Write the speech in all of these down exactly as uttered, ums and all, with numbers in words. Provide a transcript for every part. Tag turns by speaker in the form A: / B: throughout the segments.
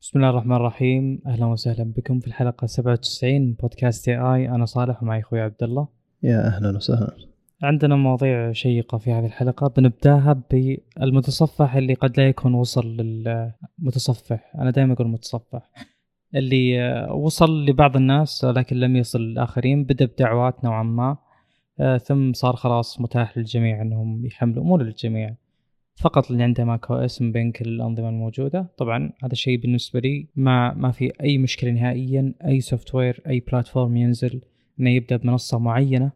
A: بسم الله الرحمن الرحيم. أهلا وسهلا بكم في الحلقة سبعة وتسعين من بودكاست اي اي. أنا صالح ومعي أخوي عبد الله.
B: يا أهلا وسهلا.
A: عندنا مواضيع شيقة في هذه الحلقة. بنبداها بالمتصفح اللي قد لا يكون وصل للمتصفح، أنا دائما أقول متصفح اللي وصل لبعض الناس لكن لم يصل للآخرين. بدأ بدعوات نوعا ما، ثم صار خلاص متاح للجميع أنهم يحملوا، مو للجميع، فقط اللي عنده ماك او اس من بين كل الأنظمة الموجودة. طبعا هذا الشيء بالنسبة لي ما ما في أي مشكلة نهائيا. أي سوفت وير أي بلاتفورم ينزل إنه يبدأ بمنصة معينة،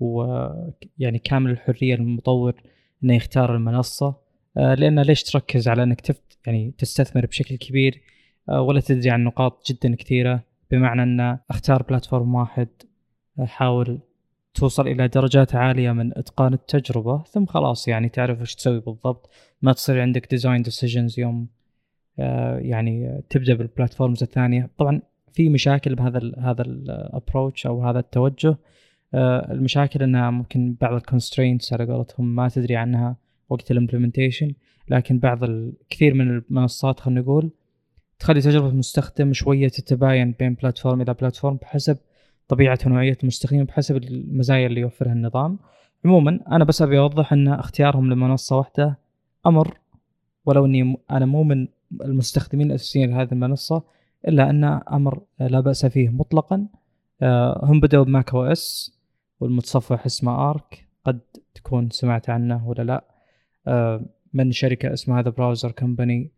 A: ويعني كامل الحرية للمطور إنه يختار المنصة، لأن ليش تركز على أنك تفت يعني تستثمر بشكل كبير ولا تدري عن نقاط جدا كثيرة؟ بمعنى أن اختار بلاتفورم واحد، حاول توصل إلى درجات عالية من إتقان التجربة، ثم خلاص يعني تعرف وش تسوي بالضبط. ما تصير عندك ديزاين ديسيجنز يوم آه يعني تبدأ بالبلاتفورمز الثانية. طبعا في مشاكل بهذا ال هذا الابروتش أو هذا التوجه. آه المشاكل أنها ممكن بعض الكونسترينتس على قولتهم ما تدري عنها وقت الامبلمنتيشن، لكن بعض الكثير من المنصات خلينا نقول تخلي تجربة المستخدم شوية تتباين بين بلاتفورم إلى بلاتفورم بحسب طبيعة ونوعية المستخدمين، بحسب المزايا اللي يوفرها النظام. عموما أنا بس أبي أوضح أن اختيارهم لمنصة واحدة أمر، ولو أني أنا مو من المستخدمين الأساسيين لهذه المنصة، إلا أن أمر لا بأس فيه مطلقا. هم بدأوا بماك او اس والمتصفح اسمه آرك، قد تكون سمعت عنه ولا لا، من شركة اسمها ذا براوزر كومباني.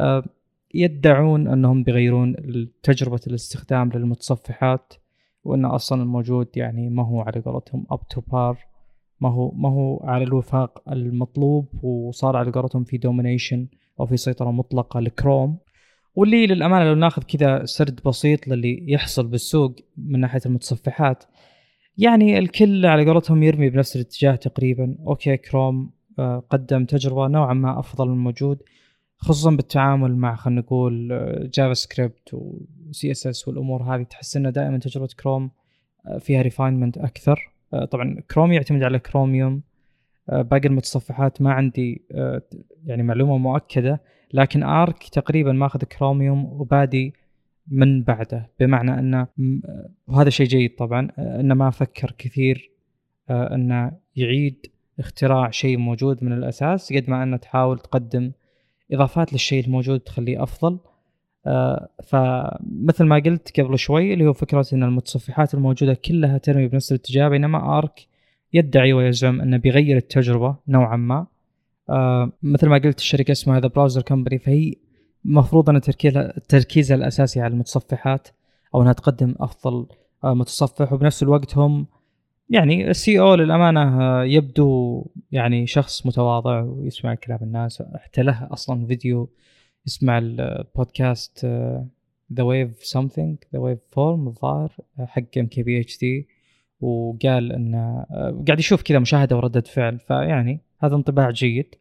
A: يدعون أنهم بيغيرون تجربة الاستخدام للمتصفحات، وأن أصلا الموجود يعني ما هو على قولتهم up to par، ما هو ما هو على الوفاق المطلوب، وصار على قولتهم في domination أو في سيطرة مطلقة لكروم. واللي للأمانة لو ناخذ كذا سرد بسيط للي يحصل بالسوق من ناحية المتصفحات، يعني الكل على قولتهم يرمي بنفس الاتجاه تقريبا. أوكي، كروم قدم تجربة نوعا ما أفضل من الموجود، خصوصا بالتعامل مع خلينا نقول جافا سكريبت وسي اس اس والامور هذه. تحس ان دائما تجربه كروم فيها ريفاينمنت اكثر. طبعا كروم يعتمد على كروميوم، باقي المتصفحات ما عندي يعني معلومه مؤكده، لكن ارك تقريبا ماخذ كروميوم وبادي من بعده، بمعنى انه وهذا شيء جيد طبعا انه ما فكر كثير انه يعيد اختراع شيء موجود من الاساس، قد ما انه تحاول تقدم إضافات للشيء الموجود تخليه أفضل. آه فمثل ما قلت قبل شوي اللي هو فكرة أن المتصفحات الموجودة كلها ترمي بنفس الاتجاه، بينما آرك يدعي ويزعم أنه بيغير التجربة نوعا ما. آه مثل ما قلت الشركة اسمها ذا براوزر كومباني، فهي مفروض أن تركيزها الأساسي على المتصفحات، أو أنها تقدم أفضل آه متصفح. وبنفس الوقت هم يعني السي او للأمانة يبدو يعني شخص متواضع ويسمع كلام الناس، حتى له أصلا فيديو يسمع البودكاست The Wave Something The Wave Form الظاهر حق ام كي بي اتش دي، وقال أنه قاعد يشوف كذا مشاهدة وردة فعل، فيعني هذا انطباع جيد.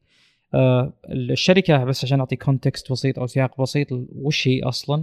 A: الشركة بس عشان أعطي كونتكست بسيط أو سياق بسيط وش هي أصلا،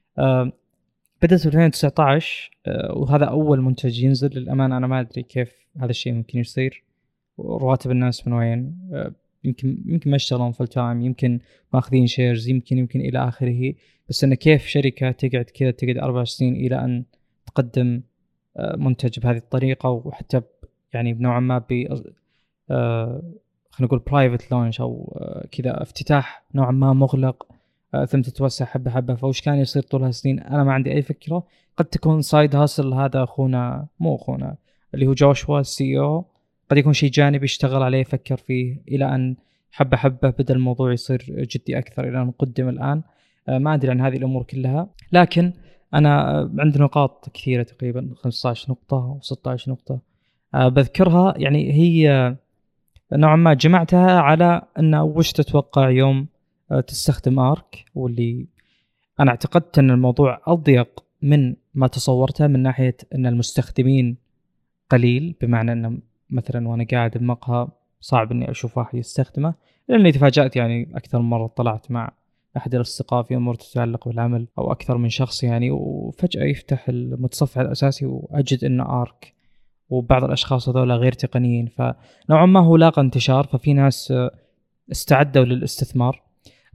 A: بدأت في ألفين وتسعة عشر وهذا أول منتج ينزل. للأمانة أنا ما أدري كيف هذا الشيء ممكن يصير، رواتب الناس من وين، يمكن يمكن ما يشتغلون فول تايم، يمكن ماخذين شيرز، يمكن يمكن إلى آخره. بس أن كيف شركة تقعد كذا تقعد أربع سنين إلى أن تقدم منتج بهذه الطريقة، وحتى يعني بنوعا ما ب خلينا نقول برايفت لونش أو كذا افتتاح نوعا ما مغلق، ثم تتوسع حبة حبة. فوش كان يصير طول هالسنين أنا ما عندي أي فكرة. قد تكون سايد هاسل، هذا أخونا مو أخونا اللي هو جوشوا السي او، قد يكون شيء جانبي يشتغل عليه يفكر فيه إلى أن حبة حبة بدأ الموضوع يصير جدي أكثر إلى أن نقدم الآن. ما أدري عن هذه الأمور كلها، لكن أنا عندي نقاط كثيرة تقريبا خمسة عشر نقطة أو ستة عشر نقطة بذكرها. يعني هي نوعا ما جمعتها على أن وش تتوقع يوم تستخدم آرك، واللي أنا اعتقدت أن الموضوع أضيق من ما تصورته من ناحية أن المستخدمين قليل، بمعنى أن مثلا وأنا قاعد بمقهى صعب أني أشوف واحد يستخدمه، لأني تفاجأت يعني أكثر مرة طلعت مع أحد الأصدقاء في أمور تتعلق بالعمل أو أكثر من شخص يعني، وفجأة يفتح المتصفح الأساسي وأجد أن آرك، وبعض الأشخاص هذولا غير تقنيين، فنوعا ما هو لاقى انتشار، ففي ناس استعدوا للاستثمار.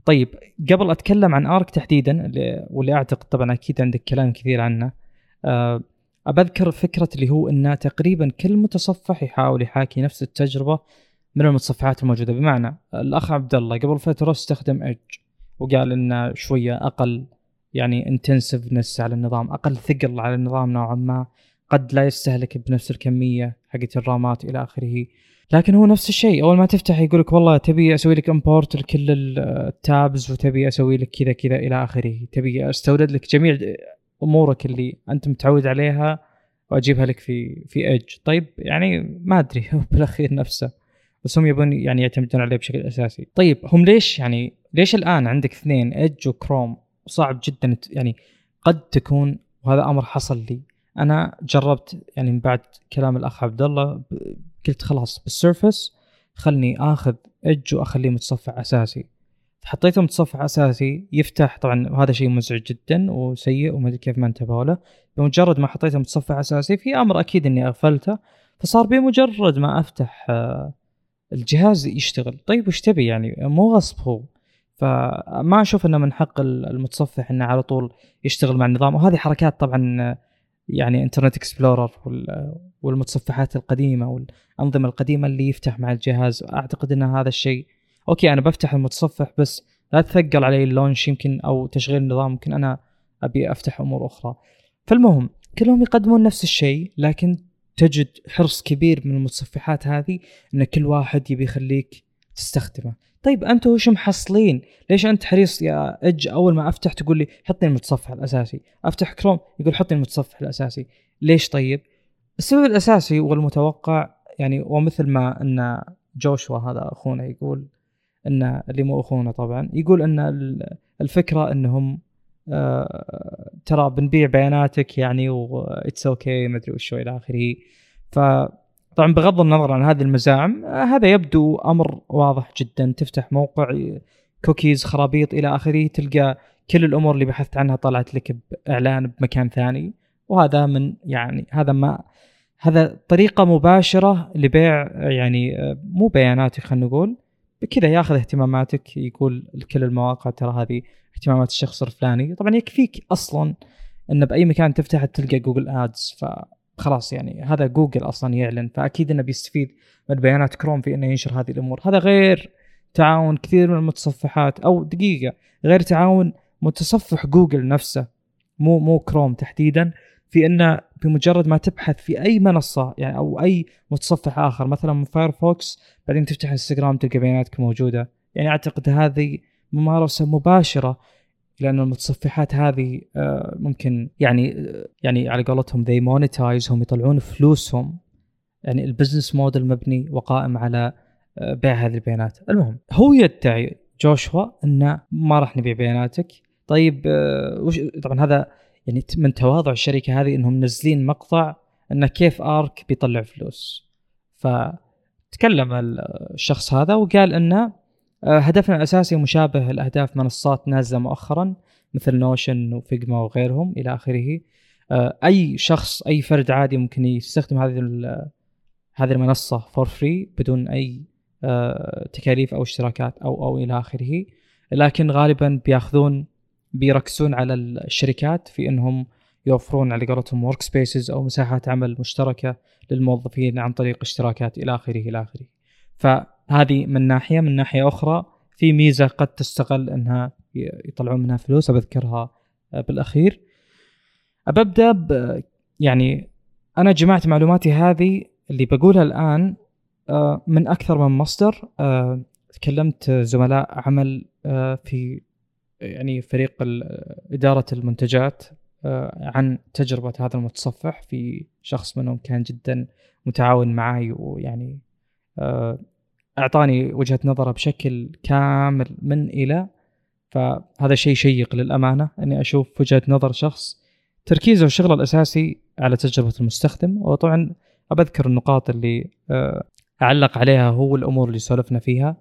A: طيب قبل أتكلم عن آرك تحديدا واللي أعتقد طبعا أكيد عندك كلام كثير عنه، أه أبذكر فكرة اللي هو أن تقريبا كل متصفح يحاول يحاكي نفس التجربة من المتصفحات الموجودة. بمعنى الأخ عبد الله قبل فترة استخدم إيدج وقال إنه شوية أقل يعني انتنسفنس على النظام، أقل ثقل على النظام نوعا ما، قد لا يستهلك بنفس الكمية حقت الرامات إلى آخره. لكن هو نفس الشيء، أول ما تفتح يقولك والله تبي أسوي لك امبورت لكل التابز وتبي أسوي لك كذا كذا إلى آخره، تبي أستورد لك جميع أمورك اللي أنت متعود عليها وأجيبها لك في في إيدج. طيب يعني ما أدري هو بالأخير نفسه، بس هم يبون يعني يعتمدون عليه بشكل أساسي. طيب هم ليش يعني ليش الآن عندك اثنين إيدج وكروم؟ صعب جدا يعني قد تكون، وهذا أمر حصل لي أنا جربت يعني من بعد كلام الأخ عبد الله، قلت خلاص بالسيرفس خلني آخذ إيدج وأخليه متصفح أساسي. حطيته متصفح أساسي يفتح، طبعا هذا شيء مزعج جدا وسيء وما أدري كيف ما انتبهوا له. بمجرد ما حطيته متصفح أساسي في أمر أكيد إني أغفلته، فصار بمجرد ما أفتح الجهاز يشتغل. طيب وش تبي يعني؟ مو غصب هو، فما أشوف أنه من حق المتصفح أنه على طول يشتغل مع النظام. وهذه حركات طبعا يعني انترنت اكسبلورر والمتصفحات القديمة والأنظمة القديمة اللي يفتح مع الجهاز. أعتقد أن هذا الشيء أوكي، أنا بفتح المتصفح بس لا تثقل علي اللونش يمكن أو تشغيل النظام، ممكن أنا أبي أفتح أمور أخرى. فالمهم كلهم يقدمون نفس الشيء، لكن تجد حرص كبير من المتصفحات هذه أن كل واحد يبي يخليك تستخدمه. طيب أنتوا وش محصلين؟ ليش أنت حريص يا إيدج أول ما أفتح تقول لي حطني المتصفح الأساسي، أفتح كروم يقول حطني المتصفح الأساسي؟ ليش؟ طيب السبب الأساسي والمتوقع يعني، ومثل ما أن جوشوا هذا أخونا يقول أن اللي مو أخونا طبعا يقول أن الفكرة أنهم آه ترى بنبيع بياناتك يعني وإتس أوكي ما أدري وشو إلى آخره. فطبعا بغض النظر عن هذه المزاعم، آه هذا يبدو أمر واضح جدا. تفتح موقع كوكيز خرابيط إلى آخره تلقى كل الأمور اللي بحثت عنها طلعت لك بإعلان بمكان ثاني، وهذا من يعني هذا ما هذا طريقة مباشرة لبيع يعني مو بياناتك، خلينا نقول بكذا ياخذ اهتماماتك، يقول لكل المواقع ترى هذه اهتمامات الشخص الفلاني. طبعا يكفيك أصلا أن بأي مكان تفتح تلقى جوجل آدز، فخلاص يعني هذا جوجل أصلا يعلن، فأكيد أنه بيستفيد من بيانات كروم في أنه ينشر هذه الأمور. هذا غير تعاون كثير من المتصفحات، أو دقيقة غير تعاون متصفح جوجل نفسه مو مو كروم تحديدا، في أنه بمجرد ما تبحث في أي منصة يعني أو أي متصفح آخر مثلا من فايرفوكس بعدين تفتح انستغرام تلقى بياناتك موجودة. يعني أعتقد هذه ممارسة مباشرة، لأن المتصفحات هذه ممكن يعني يعني على قولتهم they monetize، هم يطلعون فلوسهم، يعني البزنس موديل مبني وقائم على بيع هذه البيانات. المهم هو يدعي جوشوا أنه ما راح نبيع بياناتك. طيب طبعا هذا يعني من تواضع الشركة هذه أنهم منزلين مقطع أنه كيف آرك بيطلع فلوس. فتكلم الشخص هذا وقال أنه هدفنا الأساسي مشابه لأهداف منصات نازلة مؤخرا مثل نوشن وفيجما وغيرهم إلى آخره. أي شخص أي فرد عادي ممكن يستخدم هذه هذه المنصة فور فري بدون أي تكاليف أو اشتراكات أو أو إلى آخره، لكن غالبا بيأخذون بيركزون على الشركات في أنهم يوفرون على قولتهم ورك سبيسز أو مساحات عمل مشتركة للموظفين عن طريق اشتراكات إلى آخره إلى آخره. فهذه من ناحية. من ناحية أخرى في ميزة قد تستغل أنها يطلعون منها فلوس أبذكرها بالأخير. أبدأ ب يعني أنا جمعت معلوماتي هذه اللي بقولها الآن من أكثر من مصدر. تكلمت زملاء عمل في يعني فريق إدارة المنتجات عن تجربة هذا المتصفح، في شخص منهم كان جدا متعاون معي ويعني أعطاني وجهة نظره بشكل كامل من إلى. فهذا شيء شيق للأمانة أني أشوف وجهة نظر شخص تركيزه والشغل الأساسي على تجربة المستخدم. وطبعا أبذكر النقاط اللي أعلق عليها هو الأمور اللي سولفنا فيها.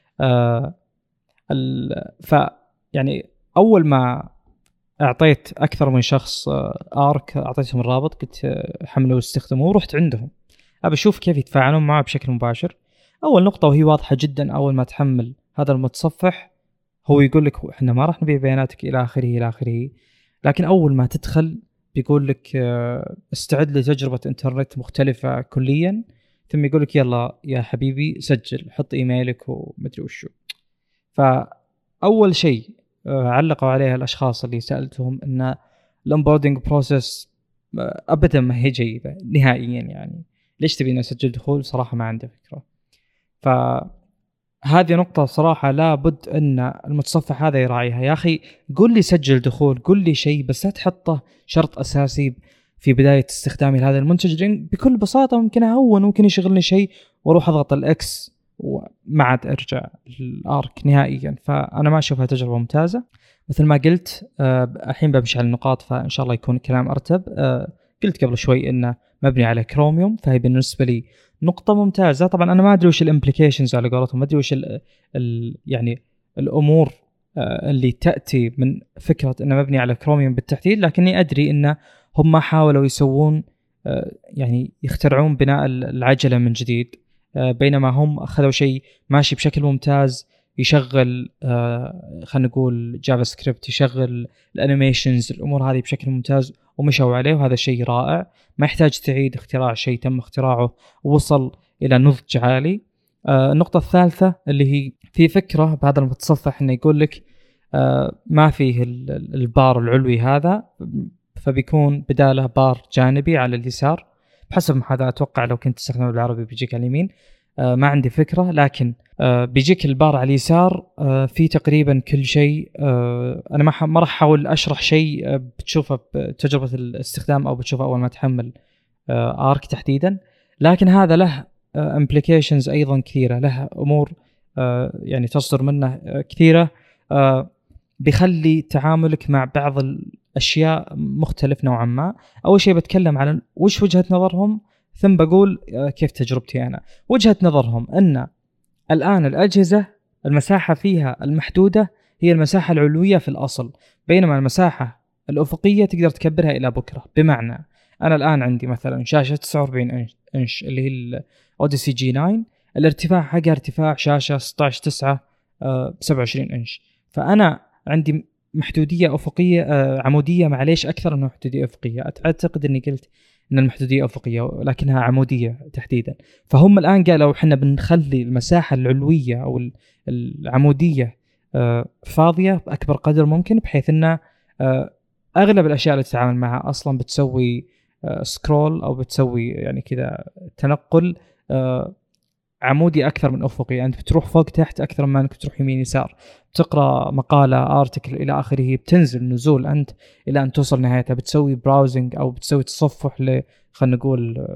A: ف يعني أول ما أعطيت أكثر من شخص آرك أعطيتهم الرابط قلت حملوا واستخدموه ورحت عندهم أبى أشوف كيف يتفاعلون معه بشكل مباشر. أول نقطة وهي واضحة جدا، أول ما تحمل هذا المتصفح هو يقول لك احنا ما راح نبيع بياناتك الى اخره الى اخره، لكن اول ما تدخل بيقول لك استعد لتجربه انترنت مختلفه كليا، ثم يقول لك يلا يا حبيبي سجل، حط ايميلك ومدري وشو. فاول شيء علقوا عليها الاشخاص اللي سالتهم ان الانبوردنج بروسيس ابدا ما هي جيده نهائيا، يعني ليش تبينا نسجل دخول؟ صراحه ما عندي فكره. فهذه نقطه صراحه لابد ان المتصفح هذا يراعيها. يا اخي قل لي سجل دخول، قل لي شيء، بس لا تحطه شرط اساسي في بدايه استخدامي لهذا المنتج. بكل بساطه ممكن اهون، ممكن يشغلني شيء واروح اضغط الاكس وما عاد ارجع الارك نهائيا. فانا ما اشوفها تجربه ممتازه. مثل ما قلت أه الحين بمشي على النقاط، فان شاء الله يكون كلام ارتب. أه قلت قبل شوي انه مبني على كروميوم، فهي بالنسبه لي نقطه ممتازه. طبعا انا ما ادري وش الامبليكيشنز على قولتهم، ما ادري وش ال ال يعني الامور أه اللي تاتي من فكره انه مبني على كروميوم بالتحديد، لكني ادري انه هم حاولوا يسوون أه يعني يخترعون بناء العجله من جديد، أه بينما هم اخذوا شيء ماشي بشكل ممتاز يشغل آه خلينا نقول جافا سكريبت، يشغل الانيميشنز، الامور هذه بشكل ممتاز ومشوا عليه، وهذا شيء رائع. ما يحتاج تعيد اختراع شيء تم اختراعه ووصل الى نضج عالي. آه النقطه الثالثه اللي هي في فكره بهذا المتصفح انه يقول لك آه ما فيه البار العلوي هذا، فبيكون بداله بار جانبي على اليسار بحسب ما هذا اتوقع. لو كنت تستخدمه بالعربي بيجيك على اليمين، آه ما عندي فكره، لكن آه بيجيك البار على اليسار آه في تقريبا كل شيء. آه انا ما ما راح احاول اشرح شيء آه بتشوفه بتجربه الاستخدام او بتشوفه اول ما تحمل آه ارك تحديدا، لكن هذا له امبليكيشنز آه ايضا كثيره، له امور آه يعني تصدر منه آه كثيره، آه بيخلي تعاملك مع بعض الاشياء مختلف نوعا ما. اول شيء بتكلم عن وش وجهه نظرهم، ثم بقول آه كيف تجربتي انا. وجهه نظرهم ان الآن الأجهزة المساحة فيها المحدودة هي المساحة العلوية في الأصل، بينما المساحة الأفقية تقدر تكبرها إلى بكرة. بمعنى أنا الآن عندي مثلا شاشة تسعة وأربعين إنش اللي هي الأوديسي جي تسعة، الارتفاع حقها ارتفاع شاشة ستة عشر تسعة سبعة وعشرين إنش، فأنا عندي محدودية أفقية آه عمودية معليش أكثر من محدودية أفقية. أعتقد أني قلت ان المحدوديه افقيه لكنها عموديه تحديدا. فهم الان قالوا احنا بنخلي المساحه العلويه او العموديه فاضيه باكبر قدر ممكن، بحيث ان اغلب الاشياء اللي تتعامل معها اصلا بتسوي سكرول او بتسوي يعني كذا تنقل عمودي اكثر من افقي. يعني انت بتروح فوق تحت اكثر ما انك بتروح يمين يسار، تقرا مقاله ارتكل الى اخره، بتنزل نزول انت الى ان توصل نهايتها. بتسوي براوزنج او بتسوي تصفح ل خلينا نقول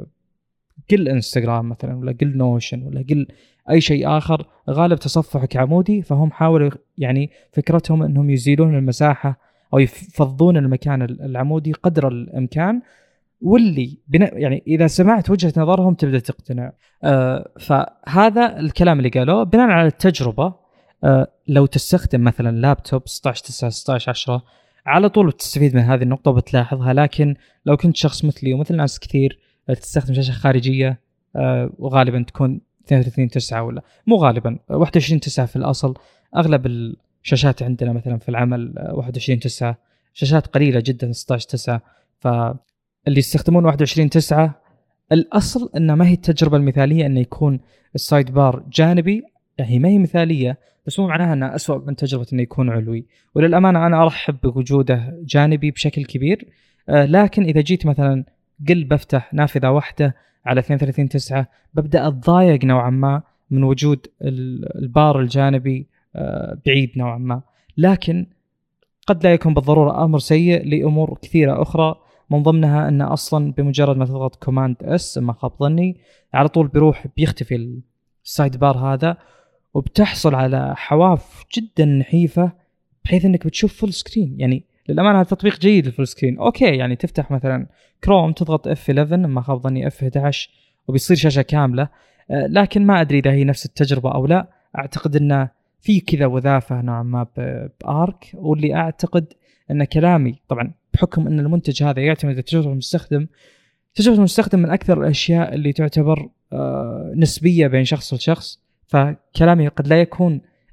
A: قل انستغرام مثلا ولا قل نوشن ولا قل اي شيء اخر، غالب تصفحك عمودي. فهم حاولوا يعني فكرتهم انهم يزيلون المساحه او يفضون المكان العمودي قدر الامكان، واللي يعني إذا سمعت وجهة نظرهم تبدأ تقتنع. آه فهذا الكلام اللي قالوه بناء على التجربة. آه لو تستخدم مثلا لابتوب ستة عشر تسعة ستة عشر عشرة على طول بتستفيد من هذه النقطة وبتلاحظها. لكن لو كنت شخص مثلي ومثل ناس كثير تستخدم شاشة خارجية آه وغالبا تكون اثنين وثلاثين تسعة ولا مو غالبا واحد وعشرين تسعة في الأصل، أغلب الشاشات عندنا مثلا في العمل واحد وعشرين تسعة، شاشات قليلة جدا ستة عشر تسعة. ف اللي يستخدمون واحد وعشرين تسعة الأصل أنه ما هي التجربة المثالية أنه يكون السايد بار جانبي، يعني ما هي مثالية، بس مو معناها أنها أسوأ من تجربة أنه يكون علوي. وللأمانة أنا أرحب بوجوده جانبي بشكل كبير. آه لكن إذا جيت مثلا قل بفتح نافذة واحدة على اثنين وثلاثين تسعة ببدأ أتضايق نوعا ما من وجود البار الجانبي آه بعيد نوعا ما. لكن قد لا يكون بالضرورة أمر سيء لأمور كثيرة أخرى، من ضمنها أن أصلا بمجرد ما تضغط كوماند اس ما خاب ظني على طول بيروح بيختفي السايد بار هذا، وبتحصل على حواف جدا نحيفة بحيث أنك بتشوف فول سكرين. يعني للأمانة هذا تطبيق جيد الفول سكرين. أوكي يعني تفتح مثلا كروم تضغط اف إحدى عشر ما خاب ظني اف إحدى عشر وبيصير شاشة كاملة، لكن ما أدري إذا هي نفس التجربة أو لا. أعتقد أنه في كذا وذافة نوعا ما بآرك، واللي أعتقد أن كلامي طبعا بحكم أن المنتج هذا يعتمد على تجربة المستخدم، تجربة المستخدم من أكثر الأشياء اللي تعتبر آه نسبية بين شخص لشخص، فكلامي قد لا يكون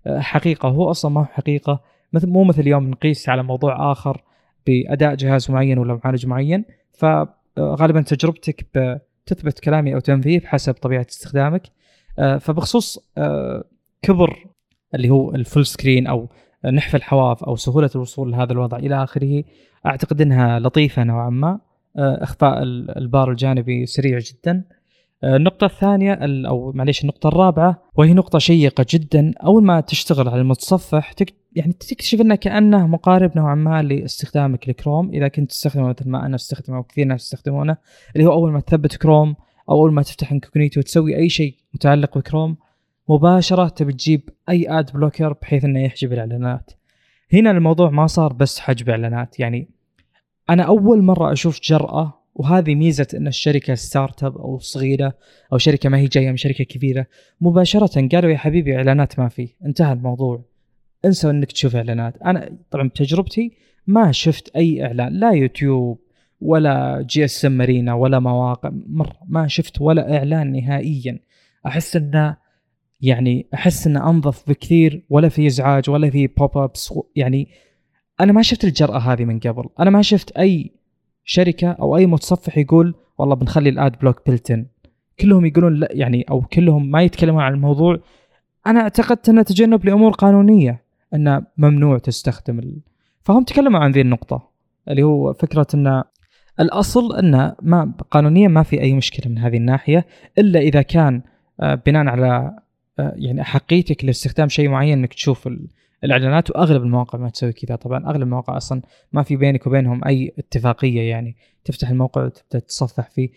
A: حقيقة، هو أصلا ما هو حقيقة. مثل مو مثل اليوم نقيس على موضوع آخر بأداء جهاز معين ولا معالج معين، فغالبا تجربتك بتثبت كلامي أو تنفيه بحسب طبيعة استخدامك. فبخصوص كبر اللي هو الفول سكرين أو نحف الحواف أو سهولة الوصول لهذا الوضع إلى آخره، أعتقد أنها لطيفة نوعا ما. إخفاء البار الجانبي سريع جدا. النقطة الثانية أو معليش النقطة الرابعة، وهي نقطة شيقة جدا، أول ما تشتغل على المتصفح تك يعني تكتشف أنه كأنه مقارب نوعا ما لاستخدامك لكروم إذا كنت تستخدمه مثل ما أنا استخدمه وكثير ناس يستخدمونه، اللي هو أول ما تثبت كروم أو أول ما تفتح انكوجنيتو وتسوي أي شيء متعلق بكروم مباشرة تبي تجيب أي آد بلوكر بحيث أنه يحجب الإعلانات. هنا الموضوع ما صار بس حجب إعلانات، يعني أنا أول مرة أشوف جرأة، وهذه ميزة أن الشركة ستارت اب أو صغيرة أو شركة ما هي جاية من شركة كبيرة، مباشرة قالوا يا حبيبي إعلانات ما فيه، انتهى الموضوع، انسوا أنك تشوف إعلانات. أنا طبعا بتجربتي ما شفت أي إعلان، لا يوتيوب ولا جي اس ام مارينا ولا مواقع، مرة ما شفت ولا إعلان نهائيا. أحس أنه يعني أحس أنه أنظف بكثير، ولا في إزعاج ولا في بوب أبس. يعني أنا ما شفت الجرأة هذه من قبل، أنا ما شفت أي شركة أو أي متصفح يقول والله بنخلي الآد بلوك بلتن. كلهم يقولون لا يعني، أو كلهم ما يتكلمون عن الموضوع. أنا اعتقدت أنه تجنب لأمور قانونية، أنه ممنوع تستخدم ال... فهم تكلموا عن ذي النقطة اللي هو فكرة أن الأصل أنه ما قانونيا ما في أي مشكلة من هذه الناحية، إلا إذا كان بناء على يعني حقيتك لاستخدام شيء معين أنك تشوف ال... الإعلانات. وأغلب المواقع ما تسوي كذا طبعا، أغلب المواقع أصلا ما في بينك وبينهم أي اتفاقية، يعني تفتح الموقع وتبدأ تتصفح فيه.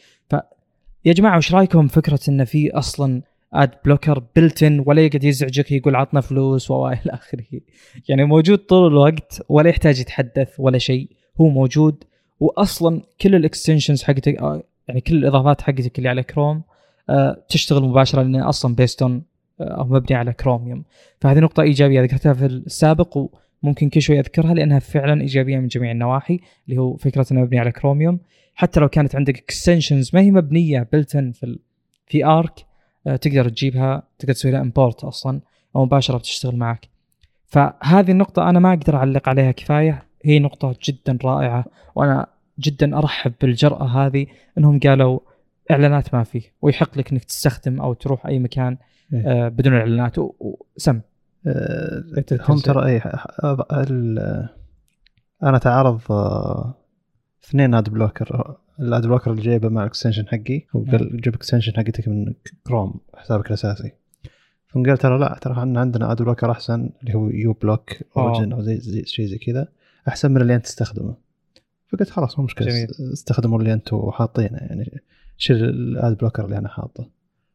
A: فيا جماعة وش رأيكم فكرة إن في أصلا آد بلوكر بلتن ولا يقعد يزعجك يقول عطنا فلوس وإلى آخره، يعني موجود طول الوقت ولا يحتاج يتحدث ولا شيء، هو موجود. وأصلا كل الإكستنشنز حقتك يعني كل الإضافات حقتك اللي على كروم تشتغل مباشرة لأنه أصلا بيستون أو مبني على كروميوم. فهذه نقطة إيجابية ذكرتها في السابق وممكن كل شوي أذكرها لأنها فعلا إيجابية من جميع النواحي، اللي هو فكرة أنه مبني على كروميوم. حتى لو كانت عندك extensions ما هي مبنية بلتن في ال... في آرك تقدر تجيبها، تقدر تسوي لها import أصلا أو مباشرة بتشتغل معك. فهذه النقطة أنا ما أقدر أعلق عليها كفاية، هي نقطة جدا رائعة، وأنا جدا أرحب بالجرأة هذه أنهم قالوا إعلانات ما فيه ويحق لك أنك تستخدم أو تروح أي مكان آه بدون إعلانات. وسم
B: أه هم ترى أي أنا تعرض اثنين آد بلوكر، الآد بلوكر اللي جايبه مع الإكستنشن حقي وقال جيب إكستنشن حقتك من كروم حسابك الأساسي، فقال ترى لا ترى عندنا عندنا آد بلوكر أحسن اللي هو يو بلوك أوريجن أو زي زي شيء زي كذا أحسن من اللي أنت تستخدمه. فقلت خلاص مو مشكلة استخدموا اللي أنتوا حاطينه، يعني شيل الآد بلوكر اللي أنا حاطه.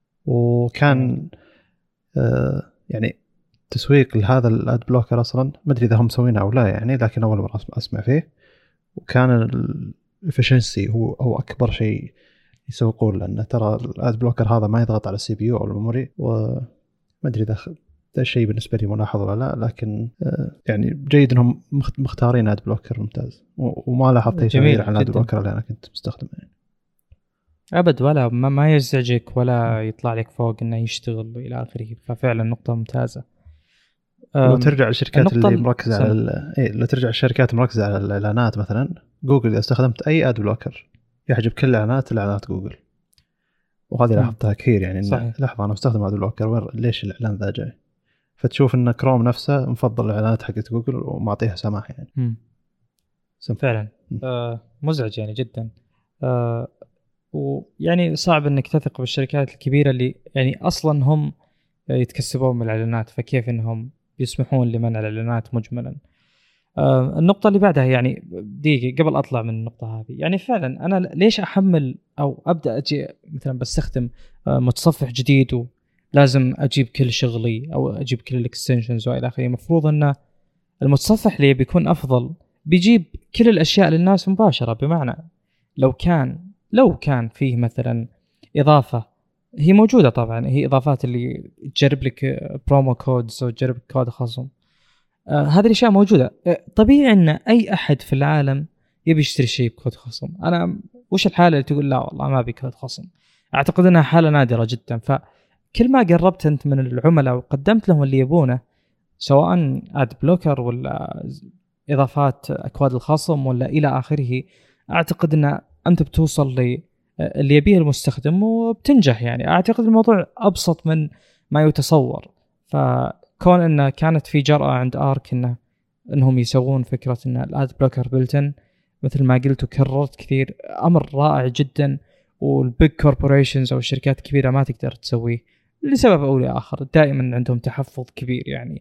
B: وكان آه يعني تسويق لهذا الاد بلوكر اصلا ما ادري اذا هم مسوينه او لا يعني، لكن اول مره اسمع فيه. وكان الافشنسي هو هو اكبر شيء يسوقون، لان ترى الاد بلوكر هذا ما يضغط على السي بي يو او الميموري، وما ادري اذا هذا الشيء بالنسبه لي ملاحظ ولا لا، لكن آه يعني جيد انهم مختارين اد بلوكر ممتاز، وما لاحظت اي تغيير على الاد بلوكر اللي انا كنت مستخدمه يعني.
A: أبد ولا ما, ما يزعجك ولا يطلع لك فوق إنه يشتغل إلى آخره. ففعلا نقطة ممتازة.
B: لو ترجع للشركات اللي مركزة على ال... إيه لو ترجع للشركات مركزة على الإعلانات مثلا جوجل، إذا استخدمت أي آد بلوكر يحجب كل الإعلانات الإعلانات جوجل، وهذه لاحظتها كثير يعني. إن لحظة أنا استخدم آد بلوكر ليش الإعلان ذا جاي، فتشوف إن كروم نفسه مفضل الإعلانات حقت جوجل ومعطيها سماح يعني.
A: فعلا آه مزعج يعني جدا. آه ويعني صعب انك تثق بالشركات الكبيرة اللي يعني اصلا هم يتكسبون من الاعلانات، فكيف انهم يسمحون لمنع الاعلانات مجملا. آه النقطة اللي بعدها يعني دقيقة قبل اطلع من النقطة هذه، يعني فعلا انا ليش احمل او ابدا اجي مثلا بستخدم آه متصفح جديد ولازم اجيب كل شغلي او اجيب كل الاكستنشنز والى اخره. المفروض ان المتصفح اللي بيكون افضل بيجيب كل الاشياء للناس مباشرة، بمعنى لو كان لو كان فيه مثلا إضافة هي موجودة طبعا، هي إضافات اللي تجرب لك برومو كودز أو تجرب كود خصم، آه هذه الأشياء موجودة. آه طبيعي أن أي أحد في العالم يبي يشتري شيء بكود خصم. أنا وش الحالة اللي تقول لا والله ما بي كود خصم؟ أعتقد أنها حالة نادرة جدا. فكل ما قربت أنت من العملاء وقدمت لهم اللي يبونه سواء اد بلوكر ولا اضافات اكواد الخصم ولا الى اخره. اعتقد ان انت بتوصل ل اللي يبيه المستخدم وبتنجح. يعني اعتقد الموضوع ابسط من ما يتصور. فكون ان كانت في جرأة عند ارك انه انهم يسوون فكرة ان الاد بلوكر بلتن مثل ما قلت وكررت كثير، امر رائع جدا، والبيج كوربوريشنز او الشركات الكبيرة ما تقدر تسويه لسبب او لاخر. دائما عندهم تحفظ كبير يعني،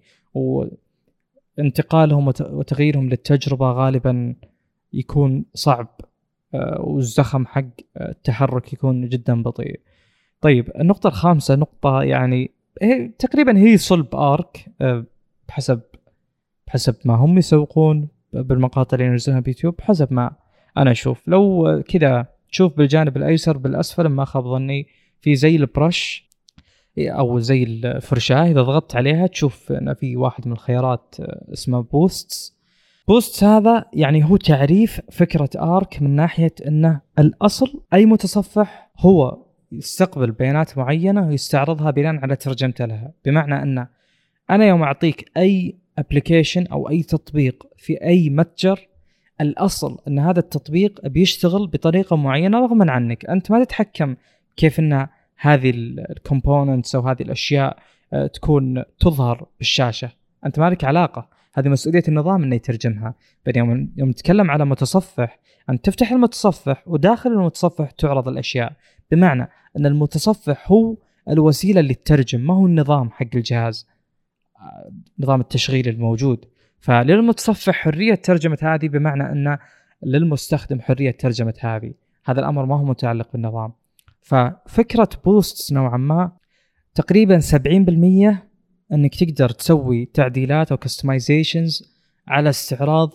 A: وانتقالهم وتغييرهم للتجربة غالبا يكون صعب، والزخم حق التحرك يكون جدا بطيء. طيب النقطة الخامسة نقطة يعني هي تقريبا هي صلب آرك بحسب بحسب ما هم يسوقون بالمقاطع اللي ينزلها بيوتيوب. حسب ما أنا أشوف، لو كذا تشوف بالجانب الأيسر بالأسفل ما خاب ظني في زي البرش أو زي الفرشاة، إذا ضغطت عليها تشوف أن في واحد من الخيارات اسمه بوستس. بوست هذا يعني هو تعريف فكرة آرك من ناحية أنه الأصل أي متصفح هو يستقبل بيانات معينة ويستعرضها بناء على ترجمته لها. بمعنى أن أنا يوم أعطيك أي أبليكيشن أو أي تطبيق في أي متجر، الأصل أن هذا التطبيق بيشتغل بطريقة معينة رغما عنك. أنت ما تتحكم كيف أن هذه الكومبوننتس أو هذه الأشياء تكون تظهر بالشاشة، أنت ما لك علاقة. هذه مسؤولية النظام أنه يترجمها. بينما يوم نتكلم على متصفح، أن تفتح المتصفح وداخل المتصفح تعرض الأشياء، بمعنى أن المتصفح هو الوسيلة اللي تترجم، ما هو النظام حق الجهاز، نظام التشغيل الموجود. فللمتصفح حرية ترجمة هذه، بمعنى أن للمستخدم حرية ترجمة هذه. هذا الأمر ما هو متعلق بالنظام. ففكرة بوستس نوعا ما تقريبا سبعين بالمية أنك تقدر تسوي تعديلات أو كستمايزيشنز على استعراض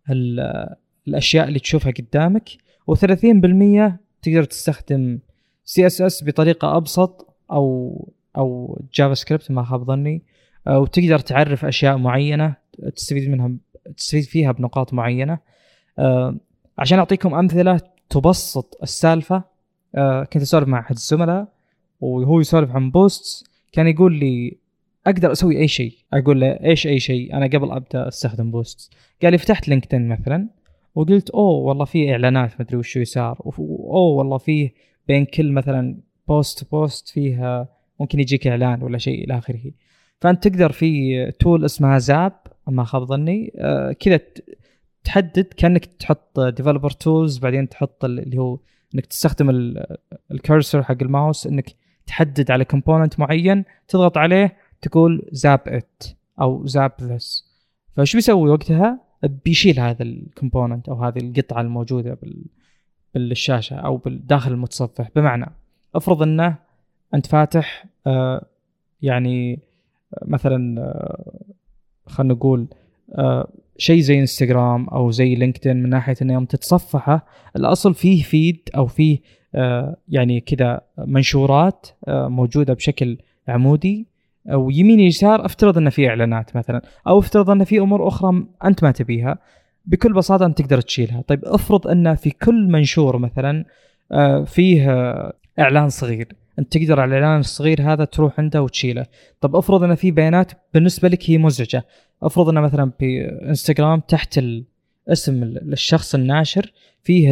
A: الأشياء اللي تشوفها قدامك، وثلاثين بالمية تقدر تستخدم سي إس إس بطريقة أبسط أو أو جافا سكريبت ما خاب ظني، وتقدر تعرف أشياء معينة تستفيد منها تستفيد فيها بنقاط معينة. أه عشان أعطيكم أمثلة تبسط السالفة، أه كنت أسولف مع أحد الزملاء وهو يسولف عن بوستس، كان يقول لي أقدر أسوي أي شيء. أقول له إيش أي شيء؟ أنا قبل أبدأ أستخدم بوستس قال لي فتحت لينكدين مثلا وقلت أوه والله فيه إعلانات ما أدري وش يسار، أوه والله فيه بين كل مثلا بوست بوست فيها ممكن يجيك إعلان ولا شيء إلى آخره. فأنت تقدر في تول اسمها زاب ما خاب ظني آه كذا تحدد كأنك تحط ديفلوبر تولز، بعدين تحط اللي هو إنك تستخدم الكرسر حق الماوس إنك تحدد على كومبوننت معين، تضغط عليه تقول زاب ات أو زاب ذس. فشو بيسوي وقتها؟ بيشيل هذا الكومبوننت أو هذه القطعة الموجودة بال بالشاشة أو بالداخل المتصفح. بمعنى أفرض أنه أنت فاتح آه يعني مثلا آه خلنا نقول آه شيء زي انستغرام أو زي لينكدين، من ناحية أنه يوم تتصفحه الأصل فيه فيد أو فيه آه يعني كذا منشورات آه موجودة بشكل عمودي، أو يمين يسار. افترض أن فيه إعلانات مثلا، أو افترض أن فيه أمور أخرى أنت ما تبيها، بكل بساطة أنت تقدر تشيلها. طيب افرض أن في كل منشور مثلا آه فيه آه إعلان صغير، أنت تقدر على الإعلان الصغير هذا تروح عنده وتشيله. طب افرض أن في بيانات بالنسبة لك هي مزعجة، افرض أن مثلا في انستغرام تحت اسم الشخص الناشر فيه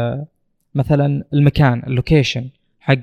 A: مثلا المكان اللوكيشن حق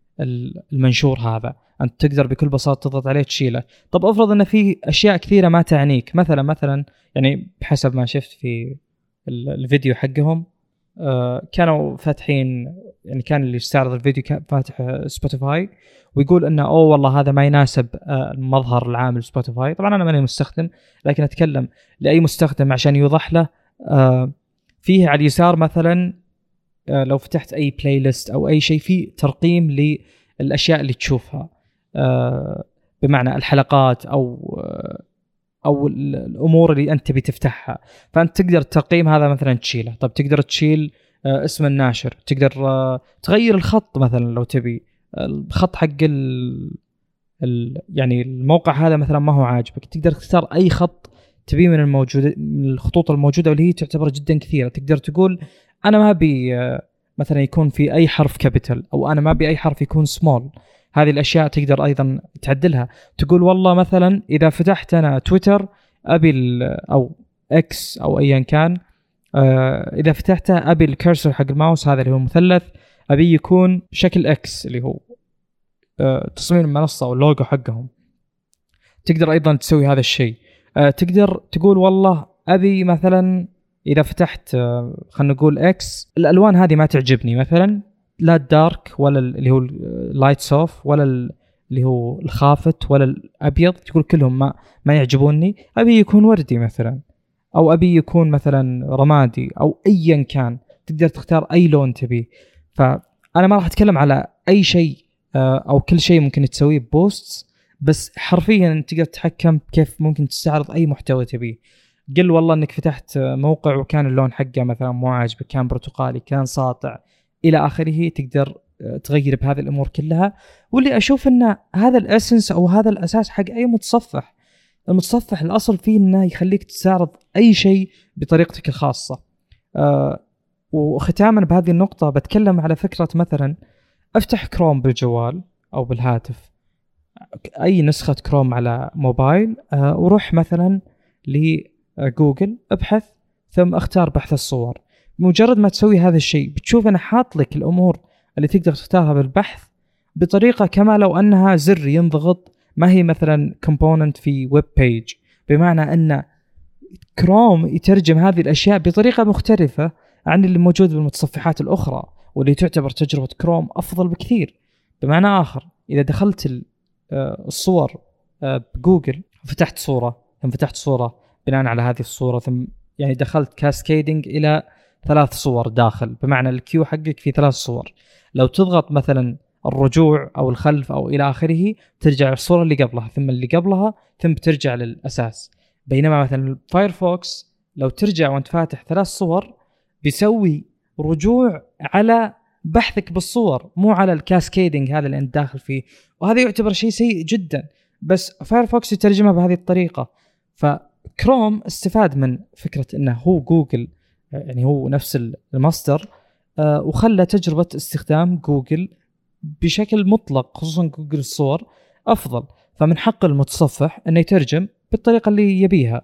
A: المنشور هذا، أنت تقدر بكل بساطة تضغط عليه تشيله. طب افرض أن في أشياء كثيرة ما تعنيك، مثلا مثلا يعني بحسب ما شفت في الفيديو حقهم آه كانوا فاتحين، يعني كان اللي يستعرض الفيديو كان فاتح سبوتيفاي ويقول انه اوه والله هذا ما يناسب آه المظهر العام لسبوتيفاي. طبعا انا ماني مستخدم، لكن اتكلم لاي مستخدم عشان يوضح له. آه فيه على اليسار مثلا آه لو فتحت اي بلاي ليست او اي شيء فيه ترقيم للاشياء اللي تشوفها، آه بمعنى الحلقات او آه او الامور اللي انت تبي تفتحها، فانت تقدر الترقيم هذا مثلا تشيله. طب تقدر تشيل آه اسم الناشر، تقدر آه تغير الخط مثلا لو تبي الخط حق ال ال يعني الموقع هذا مثلا ما هو عاجبك، تقدر تختار اي خط تبي من الموجود من الخطوط الموجوده واللي هي تعتبر جدا كثيره. تقدر تقول انا ما ابي آه مثلا يكون في أي حرف كابيتال، أو أنا ما أبي أي حرف يكون سمول. هذه الأشياء تقدر أيضا تعدلها. تقول والله مثلا إذا فتحت أنا تويتر أبي أو إكس أو أيا كان، آه إذا فتحته أبي الكرسر حق الماوس هذا اللي هو مثلث أبي يكون شكل إكس اللي هو آه تصميم المنصة أو اللوجو حقهم. تقدر أيضا تسوي هذا الشيء. آه تقدر تقول والله أبي مثلا إذا فتحت آه خلنا نقول إكس الألوان هذه ما تعجبني، مثلا لا الدارك ولا اللي هو اللايت سوف ولا اللي هو الخافت ولا الأبيض، تقول كلهم ما ما يعجبوني، أبي يكون وردي مثلا، أو أبي يكون مثلا رمادي أو أيا كان. تقدر تختار أي لون تبي. فأنا ما راح أتكلم على أي شيء أو كل شيء ممكن تسويه بوستس، بس حرفيا تقدر تتحكم كيف ممكن تستعرض أي محتوى تبيه. قل والله أنك فتحت موقع وكان اللون حقه مثلا مو عاجبك، كان برتقالي كان ساطع إلى آخره، تقدر تغير بهذه الأمور كلها. واللي أشوف أن هذا الأسنس أو هذا الأساس حق أي متصفح. المتصفح الأصل فيه أنه يخليك تستعرض أي شيء بطريقتك الخاصة. أه وختاما بهذه النقطة بتكلم على فكرة مثلا أفتح كروم بالجوال أو بالهاتف، أي نسخة كروم على موبايل، أه وروح مثلا لجوجل ابحث ثم اختار بحث الصور. مجرد ما تسوي هذا الشيء بتشوف أنا حاط لك الأمور اللي تقدر تختارها بالبحث بطريقة كما لو أنها زر ينضغط، ما هي مثلا component في ويب بيج. بمعنى أن كروم يترجم هذه الأشياء بطريقة مختلفة عن اللي موجود بالمتصفحات الأخرى، واللي تعتبر تجربة كروم أفضل بكثير. بمعنى آخر إذا دخلت الصور بجوجل فتحت صورة ثم فتحت صورة بناء على هذه الصورة، ثم يعني دخلت كاسكيدنج إلى ثلاث صور داخل، بمعنى الكيو حقك في ثلاث صور. لو تضغط مثلا الرجوع أو الخلف أو إلى آخره ترجع الصورة اللي قبلها ثم اللي قبلها ثم بترجع للأساس. بينما مثلا فايرفوكس لو ترجع وانت فاتح ثلاث صور بيسوي رجوع على بحثك بالصور، مو على الكاسكيدنج هذا اللي انت داخل فيه. وهذا يعتبر شيء سيء جدا، بس فايرفوكس يترجمها بهذه الطريقة. فكروم استفاد من فكرة انه هو جوجل، يعني هو نفس المصدر، وخلى تجربة استخدام جوجل بشكل مطلق خصوصا جوجل الصور أفضل. فمن حق المتصفح أنه يترجم بالطريقة اللي يبيها.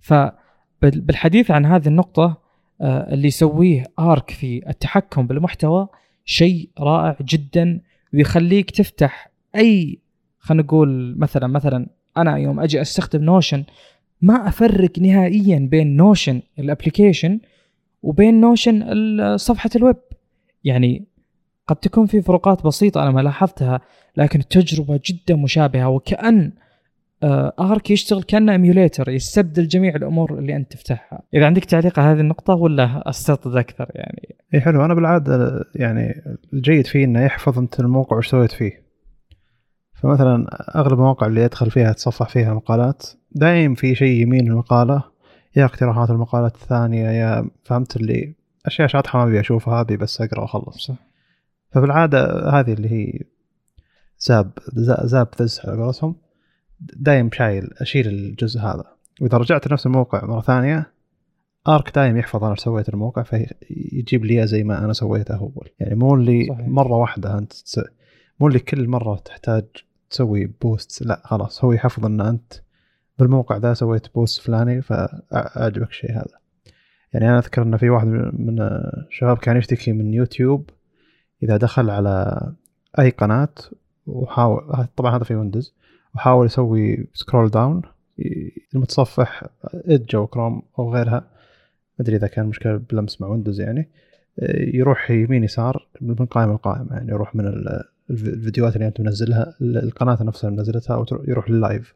A: فبالحديث عن هذه النقطة اللي يسويه آرك في التحكم بالمحتوى شيء رائع جدا، ويخليك تفتح أي خلينا نقول مثلا مثلا أنا يوم أجي أستخدم نوشن ما أفرق نهائيا بين نوشن الابليكيشن وبين نوشن صفحة الويب. يعني قد تكون في فروقات بسيطة أنا ما لاحظتها، لكن التجربة جدا مشابهة، وكأن آرك يشتغل كأنه إميوليتر يستبدل جميع الأمور اللي أنت تفتحها. إذا عندك تعليق على هذه النقطة ولا أستطرد أكثر؟ يعني
B: إيه حلو. أنا بالعادة يعني الجيد فيه إنه يحفظ أنت الموقع وش سويت فيه. فمثلا أغلب المواقع اللي يدخل فيها تصفح فيها مقالات دائم في شيء يمين المقالة، يا اقتراحات المقالات الثانية، يا فهمت اللي أشياء شاطحة ما أبي أشوفها أبي بس أقرأ وأخلص. صح. فبالعادة هذه اللي هي زاب زاب ذز على قولتهم دايم شايل أشيل الجزء هذا. وإذا رجعت لنفس الموقع مرة ثانية آرك دايم يحفظ أنا سويت الموقع فيجيب لي زي ما أنا سويته أول. يعني مو اللي صحيح. مرة واحدة أنت تس... مو اللي كل مرة تحتاج تسوي بوست، لا خلاص هو يحفظ أن أنت بالموقع ذا سويت بوست فلاني فأعجبك شيء هذا. يعني أنا أذكر أن في واحد من الشباب كان يشتكي من يوتيوب إذا دخل على أي قناة وحاول، طبعا هذا في ويندوز، وحاول يسوي سكرول داون المتصفح إدج أو كروم أو غيرها، ما أدري إذا كان مشكلة بلمس مع ويندوز، يعني يروح يمين يسار من قائمة لقائمة، يعني يروح من الفيديوهات اللي أنت منزلها القناة نفسها منزلتها ويروح لللايف.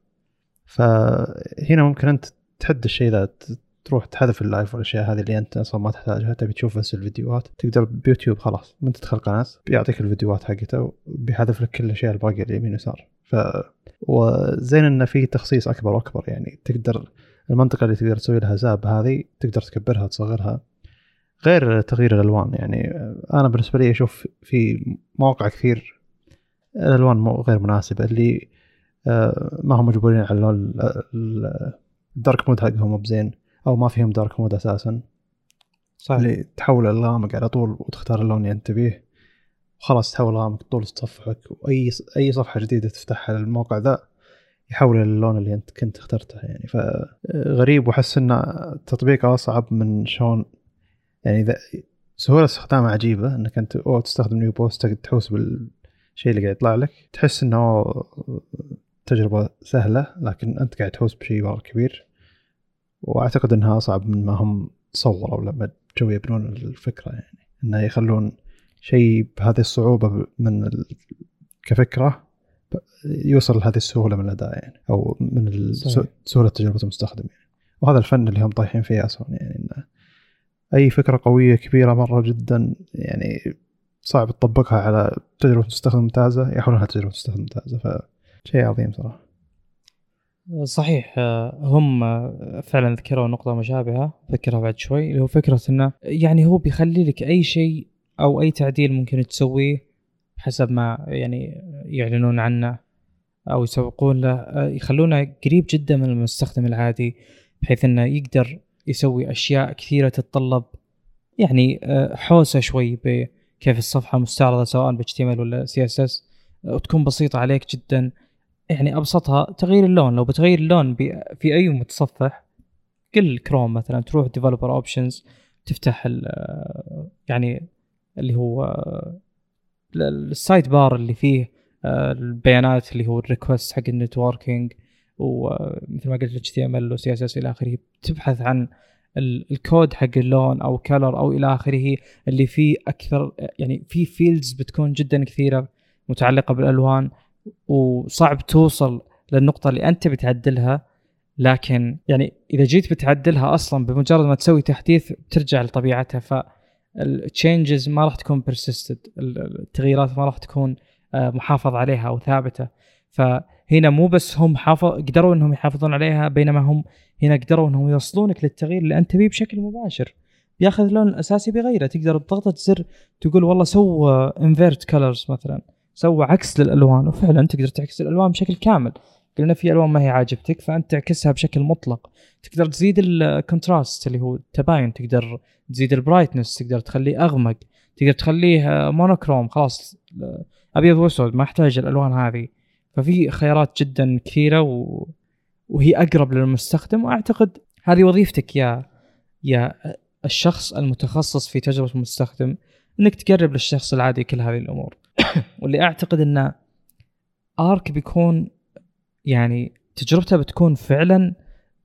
B: فهنا ممكن أنت تحد الشيء ذا، تروح تحذف اللايف والأشياء هذه اللي أنت أصلا ما تحتاجها، تبي تشوف بس الفيديوهات. تقدر بيوتيوب خلاص من تدخل قناة بيعطيك الفيديوهات حقته وبيحذف لك كل الأشياء الباقية اللي يمين ويسار. ف وزين إنه فيه تخصيص أكبر وأكبر، يعني تقدر المنطقة اللي تقدر تسوي لها زاب هذه تقدر تكبرها تصغرها، غير تغيير الألوان. يعني أنا بالنسبة لي أشوف في مواقع كثير الألوان غير مناسبة، اللي ما هم مجبورين على الدارك مود حقهم بزين، أو ما فيهم دارك مود أساسا.
A: صحيح.
B: اللي تحول الغامق على طول وتختار اللون اللي انت بيه وخلاص تحول الغامق طول تصفحك، واي اي صفحه جديده تفتحها للموقع ذا يحول اللون اللي انت كنت اخترته يعني. فغريب، وحس ان التطبيق اصعب من شلون يعني. اذا سهوله استخدامه عجيبه انك انت او تستخدم نيو بوست تحوس بالشيء اللي قاعد يطلع لك، تحس انه تجربه سهله لكن انت قاعد تحوس بشيء مره كبير. واعتقد انها اصعب من ما هم تصوروا لما جو يبنون الفكره، يعني انه يخلون شيء بهذه الصعوبه من ال... كفكره يوصل لهذه السهوله من الاداء يعني، او من سهوله تجربه المستخدم يعني. وهذا الفن اللي هم طايحين فيه اصلا يعني، إن اي فكره قويه كبيره مره جدا يعني صعب تطبقها على تجربه مستخدم ممتازه يحولونها تجربه مستخدم ممتازه. فشيء عظيم صراحه.
A: صحيح. هم فعلا ذكروا نقطة مشابهة ذكرها بعد شوي، اللي هو فكرة انه يعني هو بيخلي لك اي شيء او اي تعديل ممكن تسويه حسب ما يعني يعلنون عنه او يسوقون له، يخلونه قريب جدا من المستخدم العادي، بحيث انه يقدر يسوي اشياء كثيرة تتطلب يعني حوسة شوي بكيف الصفحة مستعرضة سواء ب إتش تي إم إل ولا سي إس إس، وتكون بسيطة عليك جدا. يعني أبسطها تغيير اللون. لو بتغير اللون في أي متصفح كل كروم مثلا تروح developer options تفتح يعني اللي هو السايد بار اللي فيه البيانات اللي هو الريكوست حق النتوركينج، ومثل ما قلت إتش تي إم إل و سي إس إس إلى آخره، تبحث عن الكود حق اللون أو كلر أو إلى آخره اللي فيه أكثر يعني في فيلدز بتكون جدا كثيرة متعلقة بالألوان، وصعب توصل للنقطة اللي أنت بتعدلها. لكن يعني إذا جيت بتعدلها أصلا بمجرد ما تسوي تحديث ترجع لطبيعتها، فالتشينجز ما راح تكون persisted، التغييرات ما راح تكون محافظ عليها أو ثابتة. فهنا مو بس هم حافظ قدروا أنهم يحافظون عليها، بينما هم هنا قدروا أنهم يوصلونك للتغيير اللي أنت بيه بشكل مباشر. بياخذ اللون الأساسي بغيره، تقدر بضغطة زر تقول والله سوى invert colors مثلا، سوى عكس للألوان، وفعلا تقدر تعكس الألوان بشكل كامل. قلنا في ألوان ما هي عاجبتك فأنت تعكسها بشكل مطلق. تقدر تزيد الكونتراست اللي هو التباين، تقدر تزيد البرايتنس، تقدر تخليه أغمق، تقدر تخليه مونوكروم خلاص أبيض وأسود ما احتاج الألوان هذه. ففي خيارات جدا كثيرة و... وهي أقرب للمستخدم. وأعتقد هذه وظيفتك يا يا الشخص المتخصص في تجربة المستخدم، إنك تقرب للشخص العادي كل هذه الأمور. واللي أعتقد أن آرك بيكون يعني تجربته بتكون فعلا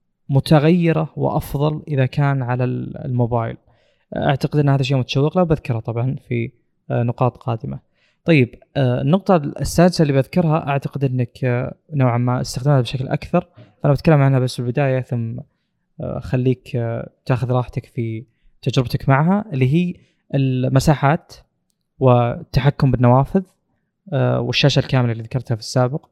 A: متغيرة وأفضل إذا كان على الموبايل. أعتقد أن هذا شيء متشوق له، بذكره طبعا في نقاط قادمة. طيب النقطة السادسة اللي بذكرها أعتقد أنك نوعا ما استخدمها بشكل أكثر، فأنا بتكلم عنها بس في البداية ثم خليك تأخذ راحتك في تجربتك معها، اللي هي المساحات والتحكم بالنوافذ والشاشة الكاملة اللي ذكرتها في السابق.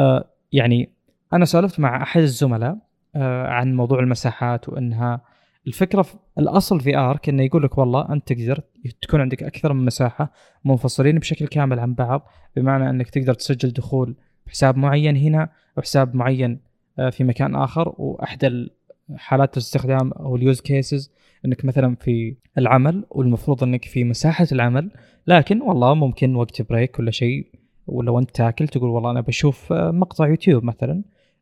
A: يعني أنا سألفت مع أحد الزملاء عن موضوع المساحات، وأنها الفكرة في الأصل في آرك إنه يقول لك والله أنت تقدر تكون عندك أكثر من مساحة منفصلين بشكل كامل عن بعض، بمعنى أنك تقدر تسجل دخول بحساب معين هنا وحساب معين في مكان آخر. وأحد حالات الاستخدام أو اليوز كيسز أنك مثلا في العمل والمفروض أنك في مساحة العمل، لكن والله ممكن وقت بريك ولا شيء ولا وانت تاكل تقول والله أنا بشوف مقطع يوتيوب مثلا،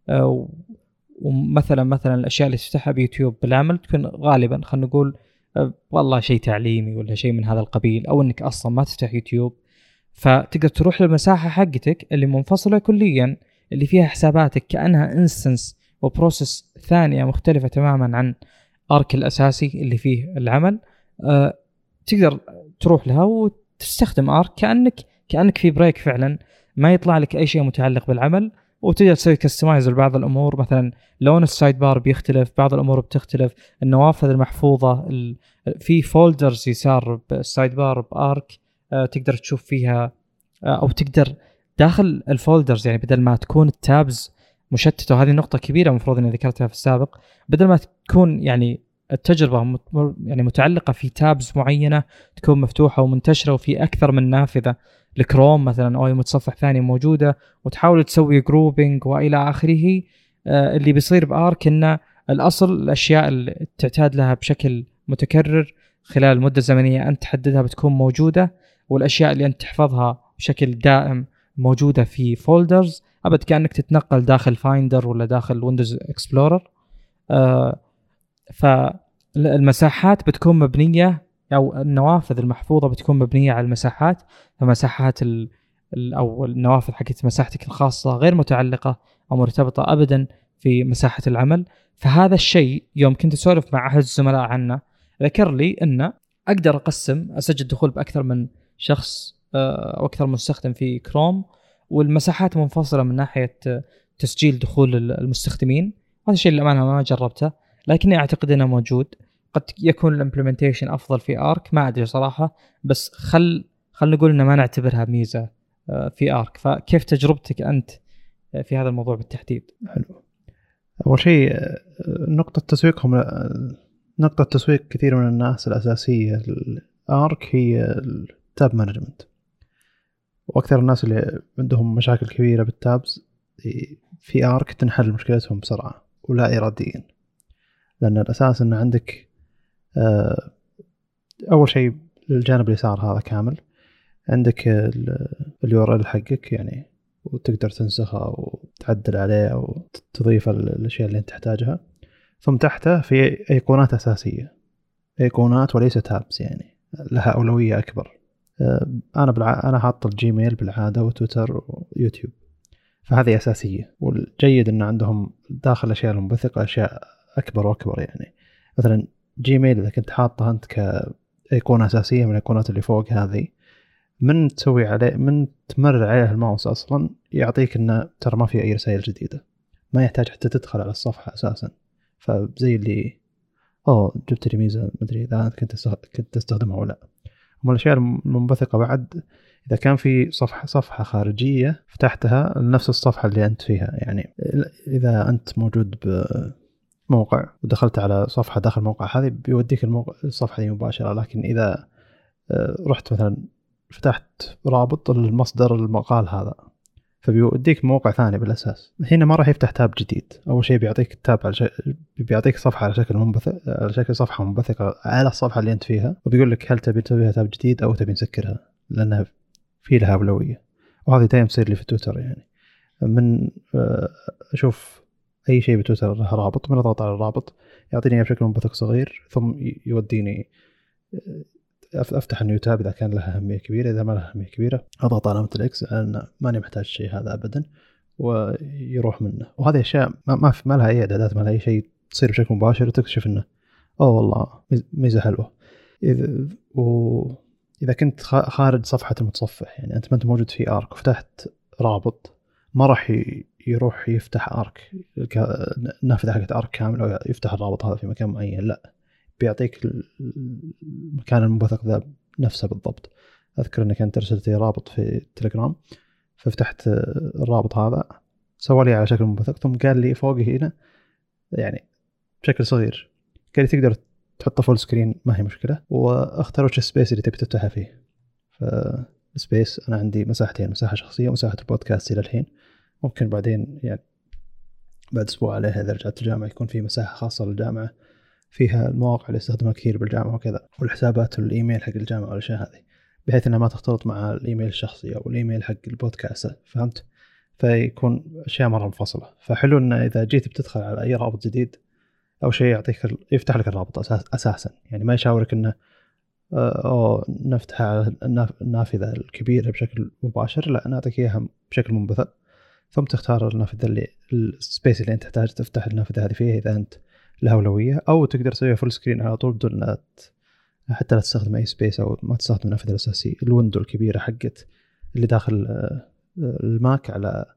A: ومثلا مثلا الأشياء اللي تفتحها بيوتيوب بالعمل تكون غالبا خلينا نقول والله شيء تعليمي ولا شيء من هذا القبيل، أو أنك أصلا ما تفتح يوتيوب. فتقدر تروح للمساحة حقتك اللي منفصلة كليا، اللي فيها حساباتك كأنها انستنس وبروسيس ثانية مختلفة تماما عن آرك الأساسي اللي فيه العمل. أه تقدر تروح لها وتستخدم آرك كأنك كأنك في بريك فعلا، ما يطلع لك أي شيء متعلق بالعمل، وتقدر تسوي كستمايز لبعض الأمور. مثلا لون السايد بار بيختلف، بعض الأمور بتختلف، النوافذ المحفوظة، في فولدرز يسار بالسايد بار بآرك أه تقدر تشوف فيها، أه أو تقدر داخل الفولدرز يعني بدل ما تكون التابز مشتتة، وهذه نقطة كبيرة مفروض أني ذكرتها في السابق، بدل ما تكون يعني التجربة يعني متعلقة في تابز معينة تكون مفتوحة ومنتشرة وفي أكثر من نافذة لكروم مثلا أو أي متصفح ثاني موجودة، وتحاول تسوي جروبينج وإلى آخره. آه اللي بيصير بآرك إن الأصل الأشياء اللي تعتاد لها بشكل متكرر خلال مدة زمنية أنت تحددها بتكون موجودة، والأشياء اللي أنت تحفظها بشكل دائم موجودة في فولدرز، أبد كأنك تتنقل داخل فايندر ولا داخل ويندوز إكسبلورر. آه فالمساحات بتكون مبنية، أو النوافذ المحفوظة بتكون مبنية على المساحات، فمساحات ال أو النوافذ حقت مساحتك الخاصة غير متعلقة أو مرتبطة أبدا في مساحة العمل. فهذا الشيء يوم كنت أسولف مع أحد الزملاء عنه ذكر لي أن أقدر أقسم أسجل دخول بأكثر من شخص أو أكثر من مستخدم في كروم، والمساحات منفصلة من ناحية تسجيل دخول المستخدمين. هذا الشيء للأمانة ما جربته، لكني أعتقد أنه موجود. قد يكون الامبلمنتيشن أفضل في آرك، ما أدري صراحة، بس خل خل نقول إن ما نعتبرها ميزة في آرك. فكيف تجربتك أنت في هذا الموضوع بالتحديد؟
B: حلو. أول شيء نقطة تسويقهم، نقطة تسويق كثير من الناس الأساسية الآرك هي التاب مانجمنت، وأكثر الناس اللي عندهم مشاكل كبيرة بالتابز في آرك تنحل مشكلتهم بسرعة ولا إراديا، لأن الأساس أن عندك أول شيء الجانب اليسار هذا كامل، عندك اليو ار ال حقك يعني، وتقدر تنسخها وتعدل عليه أو تضيف الأشياء اللي أنت تحتاجها. ثم تحته في أيقونات أساسية، أيقونات وليس تابس، يعني لها أولوية أكبر. أنا بالع... أنا حاط الجيميل بالعادة وتويتر ويوتيوب، فهذه أساسية. والجيد أن عندهم داخل الأشياء المنبثقة أشياء أكبر وأكبر، يعني مثلا جيميل إذا كنت حاطها أنت كأيقونة أساسية من الأيقونات اللي فوق هذه، من تسوي عليه من تمرر عليه الماوس أصلا يعطيك إنه ترى ما في أي رسائل جديدة، ما يحتاج حتى تدخل على الصفحة أساسا. فزي اللي أوه جبت لي ميزة مدري إذا أنت كنت كنت تستخدمها ولا. ومن الأشياء المنبثقة بعد إذا كان في صفحة صفحة خارجية فتحتها نفس الصفحة اللي أنت فيها، يعني إذا أنت موجود بموقع ودخلت على صفحة داخل الموقع هذه بيوديك الموقع الصفحة دي مباشرة. لكن إذا رحت مثلا فتحت رابط المصدر المقال هذا فبيوديك موقع ثاني بالأساس، هنا ما راح يفتح تاب جديد. أول شيء بيعطيك التاب على شكل بيعطيك صفحة على شكل منبثق، على شكل صفحة منبثقة على الصفحة اللي أنت فيها، وبيقول لك هل تبي تسويها تاب جديد أو تبي نسكرها لأنها في لها أولوية. وهذه دائما تصير لي في تويتر، يعني من أشوف أي شيء بتويتر له رابط، من أضغط على الرابط يعطيني بشكل منبثق صغير ثم يوديني أفتح النيو تاب إذا كان لها أهمية كبيرة. إذا ما لها أهمية كبيرة أضغط على علامة الإكس أنا ماني محتاج شيء هذا أبدا ويروح منه. وهذه أشياء ما ما, ما لها أي إعدادات، ما لها أي شيء، تصير بشكل مباشر وتكتشف إنه أوه والله ميزة حلوة. إذا وإذا كنت خارج صفحة المتصفح، يعني أنت ما أنت موجود في آرك وفتحت رابط، ما راح يروح يفتح آرك النافذة حقت آرك كامل أو يفتح الرابط هذا في مكان معين، لا بيعطيك المكان المنبثق ذا نفسه بالضبط. أذكر أنك أنت أرسلت لي رابط في التليجرام ففتحت الرابط هذا سوى لي على شكل منبثق، ثم قال لي فوقه هنا يعني بشكل صغير قال لي تقدر تحطه فول سكرين ما هي مشكلة، واختار وش السبيس اللي تبي تفتحها فيه. فالسبيس أنا عندي مساحتين، مساحة شخصية ومساحة البودكاست إلى الحين. ممكن بعدين يعني بعد أسبوع عليها إذا رجعت الجامعة يكون في مساحة خاصة للجامعة فيها المواقع اللي استخدمها كثير بالجامعة وكذا، والحسابات والإيميل حق الجامعة والأشياء هذه، بحيث أنها ما تختلط مع الإيميل الشخصي أو الإيميل حق البودكاست، فهمت؟ فيكون أشياء مرة منفصلة. فحلو أن إذا جيت بتدخل على أي رابط جديد أو شيء يعطيك يفتح لك الرابط أساس أساسا، يعني ما يشاورك أنه أو نفتح على النافذة الكبيرة بشكل مباشر، لا نعطيك إياها بشكل منبثق، ثم تختار النافذة اللي السبيس اللي أنت تحتاج تفتح النافذة هذه فيها إذا أنت لها أولوية، أو تقدر تسويها فول سكرين على طول بدون لا حتى لا تستخدم أي سبيس أو ما تستخدم النافذة الأساسية الويندو الكبيرة حقت اللي داخل الماك على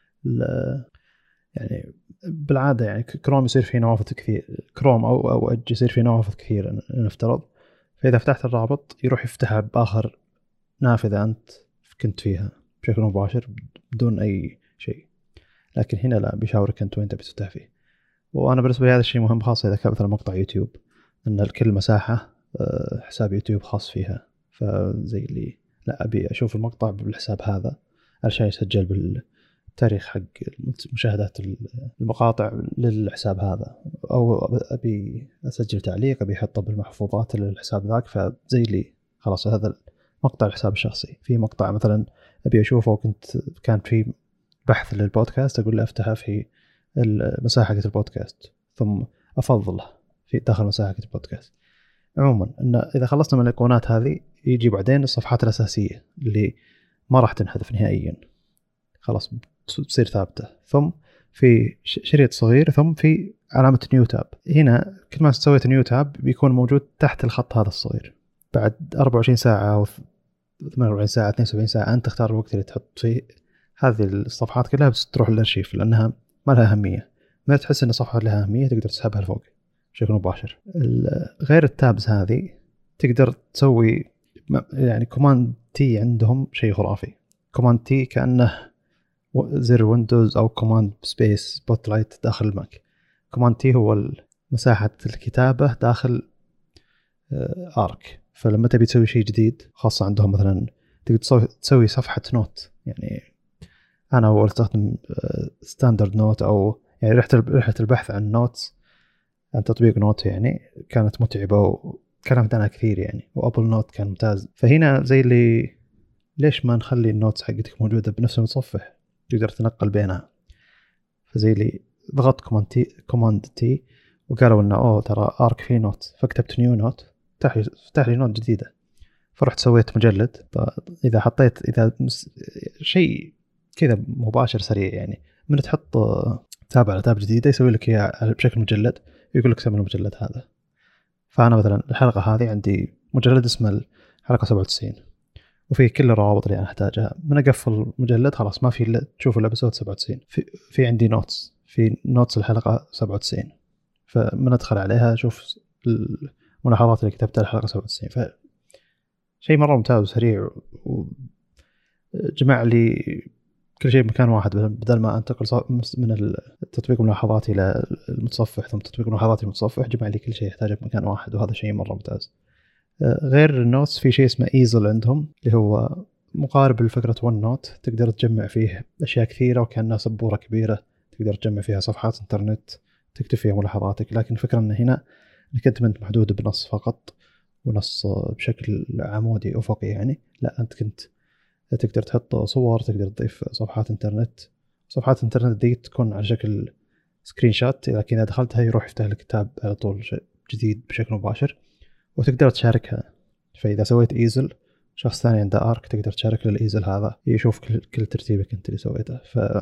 B: يعني بالعادة يعني كروم يصير فيه نوافذ كثير، كروم أو أو إدج يصير فيه نوافذ كثير نفترض، فإذا فتحت الرابط يروح يفتحها بآخر نافذة أنت كنت فيها بشكل مباشر بدون أي شيء. لكن هنا لا، بيشاورك أنت وين تبي تفتح فيه. وأنا بالنسبة لي هذا الشيء مهم، خاصة إذا كان مثلا مقطع يوتيوب أن الكل مساحة حساب يوتيوب خاص فيها، فزي اللي لا أبي أشوف المقطع بالحساب هذا علشان يسجل تاريخ حق مشاهدات المقاطع للحساب هذا، أو أبي أسجل تعليق أبي أحطه بالمحفوظات للحساب ذاك، فزي لي خلاص هذا مقطع الحساب الشخصي. في مقطع مثلا أبي أشوفه وكنت كان في بحث للبودكاست أقول له أفتحه في المساحة حقت البودكاست ثم أفضله في داخل مساحة البودكاست. عموما إن إذا خلصنا من الأيقونات هذه يجي بعدين الصفحات الأساسية اللي ما راح تنحذف نهائيا، خلاص تصير ثابتة. ثم في شريط صغير، ثم في علامة نيو تاب. هنا كل ما سويت نيو تاب بيكون موجود تحت الخط هذا الصغير. بعد أربعة وعشرين ساعة أو ثمانية وأربعين ساعة اثنين وسبعين ساعة أنت تختار الوقت اللي تحط فيه هذه الصفحات كلها، بس تروح للأرشيف لأنها ما لها أهمية. ما تحس إن صفحة لها أهمية تقدر تسحبها لفوق بشكل مباشر. غير التابز هذه تقدر تسوي يعني كوماند تي، عندهم شيء خرافي. كوماند تي كأنه زر ويندوز أو كوماند سبيس سبوت لايت داخل الماك. كوماند تي هو مساحة الكتابة داخل آرك. فلما تبي تسوي شيء جديد خاصة عندهم مثلا تقدر تسوي صفحة نوت، يعني أنا أول استخدم ستاندرد نوت أو يعني رحت رحت البحث عن نوتس، عن تطبيق نوت، يعني كانت متعبة وكلمت عنها كثير يعني، وأبل نوت كان ممتاز. فهنا زي اللي ليش ما نخلي النوتس حقتك موجودة بنفس المتصفح تقدر تنقل بينها. فزي اللي ضغطت كوماند تي كوماند تي وقالوا إنه أوه ترى آرك فيه نوت، فكتبت نيو نوت فتح لي فتح لي نوت جديدة. فرحت سويت مجلد. إذا حطيت إذا شيء كذا مباشر سريع يعني من تحط تاب على تاب جديدة يسوي لك إياه بشكل مجلد، يقول لك سمي المجلد هذا. فأنا مثلا الحلقة هذه عندي مجلد اسمه الحلقة سبعة وتسعين وفيه كل الروابط اللي أنا أحتاجها. من أقفل مجلد خلاص ما في إلا تشوف الأبسود سبعة وتسعين. في في عندي نوتس في نوتس الحلقة سبعة وتسعين، فمن أدخل عليها أشوف الملاحظات اللي كتبتها الحلقة سبعة وتسعين. فشيء مرة ممتاز وسريع، وجمع لي كل شيء بمكان واحد بدل ما أنتقل من التطبيق الملاحظات إلى المتصفح ثم تطبيق الملاحظات المتصفح. جمع لي كل شيء يحتاجه بمكان واحد، وهذا شيء مرة ممتاز. غير النوتس في شيء اسمه إيزل عندهم اللي هو مقارب لفكرة ون نوت، تقدر تجمع فيه أشياء كثيرة وكأنها سبورة كبيرة تقدر تجمع فيها صفحات إنترنت تكتب فيها ملاحظاتك. لكن الفكرة أن هنا أنك أنت منت محدود بنص فقط، ونص بشكل عمودي أفقي يعني. لا، أنت كنت تقدر تحط صور، تقدر تضيف صفحات إنترنت. صفحات الإنترنت دي تكون على شكل سكرين شوت، لكن إذا دخلتها يروح يفتح لك كتاب على طول جديد بشكل مباشر وتقدر تشاركها. فإذا سويت إيزل شخص ثاني عنده آرك تقدر تشارك للإيزل هذا يشوف كل, كل ترتيبك أنت اللي سويته.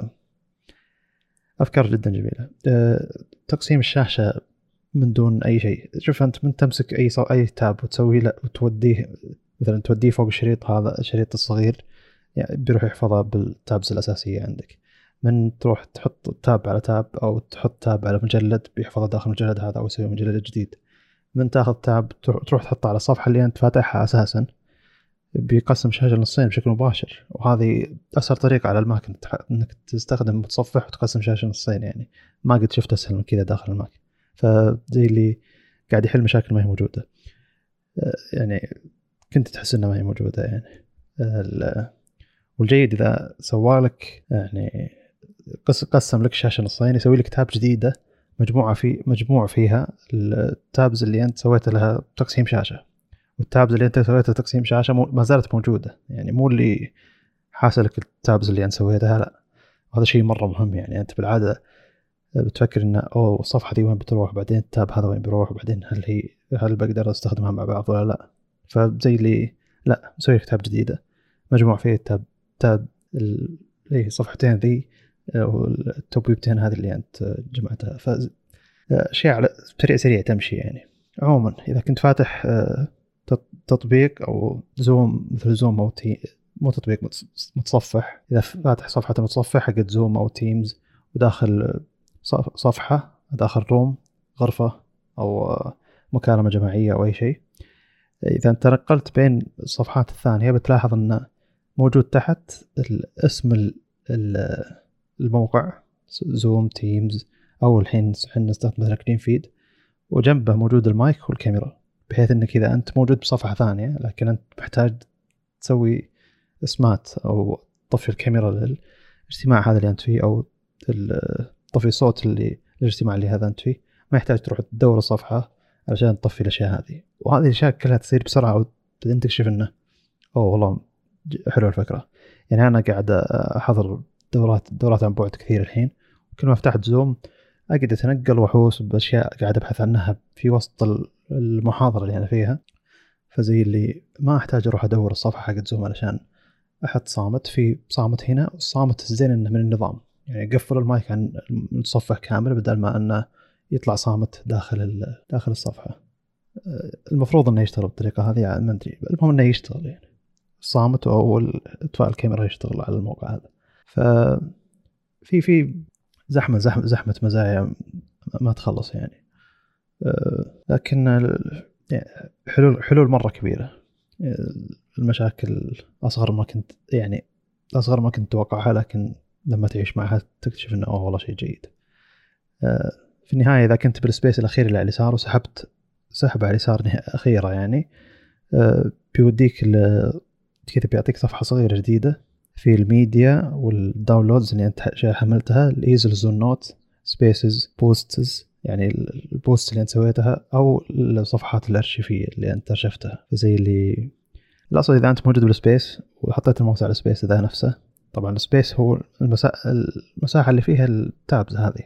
B: فأفكار جدا جميلة. أه، تقسيم الشاشة من دون أي شيء. شوف أنت من تمسك أي صو... أي تاب وتسوي له وتوديه مثلا توديه فوق الشريط هذا الشريط الصغير، يعني بيروح يحفظها بالتابز الأساسية عندك. من تروح تحط تاب على تاب أو تحط تاب على مجلد بيحفظها داخل المجلد هذا أو يسوي مجلد جديد. من تاخذ تاب تروح تحطه على الصفحة اللي أنت فاتحها أساسا بيقسم الشاشة نصين بشكل مباشر. وهذه أسهل طريقة على الماك إنك تستخدم متصفح وتقسم شاشة نصين، يعني ما قد شفت أسهل من كذا داخل الماك. فزي اللي قاعد يحل مشاكل ما هي موجودة، يعني كنت تحس إنها ما هي موجودة يعني. والجيد إذا سوالك يعني قسم لك شاشة نصين يسوي لك تاب جديدة مجموعة في مجموع فيها التابز اللي أنت سويت لها تقسيم شاشة، والتابز اللي أنت سويتها تقسيم شاشة ما زالت موجودة، يعني مو اللي حاسلك التابز اللي أنت سويتها لا. هذا شيء مرة مهم. يعني أنت بالعادة بتفكر إنه أوه الصفحة دي وين بتروح، بعدين التاب هذا وين بيروح، وبعدين هل هي هل بقدر أستخدمها مع بعض ولا لا. فزي اللي لا مسوي لك تاب جديدة مجموع فيه التاب تاب اللي صفحتين ذي والتوبيبتين هذه اللي أنت جمعتها. فأشياء على سريع سريع تمشي يعني. عموما إذا كنت فاتح تطبيق أو زوم مثل زوم أو تي مو تطبيق متصفح، إذا فاتح صفحة متصفح حقت زوم أو تيمز وداخل صفحة داخل روم غرفة أو مكالمة جماعية أو أي شيء، إذا أنت نقلت بين الصفحات الثانية بتلاحظ أنه موجود تحت اسم الموقع زوم تيمز أو الحين حنا نستخدم مثلا كلين فيد، وجنبه موجود المايك والكاميرا، بحيث أنك إذا أنت موجود بصفحة ثانية لكن أنت محتاج تسوي اسمات أو طفي الكاميرا الاجتماع هذا اللي أنت فيه أو طفي الصوت اللي الاجتماع اللي هذا أنت فيه، ما يحتاج تروح تدور الصفحة علشان تطفي الأشياء هذه. وهذه الأشياء كلها تصير بسرعة وبعدين تكشف إنه أوه والله حلوة الفكرة. يعني أنا قاعد أحضر دورات دورات عن بعد كثير الحين، وكل ما فتحت زوم أقعد أتنقل وأحوس بأشياء قاعد أبحث عنها في وسط المحاضرة اللي أنا فيها. فزي اللي ما أحتاج أروح أدور الصفحة حق زوم علشان أحط صامت في صامت هنا. والصامت الزين إنه من النظام، يعني قفل المايك عن المتصفح كامل بدل ما إنه يطلع صامت داخل داخل الصفحة. المفروض إنه يشتغل بالطريقة هذه، ما أدري، المهم إنه يشتغل يعني الصامت أو إطفاء الكاميرا يشتغل على الموقع هذا. ففي في زحمة زحمة زحمة مزايا ما تخلص يعني. لكن حلول حلول مرة كبيرة. المشاكل أصغر ما كنت يعني أصغر ما كنت توقعها، لكن لما تعيش معها تكتشف إنه أوه والله شيء جيد. في النهاية إذا كنت بالسبيس الأخير اللي على اليسار وسحبت سحب على اليسار أخيرة يعني بيوديك كذا، بيعطيك صفحة صغيرة جديدة في الميديا والداونلودز اللي أنت حملتها، الإيزل زون نوت سبيسز بوستس، يعني البوست اللي أنت سويتها أو الصفحات الأرشيفية اللي أنت شفتها. زي اللي الأصل إذا أنت موجود بالسبيس وحطيت الموس على السبيس ذا نفسه، طبعا السبيس هو المسا... المساحة اللي فيها التابز هذه،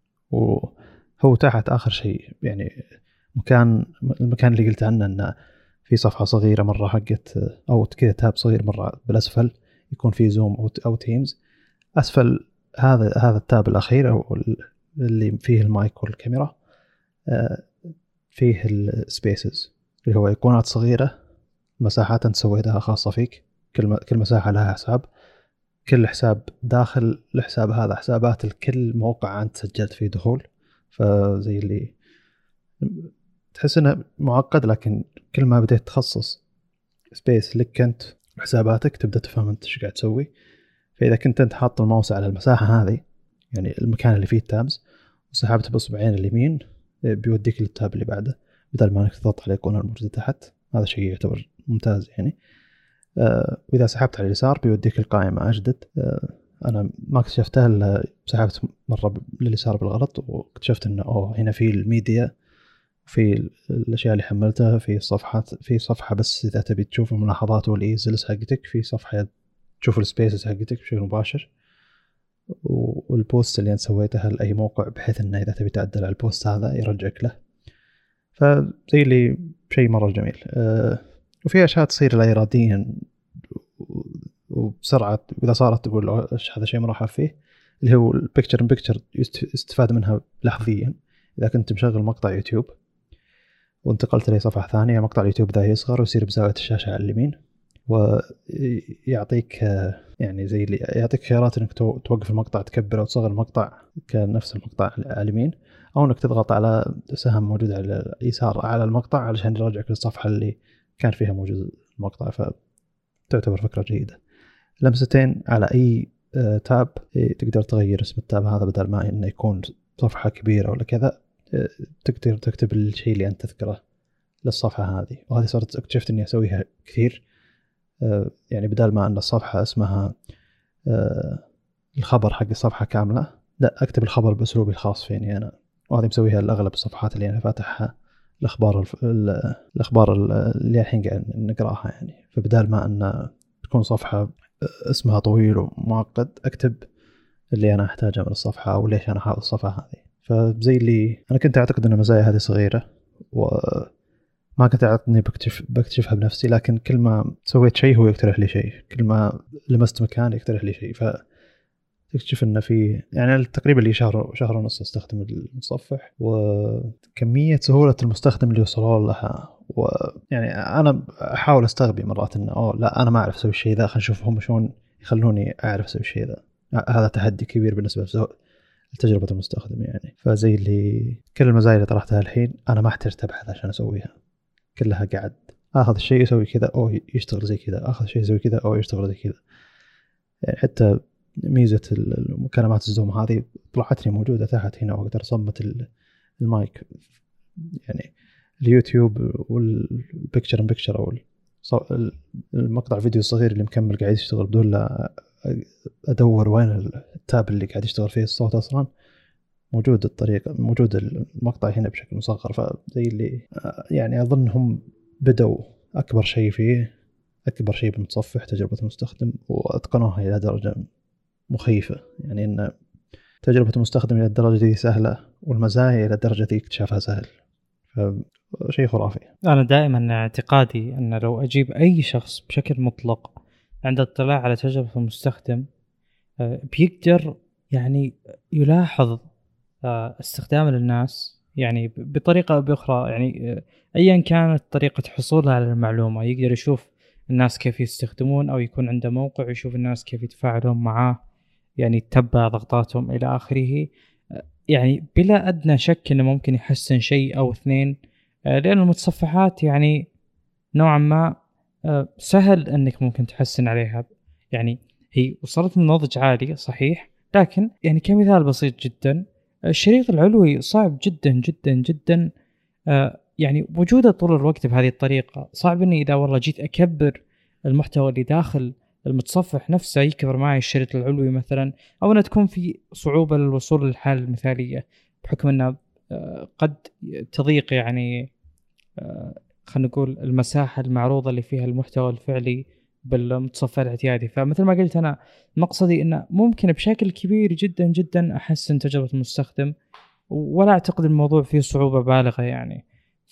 B: وهو تحت آخر شيء يعني مكان المكان اللي قلت عنه أنه في صفحة صغيرة مرة حقت أو كذا تاب صغير مرة بالأسفل يكون في زوم أو أو تيمز. أسفل هذا هذا التاب الأخير أو اللي فيه المايك والكاميرا فيه السبيسز اللي هو أيقونات صغيرة، مساحات أنت سويتها خاصة فيك. كل كل مساحة لها حساب، كل حساب داخل الحساب هذا حسابات الكل موقع أنت سجلت فيه دخول. فزي اللي تحس إنه معقد، لكن كل ما بديت تخصص سبيس لك أنت حساباتك تبدأ تفهم أنت إيش قاعد تسوي. فإذا كنت أنت حاط الماوس على المساحة هذه، يعني المكان اللي فيه التابز، وسحبت بأصبعين اليمين بيوديك للتاب اللي بعده بدل ما انك تضغط على الأيقونة الموجودة تحت. هذا شيء يعتبر ممتاز يعني. آه وإذا سحبت على اليسار بيوديك القائمة أجدد. آه أنا ما اكتشفتها إلا سحبت مرة لليسار بالغلط واكتشفت إنه أوه هنا في الميديا، في الأشياء اللي حملتها، في الصفحات، في صفحة بس إذا تبي تشوف الملاحظات والإيزلز حقتك، في صفحة تشوف السبيسز حقتك بشكل مباشر، والبوست اللي أنت سويتها لأي موقع بحيث إنه إذا تبي تعدل على البوست هذا يرجعك له. فزي اللي شيء مرة جميل. أه وفي أشياء تصير لا إراديا وبسرعة، وإذا صارت تقول هذا شيء مرحب فيه، اللي هو البيكتشر ان بيكتشر يستفاد منها لحظيا. إذا كنت مشغل مقطع يوتيوب وانتقلت لي صفحة ثانية، مقطع اليوتيوب ذا يصغر ويصير بزاوية الشاشة على اليمين، ويعطيك يعني زي اللي يعطيك خيارات انك توقف المقطع، تكبر او تصغر المقطع كنفس المقطع على اليمين، او انك تضغط على سهم موجود على اليسار على المقطع علشان يرجعك للصفحة اللي كان فيها موجود المقطع. فتعتبر فكرة جيدة. لمستين على اي تاب تقدر تغير اسم التاب هذا، بدل ما انه يكون صفحة كبيرة ولا كذا تقدر تكتب الشيء اللي انت تذكره للصفحة هذه. وهذه صارت اكتشفت اني اسويها كثير. يعني بدل ما ان الصفحة اسمها الخبر حق الصفحة كاملة، لا اكتب الخبر باسلوبي الخاص فيني انا. وهذه مسويها لاغلب الصفحات اللي انا فاتحها، الاخبار الاخبار اللي الحين قاعد نقراها يعني. فبدال ما ان تكون صفحة اسمها طويل ومعقد، اكتب اللي انا احتاجه من الصفحة او ليش انا حاط الصفحة هذه. فزي اللي انا كنت اعتقد ان مزايا هذه صغيرة وما كنت اعتقد اني بكتشف بكتشفها بنفسي، لكن كل ما سويت شيء هو يقترح لي شيء، كل ما لمست مكان يقترح لي شيء. فتكتشف انه في يعني تقريبا لي شهر شهر ونص استخدم المتصفح، وكمية سهولة المستخدم اللي وصلوا لها. ويعني انا احاول استغبي مرات انه اوه لا انا ما اعرف اسوي الشيء ذا، خلينا نشوف هم شلون يخلوني اعرف اسوي الشيء ذا. هذا تحدي كبير بالنسبة لتجربة المستخدم يعني. فزي اللي كل المزايا اللي طرحتها الحين انا ما احتجت ابحث عشان اسويها، كلها قاعد اخذ الشيء يسوي كذا او يشتغل زي كذا، اخذ شيء يسوي كذا او يشتغل زي كذا. يعني حتى ميزة المكالمات الزوم هذه طلعت لي موجودة تحت هنا، واقدر اصمت المايك. يعني اليوتيوب والبيكتشر ان بيكتشر او المقطع الفيديو الصغير اللي مكمل قاعد يشتغل بدون لا ادور وين التاب اللي قاعد يشتغل فيه الصوت اصلا، موجود الطريقه موجود المقطع هنا بشكل مصغر. فزي اللي يعني اظنهم بدوا اكبر شيء فيه اكبر شيء بالمتصفح تجربه المستخدم، واتقنوها الى درجه مخيفه. يعني ان تجربه المستخدم الى الدرجه دي سهله، والمزايا الى الدرجه دي اكتشافها سهل، فشيء خرافي.
A: انا دائما اعتقادي ان لو اجيب اي شخص بشكل مطلق عنده اطلاع على تجربه المستخدم بيقدر يعني يلاحظ استخدام الناس يعني بطريقة بأخرى، يعني أيا كانت طريقة حصولها على المعلومة، يقدر يشوف الناس كيف يستخدمون، أو يكون عنده موقع يشوف الناس كيف يتفاعلون معاه، يعني يتبع ضغطاتهم إلى آخره. يعني بلا أدنى شك إنه ممكن يحسن شيء أو اثنين، لأن المتصفحات يعني نوعا ما سهل أنك ممكن تحسن عليها. يعني هي وصلت من نضج عالي صحيح، لكن يعني كمثال بسيط جدا، الشريط العلوي صعب جدا جدا جدا آه يعني وجوده طول الوقت بهذه الطريقة. صعب اني اذا والله جيت اكبر المحتوى اللي داخل المتصفح نفسه يكبر معي الشريط العلوي مثلا، او ان تكون في صعوبة للوصول للحالة المثالية بحكم انه آه قد تضيق يعني آه خلينا نقول المساحة المعروضة اللي فيها المحتوى الفعلي بالمتصفح الاعتيادي. فمثل ما قلت أنا مقصدي إنه ممكن بشكل كبير جدا جدا أحسن تجربة المستخدم، ولا أعتقد الموضوع فيه صعوبة بالغة يعني.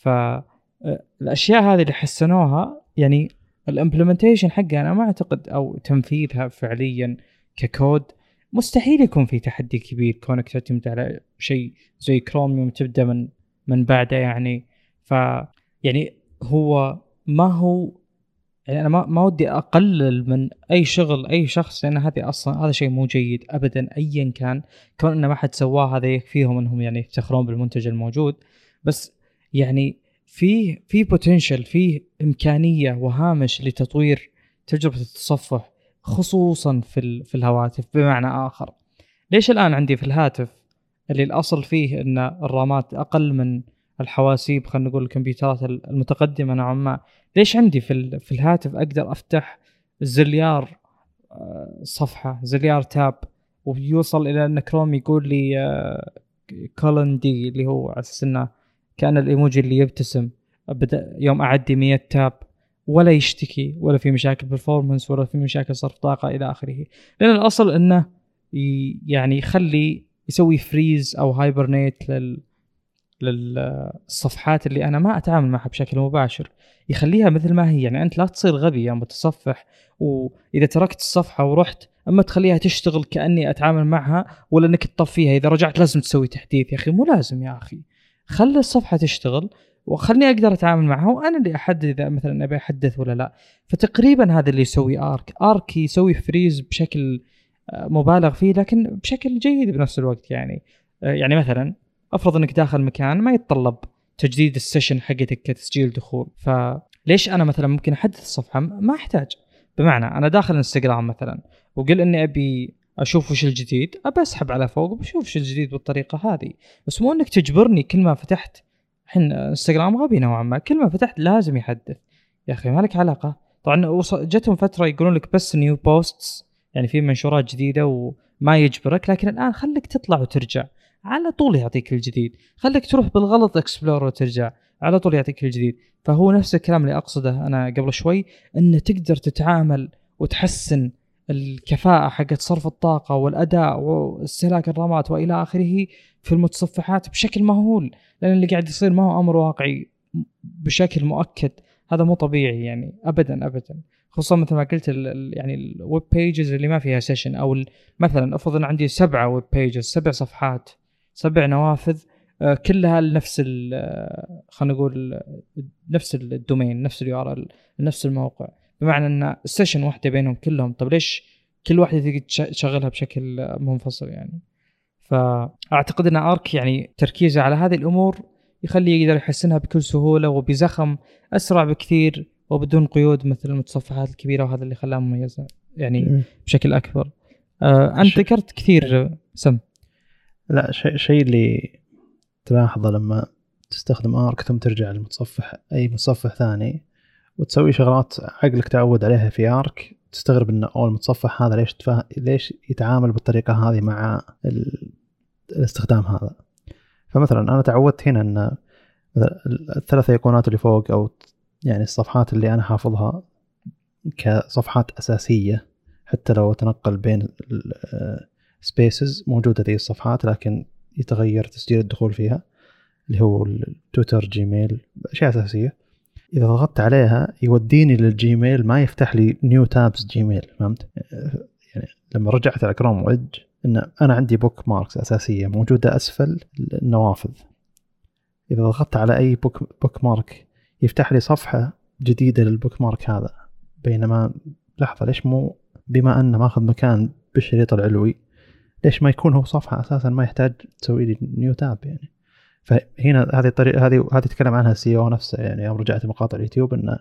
A: فالأشياء هذه اللي حسنوها يعني الامبلمنتيشن حقها أنا ما أعتقد، أو تنفيذها فعليا ككود مستحيل يكون في تحدي كبير كونك تعتمد على شيء زي كروميوم تبدأ من من بعده يعني. ف يعني هو ما هو يعني أنا ما ما ودي أقلل من أي شغل أي شخص، لأن هذه أصلا هذا شيء مو جيد أبدا أيا كان، كون إنه ما حد سواه هذا يكفيهم إنهم يعني يفتخرون بالمنتج الموجود. بس يعني فيه في potential، فيه إمكانية وهامش لتطوير تجربة التصفح خصوصا في في الهواتف. بمعنى آخر، ليش الآن عندي في الهاتف اللي الأصل فيه إن الرامات أقل من الحواسيب خلينا نقول الكمبيوترات المتقدمة نوعا ما، ليش عندي في في الهاتف أقدر أفتح زليار صفحة زليار تاب ويوصل إلى أن كروم يقول لي كولن دي اللي هو على أساس إنه كأن الإيموجي اللي يبتسم بدأ يوم أعدي مية تاب، ولا يشتكي ولا في مشاكل بالفورمانس ولا في مشاكل صرف طاقة إلى آخره. لأن الأصل إنه يعني يخلي يسوي فريز أو هايبرنيت لل للصفحات اللي أنا ما أتعامل معها بشكل مباشر، يخليها مثل ما هي. يعني أنت لا تصير غبي يا متصفح، وإذا تركت الصفحة ورحت أما تخليها تشتغل كأني أتعامل معها، ولا أنك تطفيها إذا رجعت لازم تسوي تحديث. يا أخي مو لازم يا أخي، خلي الصفحة تشتغل وخلني أقدر أتعامل معها، وأنا اللي أحدد إذا مثلا أبي أحدث ولا لا. فتقريبا هذا اللي يسوي آرك آرك يسوي فريز بشكل مبالغ فيه لكن بشكل جيد بنفس الوقت. يعني يعني مثلا أفرض أنك داخل مكان ما يتطلب تجديد السيشن حقتك كتسجيل دخول، فليش أنا مثلا ممكن أحدث الصفحة ما أحتاج. بمعنى أنا داخل انستغرام مثلا وقل أني أبي أشوف وش الجديد، أبى أسحب على فوق وبشوف وش الجديد بالطريقة هذه. بس مو أنك تجبرني كل ما فتحت، حين انستغرام غبي نوعا ما، كل ما فتحت لازم يحدث. يا أخي ما لك علاقة. طبعا جتهم فترة يقولون لك بس نيو بوستس، يعني في منشورات جديدة وما يجبرك، لكن الآن خليك تطلع وترجع على طول يعطيك الجديد. خليك تروح بالغلط اكسبلور وترجع على طول يعطيك الجديد. فهو نفس الكلام اللي أقصده أنا قبل شوي، أن تقدر تتعامل وتحسن الكفاءة حقت صرف الطاقة والأداء واستهلاك الرامات وإلى آخره في المتصفحات بشكل مهول. لأن اللي قاعد يصير ما هو أمر واقعي بشكل مؤكد، هذا مو طبيعي يعني أبدا أبدا. خصوصا مثل ما قلت يعني الويب بيجز اللي ما فيها سيشن، أو مثلا أفرض أن عندي سبعة ويب بيجز، سبع صفحات سبع نوافذ كلها لنفس خلينا نقول نفس الدومين نفس اليو ار ال نفس الموقع، بمعنى ان السيشن واحده بينهم كلهم. طب ليش كل واحده تقدر تشغلها بشكل منفصل يعني؟ فاعتقد ان ارك يعني تركيزه على هذه الامور يخليه يقدر يحسنها بكل سهوله وبزخم اسرع بكثير وبدون قيود مثل المتصفحات الكبيره، وهذا اللي خلاها مميزه يعني بشكل اكبر. آه انت ذكرت كثير سم
B: لا شيء شيء اللي تلاحظه لما تستخدم آرك ثم ترجع للمتصفح أي متصفح ثاني وتسوي شغلات عقلك تعود عليها في آرك، تستغرب ان اول المتصفح هذا ليش تفا... ليش يتعامل بالطريقه هذه مع ال... الاستخدام هذا. فمثلا انا تعودت هنا ان الثلاث ايقونات اللي فوق او يعني الصفحات اللي انا حافظها كصفحات اساسيه حتى لو تنقل بين السبيسز موجوده ذي الصفحات، لكن يتغير تسجيل الدخول فيها اللي هو التويتر جيميل اشياء اساسيه. اذا ضغطت عليها يوديني للجيميل ما يفتح لي نيو تابز جيميل. فهمت يعني لما رجعت على كروم ويدج ان انا عندي بوك ماركس اساسيه موجوده اسفل النوافذ، اذا ضغطت على اي بوك بوك مارك يفتح لي صفحه جديده للبوك مارك هذا. بينما لحظه ليش مو بما انه ماخذ مكان بالشريط العلوي ليش ما يكون هو صفحه اساسا ما يحتاج تسوي لي نيو تاب يعني. فهنا هذه الطريقه هذه هذه تكلم عنها السي او نفسه يعني يوم رجعت مقاطع اليوتيوب انه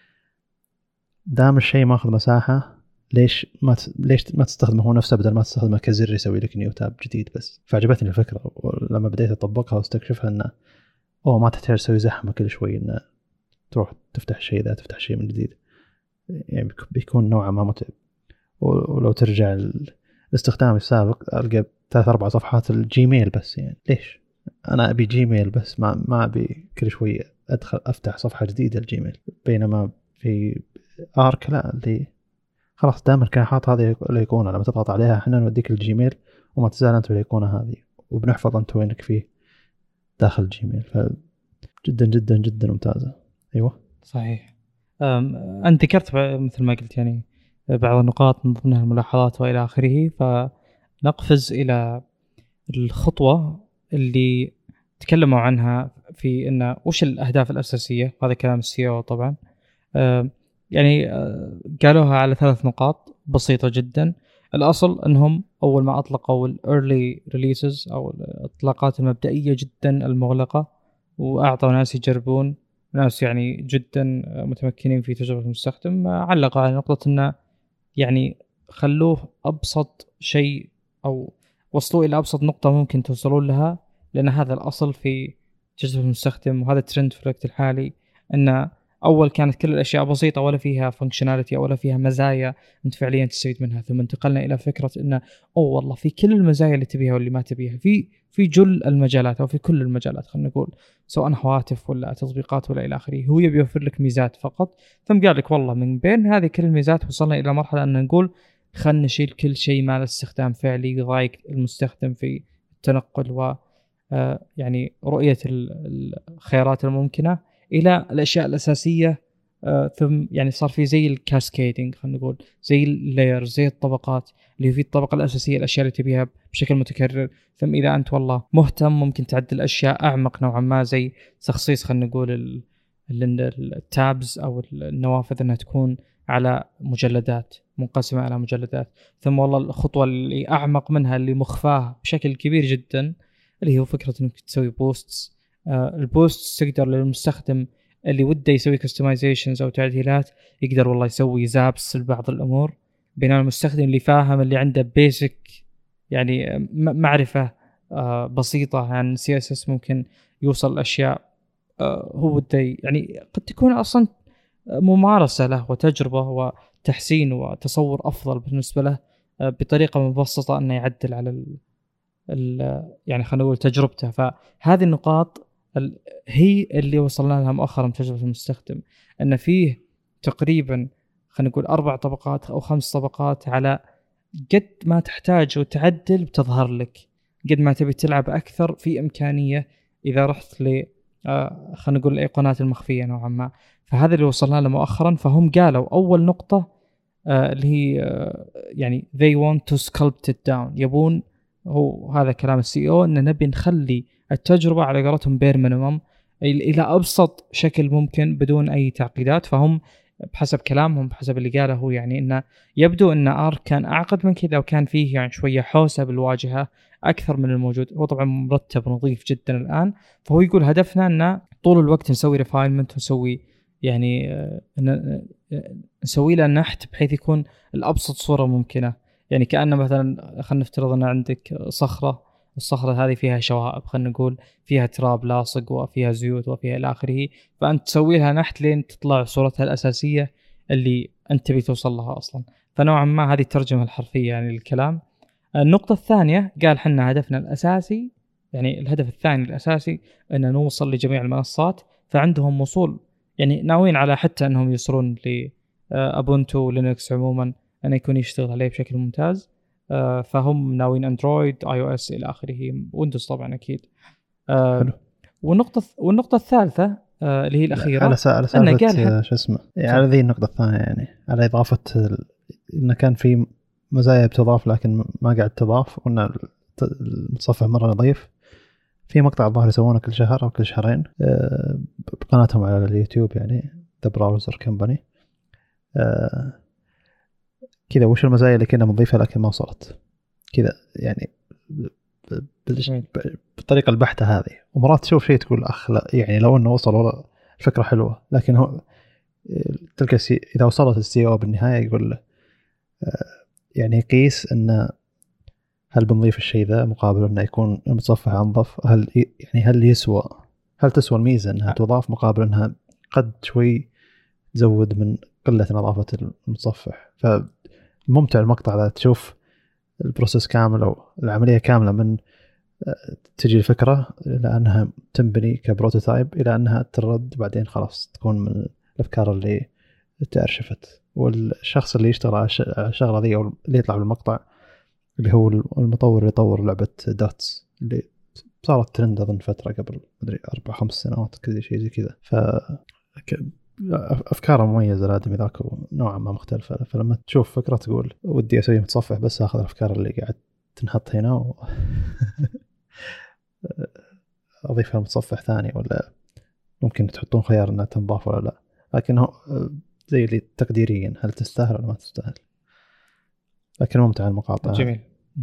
B: دام الشيء ماخذ مساحه ليش ما ليش ما تستخدمه هو نفسه بدل ما تستخدمه كزر يسوي لك نيو تاب جديد بس. فعجبتني الفكره ولما بديت اطبقها واستكشفها انه اوه ما تحتاج تسوي زحمه كل شوي انه تروح تفتح شيء ذا تفتح شيء من جديد يعني بيكون نوعا ما متعب. ولو ترجع الاستخدام السابق القى ثلاث اربع صفحات الجيميل بس يعني ليش انا ابي جيميل بس ما ما ابي كل شوي ادخل افتح صفحه جديده الجيميل. بينما في ارك لا اللي خلاص دائما كان حاط هذه الايقونه لما تضغط عليها احنا نوديك الجيميل وما تزال انت بالايقونه هذه وبنحفظ انت وينك فيه داخل الجيميل. فجدا جدا جدا ممتازه. ايوه
A: صحيح. انت ذكرت مثل ما قلت يعني بعض النقاط من ضمنها الملاحظات والى اخره، فنقفز الى الخطوه اللي تكلموا عنها في إن وش الأهداف الأساسية. هذا كلام السي او طبعا. آه يعني آه قالوها على ثلاث نقاط بسيطة جدا. الأصل أنهم أول ما أطلقوا ال early releases أو الإطلاقات المبدئية جدا المغلقة وأعطوا ناس يجربون، ناس يعني جدا متمكنين في تجربة المستخدم، علقوا على نقطة أنه يعني خلوه أبسط شيء أو وصلوا إلى أبسط نقطة ممكن توصلون لها، لأن هذا الأصل في تجربة المستخدم وهذا الترند في الوقت الحالي. أن أول كانت كل الأشياء بسيطة ولا فيها فانكشناليتي ولا فيها مزايا أنت فعليا تستفيد منها، ثم انتقلنا إلى فكرة أنه أوه والله في كل المزايا اللي تبيها واللي ما تبيها في في جل المجالات أو في كل المجالات، خلينا نقول سواء هواتف ولا تطبيقات ولا إلى آخره. هو يبي يوفر لك ميزات فقط، ثم قال لك والله من بين هذه كل الميزات وصلنا إلى مرحلة أن نقول خلنا نشيل كل شيء ما له استخدام فعلي يضايق المستخدم في التنقل و يعني رؤية الخيارات الممكنة إلى الأشياء الأساسية. ثم يعني صار في زي الكاسكيدينج، خلينا نقول زي اللاير زي الطبقات اللي في الطبقة الأساسية الأشياء اللي تبيها بشكل متكرر، ثم إذا أنت والله مهتم ممكن تعدل أشياء أعمق نوعا ما زي تخصيص خلينا نقول التابز أو النوافذ أنها تكون على مجلدات منقسمة على مجلدات. ثم والله الخطوة اللي أعمق منها اللي مخفاة بشكل كبير جدا اللي هو فكرة إنك تسوي بوستس. آه البوستس تقدر للمستخدم اللي وده يسوي كستمايزيشنز أو تعديلات يقدر والله يسوي زابس لبعض الأمور، بينما المستخدم اللي فاهم اللي عنده بيسك يعني معرفة آه بسيطة عن سي إس إس ممكن يوصل الأشياء آه هو وده يعني قد تكون أصلا ممارسة له وتجربة وتحسين وتصور أفضل بالنسبة له آه بطريقة مبسطة أنه يعدل على ال يعني خلينا نقول تجربته. فهذه النقاط هي اللي وصلنا لها مؤخرا تجربة المستخدم، أن فيه تقريبا خلينا نقول أربع طبقات أو خمس طبقات على قد ما تحتاج وتعدل بتظهر لك، قد ما تبي تلعب أكثر في إمكانية إذا رحت ل خلينا نقول الأيقونات المخفية نوعا ما. فهذا اللي وصلنا له مؤخرا. فهم قالوا أول نقطة اللي هي يعني they want to sculpt it down، يبون هو هذا كلام السي او ان نبي نخلي التجربه على قولتهم بير مينيمم الى ابسط شكل ممكن بدون اي تعقيدات. فهم بحسب كلامهم بحسب اللي قاله هو يعني انه يبدو ان ارك كان اعقد من كذا وكان فيه يعني شويه حوسه بالواجهه اكثر من الموجود. هو طبعا مرتب نظيف جدا الان، فهو يقول هدفنا ان طول الوقت نسوي ريفاينمنت ونسوي يعني نسوي له نحت بحيث يكون الابسط صوره ممكنه. يعني كأنه مثلا خلينا نفترض أن عندك صخرة، الصخرة هذه فيها شوائب خلينا نقول فيها تراب لاصق وفيها زيوت وفيها إلى آخره، فأنت تسوي لها نحت لين تطلع صورتها الأساسية اللي أنت تبي توصل لها أصلا. فنوعا ما هذه الترجمة الحرفية يعني للكلام. النقطة الثانية قال حنا هدفنا الأساسي يعني الهدف الثاني الأساسي أن نوصل لجميع المنصات. فعندهم وصول يعني ناويين على حتى أنهم يوصلون لأبونتو ولينكس عموما أن يكون يشتغل عليه بشكل ممتاز. فهم ناويين أندرويد آي أو إس إلى آخره ويندوز طبعا أكيد.
B: حلو.
A: والنقطة والنقطة الثالثة اللي هي الأخيرة
B: على سالفة سالفة شو اسمه يعني على ذي النقطة الثانية يعني على إضافة إنه كان في مزايا بتضاف لكن ما قاعد تضاف وإن المتصفح مرة نظيف. في مقطع الظاهر يسوونه كل شهر أو كل شهرين بقناتهم على اليوتيوب يعني The Browser Company كذا وش المزايا اللي كنا مضيفة لكن ما وصلت كذا يعني بالطريقة البحتة هذه. ومرات تشوف شيء تقول أخ لا يعني لو أنه وصل والله الفكرة حلوة لكن هو تلك إذا وصلت السي أو بالنهاية يقول يعني يقيس أن هل بنضيف الشيء ذا مقابل أنه يكون المتصفح أنظف. هل يعني هل يسوى هل تسوى الميزة أنها تضاف مقابل أنها قد شوي تزود من قلة نظافة المتصفح. فممتع المقطع ذا تشوف البروسيس كامل أو العملية كاملة من تجي الفكرة إلى أنها تنبني كبروتوتايب إلى أنها ترد بعدين خلاص تكون من الأفكار اللي تأرشفت. والشخص اللي يشتغل على الشغلة ذي أو اللي يطلع بالمقطع اللي هو المطور اللي يطور لعبة دوتس اللي صارت ترند أظن فترة قبل مدري أربع خمس سنوات كذا شيء زي كذا. ف أفكاره مميزة الآدمي ذاك نوعا ما مختلفة. فلما تشوف فكرة تقول ودي أسوي متصفح بس أخذ الأفكار اللي قاعد تنحط هنا و... أضيفها لمتصفح ثاني ولا ممكن تحطون خيار أنها تنضاف ولا لا. لكن زي اللي تقديريا هل تستاهل ولا ما تستاهل. لكن ممتع المقاطع.
A: جميل.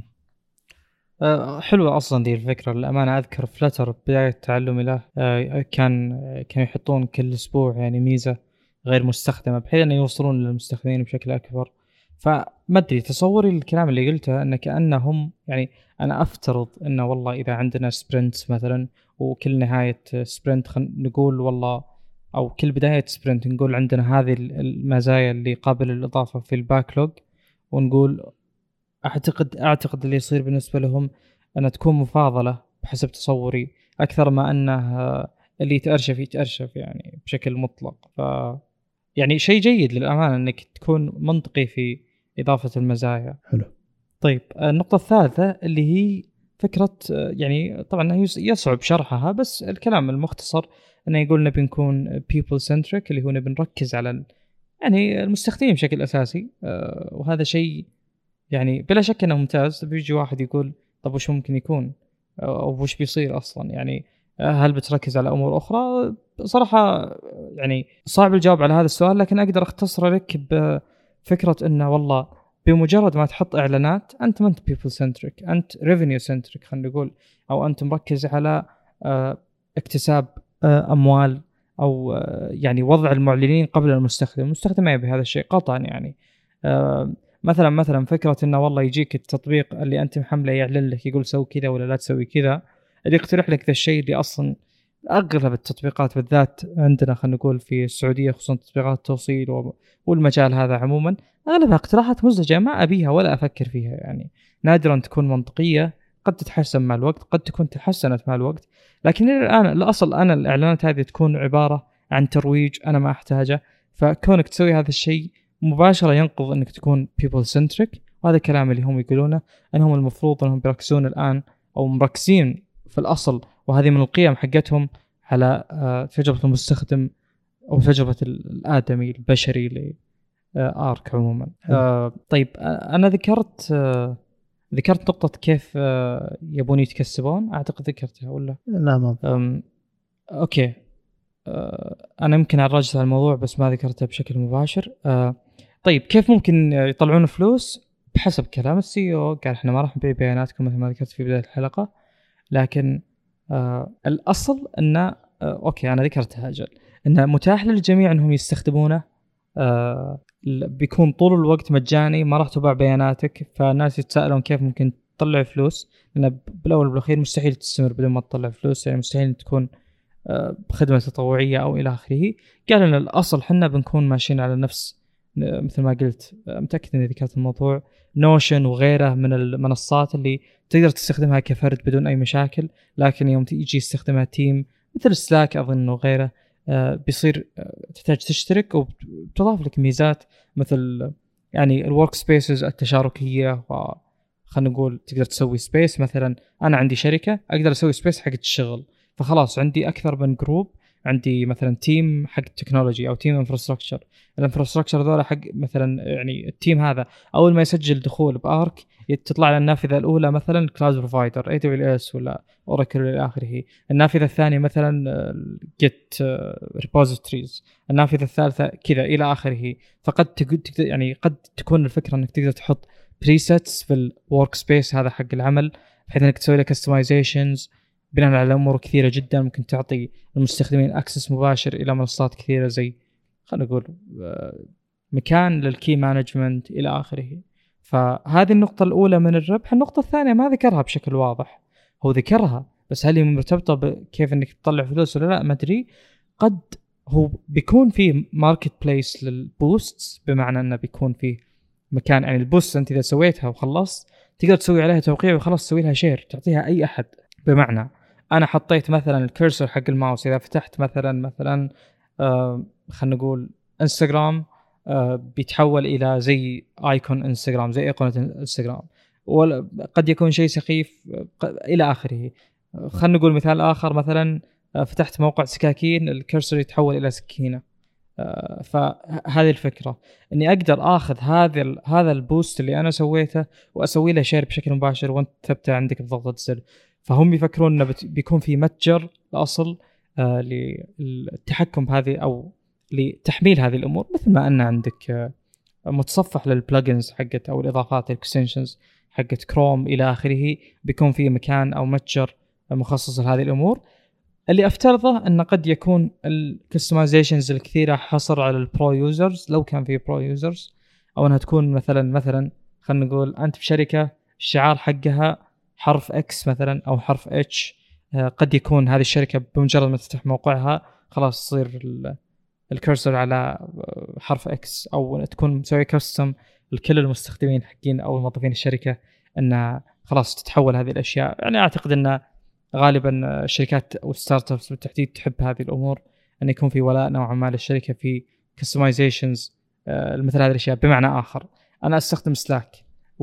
A: أه حلوة أصلا دي الفكرة للأمانة. أذكر فلتر بداية تعلمي له أه كان كانوا يحطون كل أسبوع يعني ميزة غير مستخدمة بحيث أن يوصلون للمستخدمين بشكل أكبر. فما أدري تصوري الكلام اللي قلته أن كأنهم يعني أنا أفترض أنه والله إذا عندنا سبرنت مثلا وكل نهاية سبرنت خل نقول والله أو كل بداية سبرنت نقول عندنا هذه المزايا اللي قابل للإضافة في الباكلوج ونقول أعتقد أعتقد اللي يصير بالنسبة لهم أن تكون مفاضلة بحسب تصوري أكثر ما أنه اللي يتأرشف يتأرشف يعني بشكل مطلق. ف يعني شيء جيد للأمانة أنك تكون منطقي في إضافة المزايا.
B: حلو.
A: طيب النقطة الثالثة اللي هي فكرة يعني طبعا يصعب شرحها بس الكلام المختصر أنه يقول نبي نكون people centric اللي هو نبي نركز على يعني المستخدمين بشكل أساسي. وهذا شيء يعني بلا شك أنه ممتاز. بيجي واحد يقول طب وش ممكن يكون أو وش بيصير أصلا يعني هل بتركز على أمور أخرى؟ صراحة يعني صعب الجواب على هذا السؤال لكن أقدر أختصر لك بفكرة أنه والله بمجرد ما تحط إعلانات أنت ما أنت people centric أنت revenue centric خلينا نقول أو أنت مركز على اكتساب أموال أو يعني وضع المعلنين قبل المستخدم. المستخدم ما يبي هذا الشيء قطعا يعني مثلا مثلا فكرة إنه والله يجيك التطبيق اللي أنت محمله يعلن لك يقول سوي كذا ولا لا تسوي كذا اللي يقترح لك ذا الشيء اللي أصلا أغلب التطبيقات بالذات عندنا خلينا نقول في السعودية خصوصا تطبيقات التوصيل والمجال هذا عموما أغلبها اقتراحات مزعجة ما أبيها ولا أفكر فيها يعني نادرا تكون منطقية قد تتحسن مع الوقت قد تكون تحسنت مع الوقت لكن الآن الأصل أنا الإعلانات هذه تكون عبارة عن ترويج أنا ما أحتاجه. فكونك تسوي هذا الشيء مباشرة ينقض أنك تكون people centric. وهذا الكلام اللي هم يقولونه أنهم المفروض أنهم بيركزون الآن أو مركزين في الأصل وهذه من القيم حقتهم على تجربة المستخدم أو تجربة الآدمي البشري لآرك عموما. طيب أنا ذكرت ذكرت نقطة كيف يبون يتكسبون أعتقد ذكرتها ولا
B: لا ما
A: أوكي أنا يمكن عرجت على الموضوع بس ما ذكرتها بشكل مباشر. طيب كيف ممكن يطلعون فلوس؟ بحسب كلام السي او قال احنا ما راح نبيع بياناتكم مثل ما ذكرت في بداية الحلقة لكن آه الأصل أن آه أوكي أنا ذكرتها أجل أنه متاح للجميع أنهم يستخدمونه آه بيكون طول الوقت مجاني ما راح تباع بياناتك. فالناس يتساءلون كيف ممكن تطلع فلوس لأن بالأول وبالأخير مستحيل تستمر بدون ما تطلع فلوس يعني مستحيل تكون آه بخدمة تطوعية أو إلى آخره. قال أن الأصل حنا بنكون ماشيين على نفس مثل ما قلت متأكد إني ذكرت الموضوع، نوشن وغيره من المنصات اللي تقدر تستخدمها كفرد بدون أي مشاكل، لكن يوم تيجي يستخدمها تيم مثل سلاك أظن وغيره بيصير تحتاج تشترك، وبتضاف لك ميزات مثل يعني الورك سبيسز التشاركية، وخلنا نقول تقدر تسوي سبيس. مثلا أنا عندي شركة أقدر أسوي سبيس حق الشغل، فخلاص عندي أكثر من جروب، عندي مثلا تيم حق التكنولوجي أو تيم انفراستراكشر. الانفراستراكشر ذولا حق مثلا يعني التيم هذا أول ما يسجل دخول بآرك تطلع له النافذة الأولى مثلا كلاود بروفايدر إيه دبليو إس ولا أوراكل إلى آخره. النافذة الثانية مثلا جيت ريبوزيتوريز، النافذة الثالثة كذا إلى آخره. فقد تقدر يعني قد تكون الفكرة إنك تقدر تحط بريسيتس في الورك سبيس هذا حق العمل، بحيث إنك تسوي له كستمايزيشنز بناء على أمور كثيرة جدا. ممكن تعطي المستخدمين أكسس مباشر إلى منصات كثيرة زي خلينا نقول مكان للكي مانجمنت إلى آخره. فهذه النقطة الأولى من الربح. النقطة الثانية ما ذكرها بشكل واضح، هو ذكرها بس هل هي مرتبطة بكيف إنك تطلع فلوس ولا لا ما أدري. قد هو بيكون فيه ماركت بليس للبوستس، بمعنى أنه بيكون فيه مكان يعني البوست أنت إذا سويتها وخلصت تقدر تسوي عليها توقيع وخلاص تسوي لها شير تعطيها أي أحد. بمعنى أنا حطيت مثلا الكيرسر حق الماوس، إذا فتحت مثلا مثلا آه خلنا نقول انستغرام آه بيتحول إلى زي آيكون انستغرام، زي إيقونة انستغرام، وقد يكون شيء سخيف إلى آخره. خلنا نقول مثال آخر، مثلا آه فتحت موقع سكاكين، الكيرسر يتحول إلى سكينة. آه فهذه الفكرة إني أقدر آخذ هذا هذا البوست اللي أنا سويته وأسوي له شير بشكل مباشر وأنت ثبته عندك بضغطة زر. فهم يفكرون إنه بيكون في متجر الأصل آه للتحكم بهذه أو لتحميل هذه الأمور، مثل ما أن عندك آه متصفح للبلجنز حقت أو الإضافات الإكستنشنز حقت كروم إلى آخره. بيكون في مكان أو متجر مخصص لهذه الأمور، اللي أفترضه أن قد يكون الكستمايزيشنز الكثيرة حصر على البرو يوزرز لو كان في برو يوزرز، أو أنها تكون مثلا مثلا خلنا نقول أنت بشركة الشعار حقها حرف X مثلا أو حرف H، قد يكون هذه الشركة بمجرد ما تفتح موقعها خلاص تصير الكرسر على حرف X، أو تكون مسوي كاستم لكل المستخدمين حقين أو موظفين الشركة أن خلاص تتحول هذه الأشياء. يعني أعتقد أن غالبا الشركات أو ستارت أبس بالتحديد تحب هذه الأمور، أن يكون في ولاء نوعا ما للشركة في كستمايزيشنز مثل هذه الأشياء. بمعنى آخر أنا أستخدم سلاك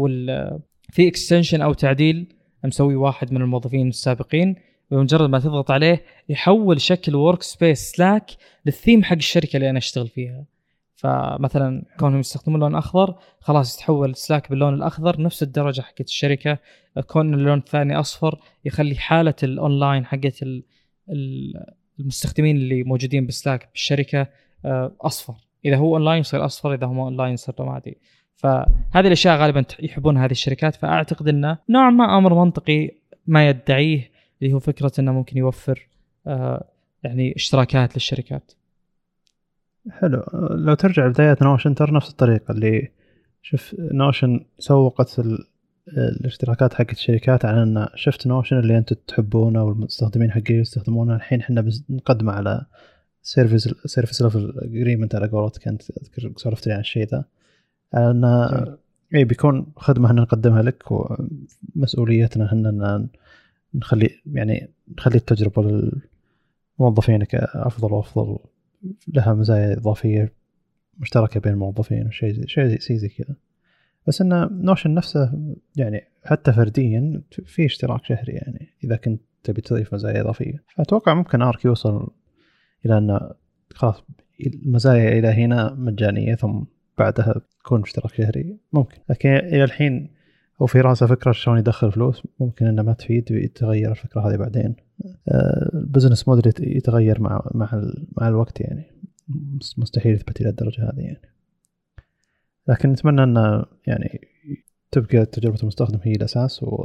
A: وفي اكستنشن أو تعديل مسوي واحد من الموظفين السابقين، بمجرد ما تضغط عليه يحول شكل ورك سبيس سلاك للثيم حق الشركة اللي أنا أشتغل فيها. فمثلا كونهم يستخدمون لون أخضر خلاص يتحول سلاك باللون الأخضر نفس الدرجة حقت الشركة. كون اللون الثاني أصفر يخلي حالة الأونلاين حقت المستخدمين اللي موجودين بسلاك بالشركة أصفر، إذا هو أونلاين يصير أصفر، إذا هو أونلاين يصير رمادي. فهذه الأشياء غالبا يحبون هذه الشركات. فأعتقد أنه نوعا ما أمر منطقي ما يدعيه، اللي هو فكرة أنه ممكن يوفر يعني اشتراكات للشركات.
B: حلو. لو ترجع لبدايات نوشن ترى نفس الطريقة اللي شوف نوشن سوقت الاشتراكات حق الشركات على أن شفت نوشن اللي أنتم تحبونه والمستخدمين حقين يستخدمونه، الحين إحنا نقدم على سيرفيس سيرفيس ليفل أجريمنت على قولتك أنت، أذكر سولفت لي عن الشيء ذا، على أن إيه بيكون خدمة هنا نقدمها لك ومسؤوليتنا هنا نخلي يعني نخلي التجربة للموظفينك أفضل وأفضل، لها مزايا إضافية مشتركة بين الموظفين وشيء شيء زي كذا. بس إن نوشن نفسه يعني حتى فرديا في اشتراك شهري، يعني إذا كنت تبي تضيف مزايا إضافية. فأتوقع ممكن آرك يوصل إلى أن خلاص المزايا إلى هنا مجانية ثم بعدها تكون اشتراك شهري ممكن. لكن إلى الحين هو في رأسه فكرة شلون يدخل فلوس، ممكن إنه ما تفيد ويتغير الفكرة هذه بعدين. البزنس موديل يتغير مع مع مع الوقت، يعني مستحيل يثبت إلى الدرجة هذه يعني. لكن نتمنى أن يعني تبقى تجربة المستخدم هي الأساس، و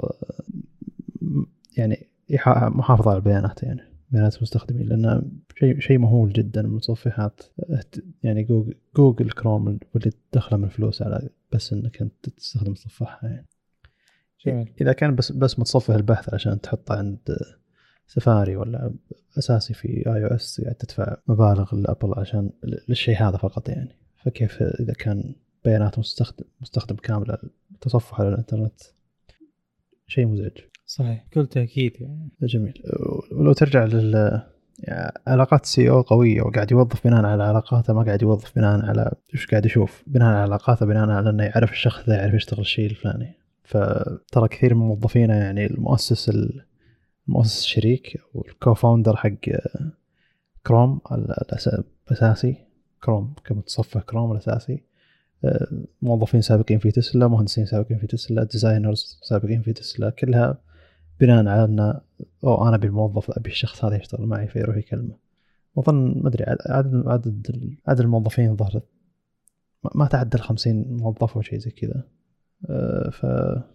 B: يعني محافظة على البيانات، يعني بيانات المستخدمين، لأنه شيء شيء مهول جدا من متصفحات يعني جوجل, جوجل كروم واللي تدخل من فلوس على بس إنك أنت تستخدم متصفحها يعني. جميل. إذا كان بس بس متصفح البحث عشان تحطه عند سفاري ولا أساسي في آي أو إس يعني تدفع مبالغ لأبل عشان للشيء هذا فقط يعني. فكيف إذا كان بيانات مستخدم مستخدم كاملة التصفح على الإنترنت شيء مزعج.
A: صحيح بكل تأكيد يعني.
B: جميل. ولو ترجع لل علاقات سي او قوية وقاعد يوظف بناء على علاقاته، ما قاعد يوظف بناء على إيش قاعد يشوف، بناء على علاقاته، بناء على إنه يعرف الشخص ذا يعرف يشتغل الشيء الفلاني. فترى كثير من موظفينا يعني المؤسس المؤسس الشريك والكوفاوندر حق كروم الأساسي، كروم كمتصفح كروم الأساسي، موظفين سابقين في تسلا، مهندسين سابقين في تسلا، ديزاينرز سابقين في تسلا، كلها بناء على أن أو أنا بالموظف أبي الشخص هذا يشتغل معي فيروح يكلمه. وظن ما أدري عدد عدد عدد الموظفين ظهرت ما تعدى الخمسين موظف أو شيء زي كذا. ف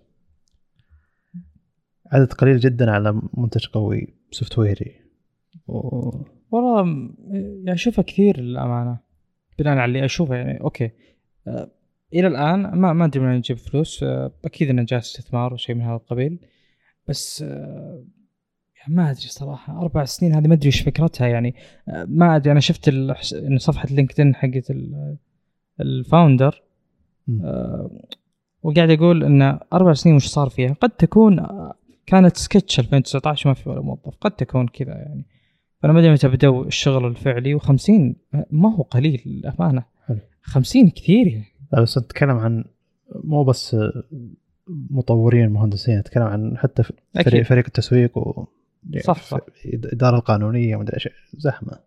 B: عدد قليل جدا على منتج قوي سوفتويري.
A: و... والله يعني أشوفها كثير للأمانة بناء على اللي أشوفه يعني. أوكي أه إلى الآن ما ما أدري من يجيب فلوس، أه أكيد إنه جاء استثمار وشيء من هذا القبيل، بس أه يعني ما أدري صراحة أربع سنين هذه ما أدري إيش فكرتها يعني. أه ما أدري. أنا شفت إن صفحة لينكدين حقت الفاوندر أه وقاعد يقول إن أربع سنين وش صار فيها. قد تكون كانت سكتش ألفين وتسعة عشر ما في ولا موظف، قد تكون كذا يعني. فأنا ما أدري متى بدأوا الشغل الفعلي، وخمسين ما هو قليل الأمانة. خمسين كثير يعني.
B: بس أتكلم عن مو بس مطورين مهندسين، أتكلم عن حتى فريق, فريق التسويق و
A: صح صح.
B: الإدارة القانونية ومدري إيش، زحمة.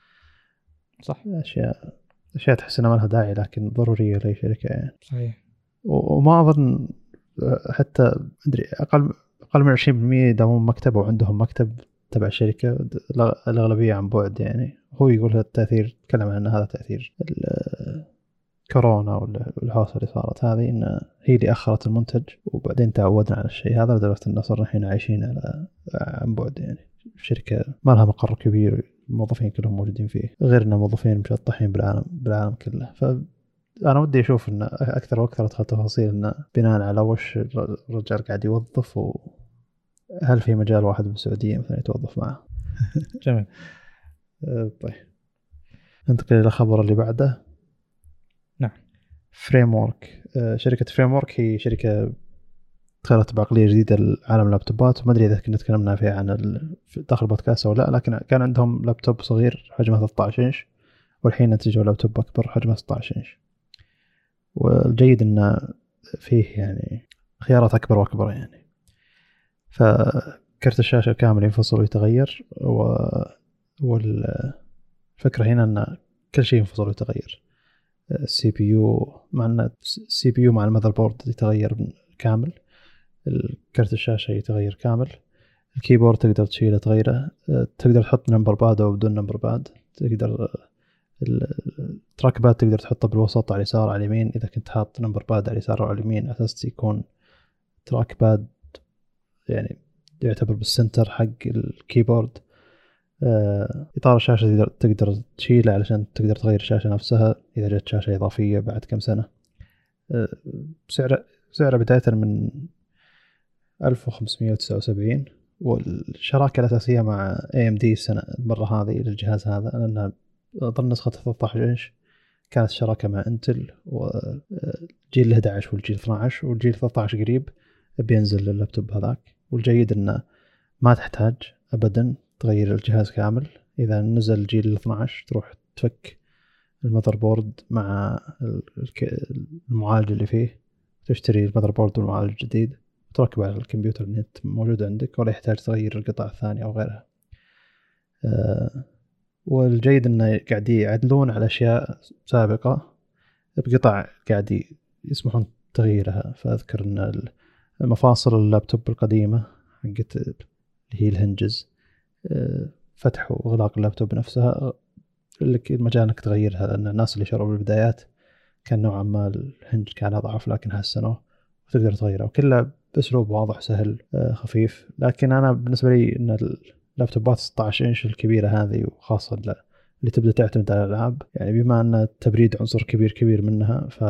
A: صح.
B: أشياء أشياء تحس إنها ما لها داعي لكن ضرورية لأي شركة يعني.
A: صحيح.
B: وما أظن حتى أدري أقل أقل من عشرين بالمئة يداومون مكتب وعندهم مكتب تبع الشركة، الأغلبية عن بعد يعني. هو يقول هذا التأثير، تكلم عن هذا تأثير كورونا والحوسة اللي صارت هذه، إن هي اللي أخرت المنتج وبعدين تعودنا على الشيء هذا، لدرجة إن صرنا الحين عايشين على عن بعد يعني. الشركة ما لها مقر كبير الموظفين كلهم موجودين فيه، غير إن الموظفين مشطحين بالعالم بالعالم كله. فأنا ودي أشوف إن أكثر وأكثر أدخل تفاصيل إن بناء على وش الرجال قاعد يوظف، وهل في مجال واحد بالسعودية مثلا يتوظف معه.
A: جميل.
B: طيب ننتقل إلى الخبر اللي بعده.
A: نعم.
B: فريمورك. شركة فريمورك هي شركة دخلت بعقلية جديدة لعالم اللابتوبات، وما أدري إذا كنا تكلمنا فيها عن داخل البودكاست أو لا، لكن كان عندهم لابتوب صغير حجمه ثلاثة عشر إنش، والحين نتجوا لابتوب أكبر حجمه ستة عشر إنش. والجيد إنه فيه يعني خيارات أكبر وأكبر يعني. فكرت الشاشة كامل ينفصل ويتغير، و... والفكرة هنا أن كل شيء ينفصل ويتغير. السي بي يو مع أن السي بي يو مع المذر بورد يتغير كامل، الكرت الشاشة يتغير كامل، الكيبورد تقدر تشيله تغيره، تقدر تحط نمبر باد أو بدون نمبر باد، تقدر التراك باد تقدر تحطه بالوسط على اليسار على اليمين إذا كنت حاط نمبر باد على اليسار أو على اليمين، أساس يكون تراك باد يعني يعتبر بالسنتر حق الكيبورد. إطار الشاشة تقدر, تقدر تشيله علشان تقدر تغير الشاشة نفسها إذا جت شاشة إضافية بعد كم سنة. سعر سعره بداية من ألف وخمسمائة وتسعة وسبعين، والشراكة الأساسية مع إيه إم دي السنة المرة هذه للجهاز هذا، لأنها ضمن نسخة ثلاثة عشر إنش كانت الشراكة مع انتل، والجيل أحد عشر والجيل اثنا عشر والجيل ثلاثة عشر قريب بينزل اللابتوب هذاك. والجيد إنه ما تحتاج أبدا تغير الجهاز كامل. إذا نزل الجيل اثنا عشر تروح تفك المذر بورد مع المعالج اللي فيه، تشتري المذر بورد والمعالج الجديد تركبه على الكمبيوتر النت موجود عندك، ولا يحتاج تغير القطع الثانية أو غيرها. أه والجيد إنه قاعد يعدلون على أشياء سابقة بقطع قاعد يسمحون تغييرها. فأذكر إن المفاصل اللابتوب القديمة حقت اللي هي الهنجز، أه فتح وإغلاق اللابتوب نفسها لك المجال إنك تغيرها، لأن الناس اللي شروا بالبدايات كان نوعا ما الهنج كان أضعف لكن حسنوه وتقدر تغيره، وكله بأسلوب واضح سهل خفيف. لكن أنا بالنسبة لي إن اللابتوبات ستة عشر إنش الكبيرة هذه، وخاصة اللي تبدأ تعتمد على الألعاب، يعني بما أن التبريد عنصر كبير كبير منها، ف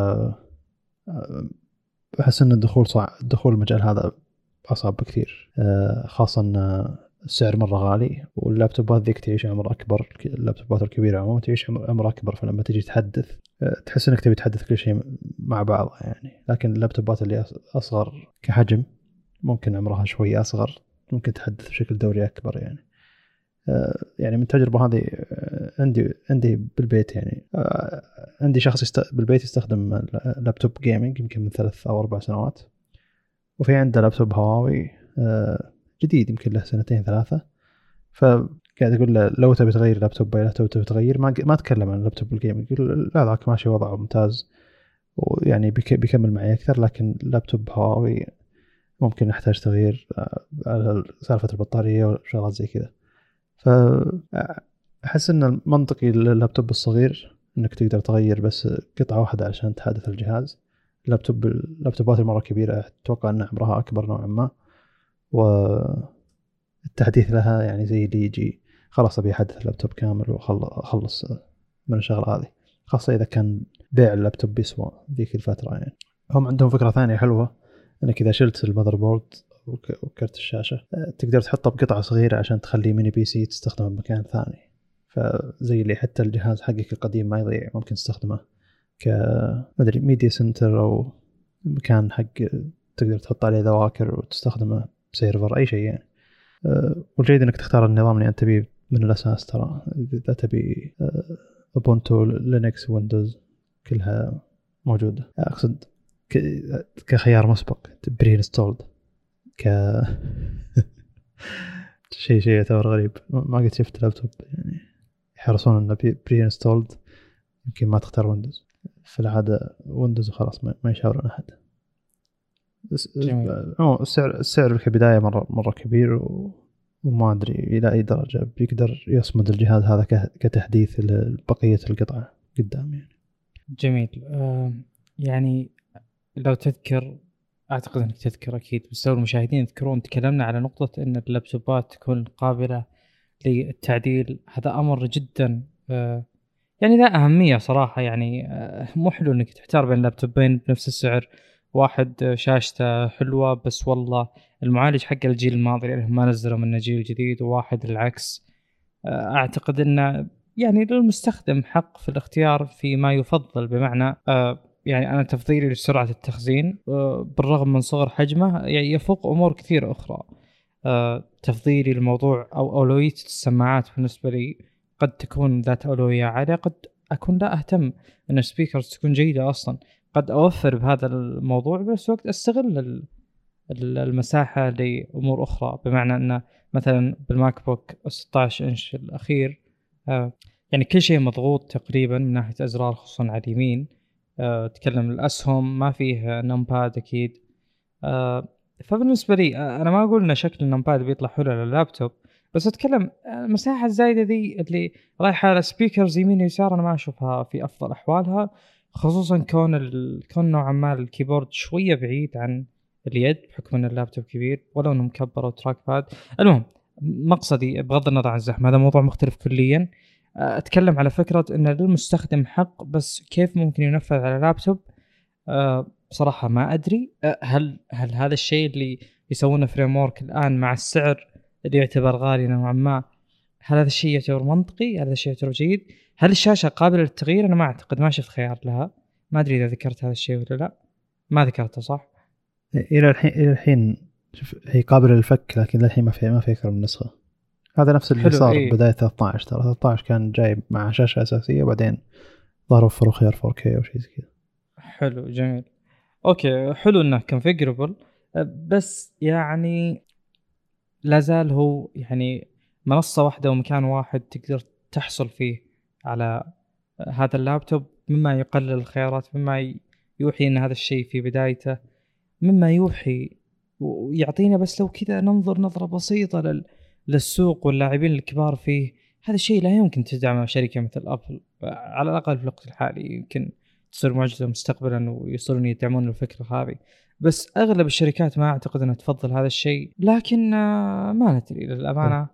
B: أحس أن الدخول صعب، الدخول المجال هذا أصعب بكثير، خاصة أن السعر مرة غالي، واللابتوبات ذيك تعيش عمر أكبر، اللابتوبات الكبيرة عموما تعيش عمر أكبر، فلما تيجي تحدث تحس إنك تبي تحدث كل شيء مع بعض يعني. لكن اللابتوبات اللي أصغر كحجم ممكن عمرها شوي أصغر، ممكن تحدث بشكل دوري أكبر يعني. يعني من التجربة هذه عندي عندي بالبيت يعني، عندي شخص يست... بالبيت يستخدم لابتوب جيمنج يمكن من ثلاث أو أربع سنوات، وفي عنده لابتوب هواوي جديد يمكن له سنتين ثلاثة. فقاعد يقول له لو تبي تغير لابتوب لا تبي تغير، ما ما تكلم عن اللابتوب الجيمنج، يقول لا ذاك ماشي وضعه ممتاز ويعني بيك... بيكمل معي أكثر، لكن لابتوب هواوي ممكن نحتاج تغيير على سالفة البطارية وشغلات زي كذا. فأحس أن المنطقي لللابتوب الصغير أنك تقدر تغير بس قطعة واحدة عشان تحدث الجهاز. اللابتوب اللابتوبات المرة كبيرة أتوقع أن عمرها أكبر نوعا ما، والتحديث لها يعني زي اللي يجي خلاص أبي أحدث اللابتوب كامل وأخلص من الشغلة هذه، خاصة إذا كان بيع اللابتوب بيسوى ذيك الفترة يعني. هم عندهم فكرة ثانية حلوة، أنك إذا شلت المذر بورد وكرت الشاشة تقدر تحطه بقطعة صغيرة عشان تخليه ميني بي سي تستخدمه بمكان ثاني. فزي اللي حتى الجهاز حقك القديم ما يضيع، ممكن تستخدمه كمدري ميديا سنتر أو مكان حق تقدر تحط عليه ذواكر وتستخدمه بسيرفر أي شيء يعني. والجيد أنك تختار النظام اللي أنت تبيه من الأساس. ترى إذا تبي أوبونتو لينكس ويندوز كلها موجودة، أقصد كخيار مسبق بري انستولد ك شيء شيء يعتبر غريب. ما قد شفت لابتوب يعني يحرصون انه بري انستولد، يمكن ما تختار ويندوز في العاده، ويندوز وخلاص ما يشاورون احد. السعر السعر كبدايه مره مره كبير، وما ادري الى اي درجه بيقدر يصمد الجهاز هذا كتحديث لبقيه القطعه قدام يعني.
A: جميل. آه يعني لو تذكر، أعتقد أنك تذكر أكيد، بس لو المشاهدين يذكرون تكلمنا على نقطة أن اللابتوبات تكون قابلة للتعديل. هذا أمر جدا آه يعني ذا أهمية صراحة يعني. آه مو حلو أنك تحتار بين لابتوبين بنفس السعر، واحد شاشته حلوة بس والله المعالج حق الجيل الماضي يعني ما نزلوا منه جيل جديد، وواحد العكس. آه أعتقد أن يعني للمستخدم حق في الاختيار في ما يفضل، بمعنى آه يعني أنا تفضيلي لسرعة التخزين بالرغم من صغر حجمه يعني يفوق أمور كثيرة أخرى. تفضيلي للموضوع أو أولوية السماعات بالنسبة لي قد تكون ذات أولوية عالية، قد أكون لا أهتم أن السبيكرز تكون جيدة أصلا، قد أوفر بهذا الموضوع بس وقت أستغل المساحة لأمور أخرى. بمعنى أن مثلا بالماك بوك ستة عشر إنش الأخير يعني كل شيء مضغوط تقريبا من ناحية أزرار، خصوصا على اليمين. أه تكلم الأسهم ما فيه نمباد أكيد. أه فبالنسبة لي أنا ما أقول إن شكل النمباد بيطلع حلو على اللابتوب، بس أتكلم المساحة الزايدة دي اللي رايحة على سبيكرز يمين ويسار أنا ما أشوفها في أفضل أحوالها، خصوصا كون ال... كون نوعا ما الكيبورد شوية بعيد عن اليد بحكم أن اللابتوب كبير ولو إنه مكبر وتراك باد. المهم مقصدي بغض النظر عن الزحمة هذا موضوع مختلف كليا. أتكلم على فكرة أن للمستخدم حق، بس كيف ممكن ينفذ على لابتوب أه بصراحة ما أدري. أه هل هل هذا الشيء اللي يسوونه فريمورك الآن مع السعر اللي يعتبر غالي نوعا ما، هل هذا الشيء يعتبر منطقي؟ هذا الشيء يعتبر جيد؟ هل الشاشة قابلة للتغيير؟ أنا ما أعتقد، ما شفت خيار لها، ما أدري إذا ذكرت هذا الشيء ولا لا. ما ذكرته صح؟
B: إلى الحين إلى الحين شوف هي قابلة للفك، لكن للحين ما في ما في أكثر من نسخة. هذا نفس اللي صار إيه؟ بداية ثلاثة عشر ترى ثلاثة عشر كان جاي مع شاشة أساسية وبعدين ظهروا وفروا خيار فور كي أو شيء زي كذا.
A: حلو جميل. أوكي حلو إنه كونفيجربل، بس يعني لازال هو يعني منصة واحدة ومكان واحد تقدر تحصل فيه على هذا اللابتوب، مما يقلل الخيارات، مما يوحي أن هذا الشيء في بدايته، مما يوحي ويعطينا بس لو كذا ننظر نظرة بسيطة لل للسوق واللاعبين الكبار فيه. هذا الشيء لا يمكن تدعمه شركة مثل أبل على الأقل في الوقت الحالي، يمكن تصير معجزة مستقبلا ويصيرون يدعمون الفكرة هذه، بس أغلب الشركات ما أعتقد أنها تفضل هذا الشيء. لكن ما ندري للأمانة،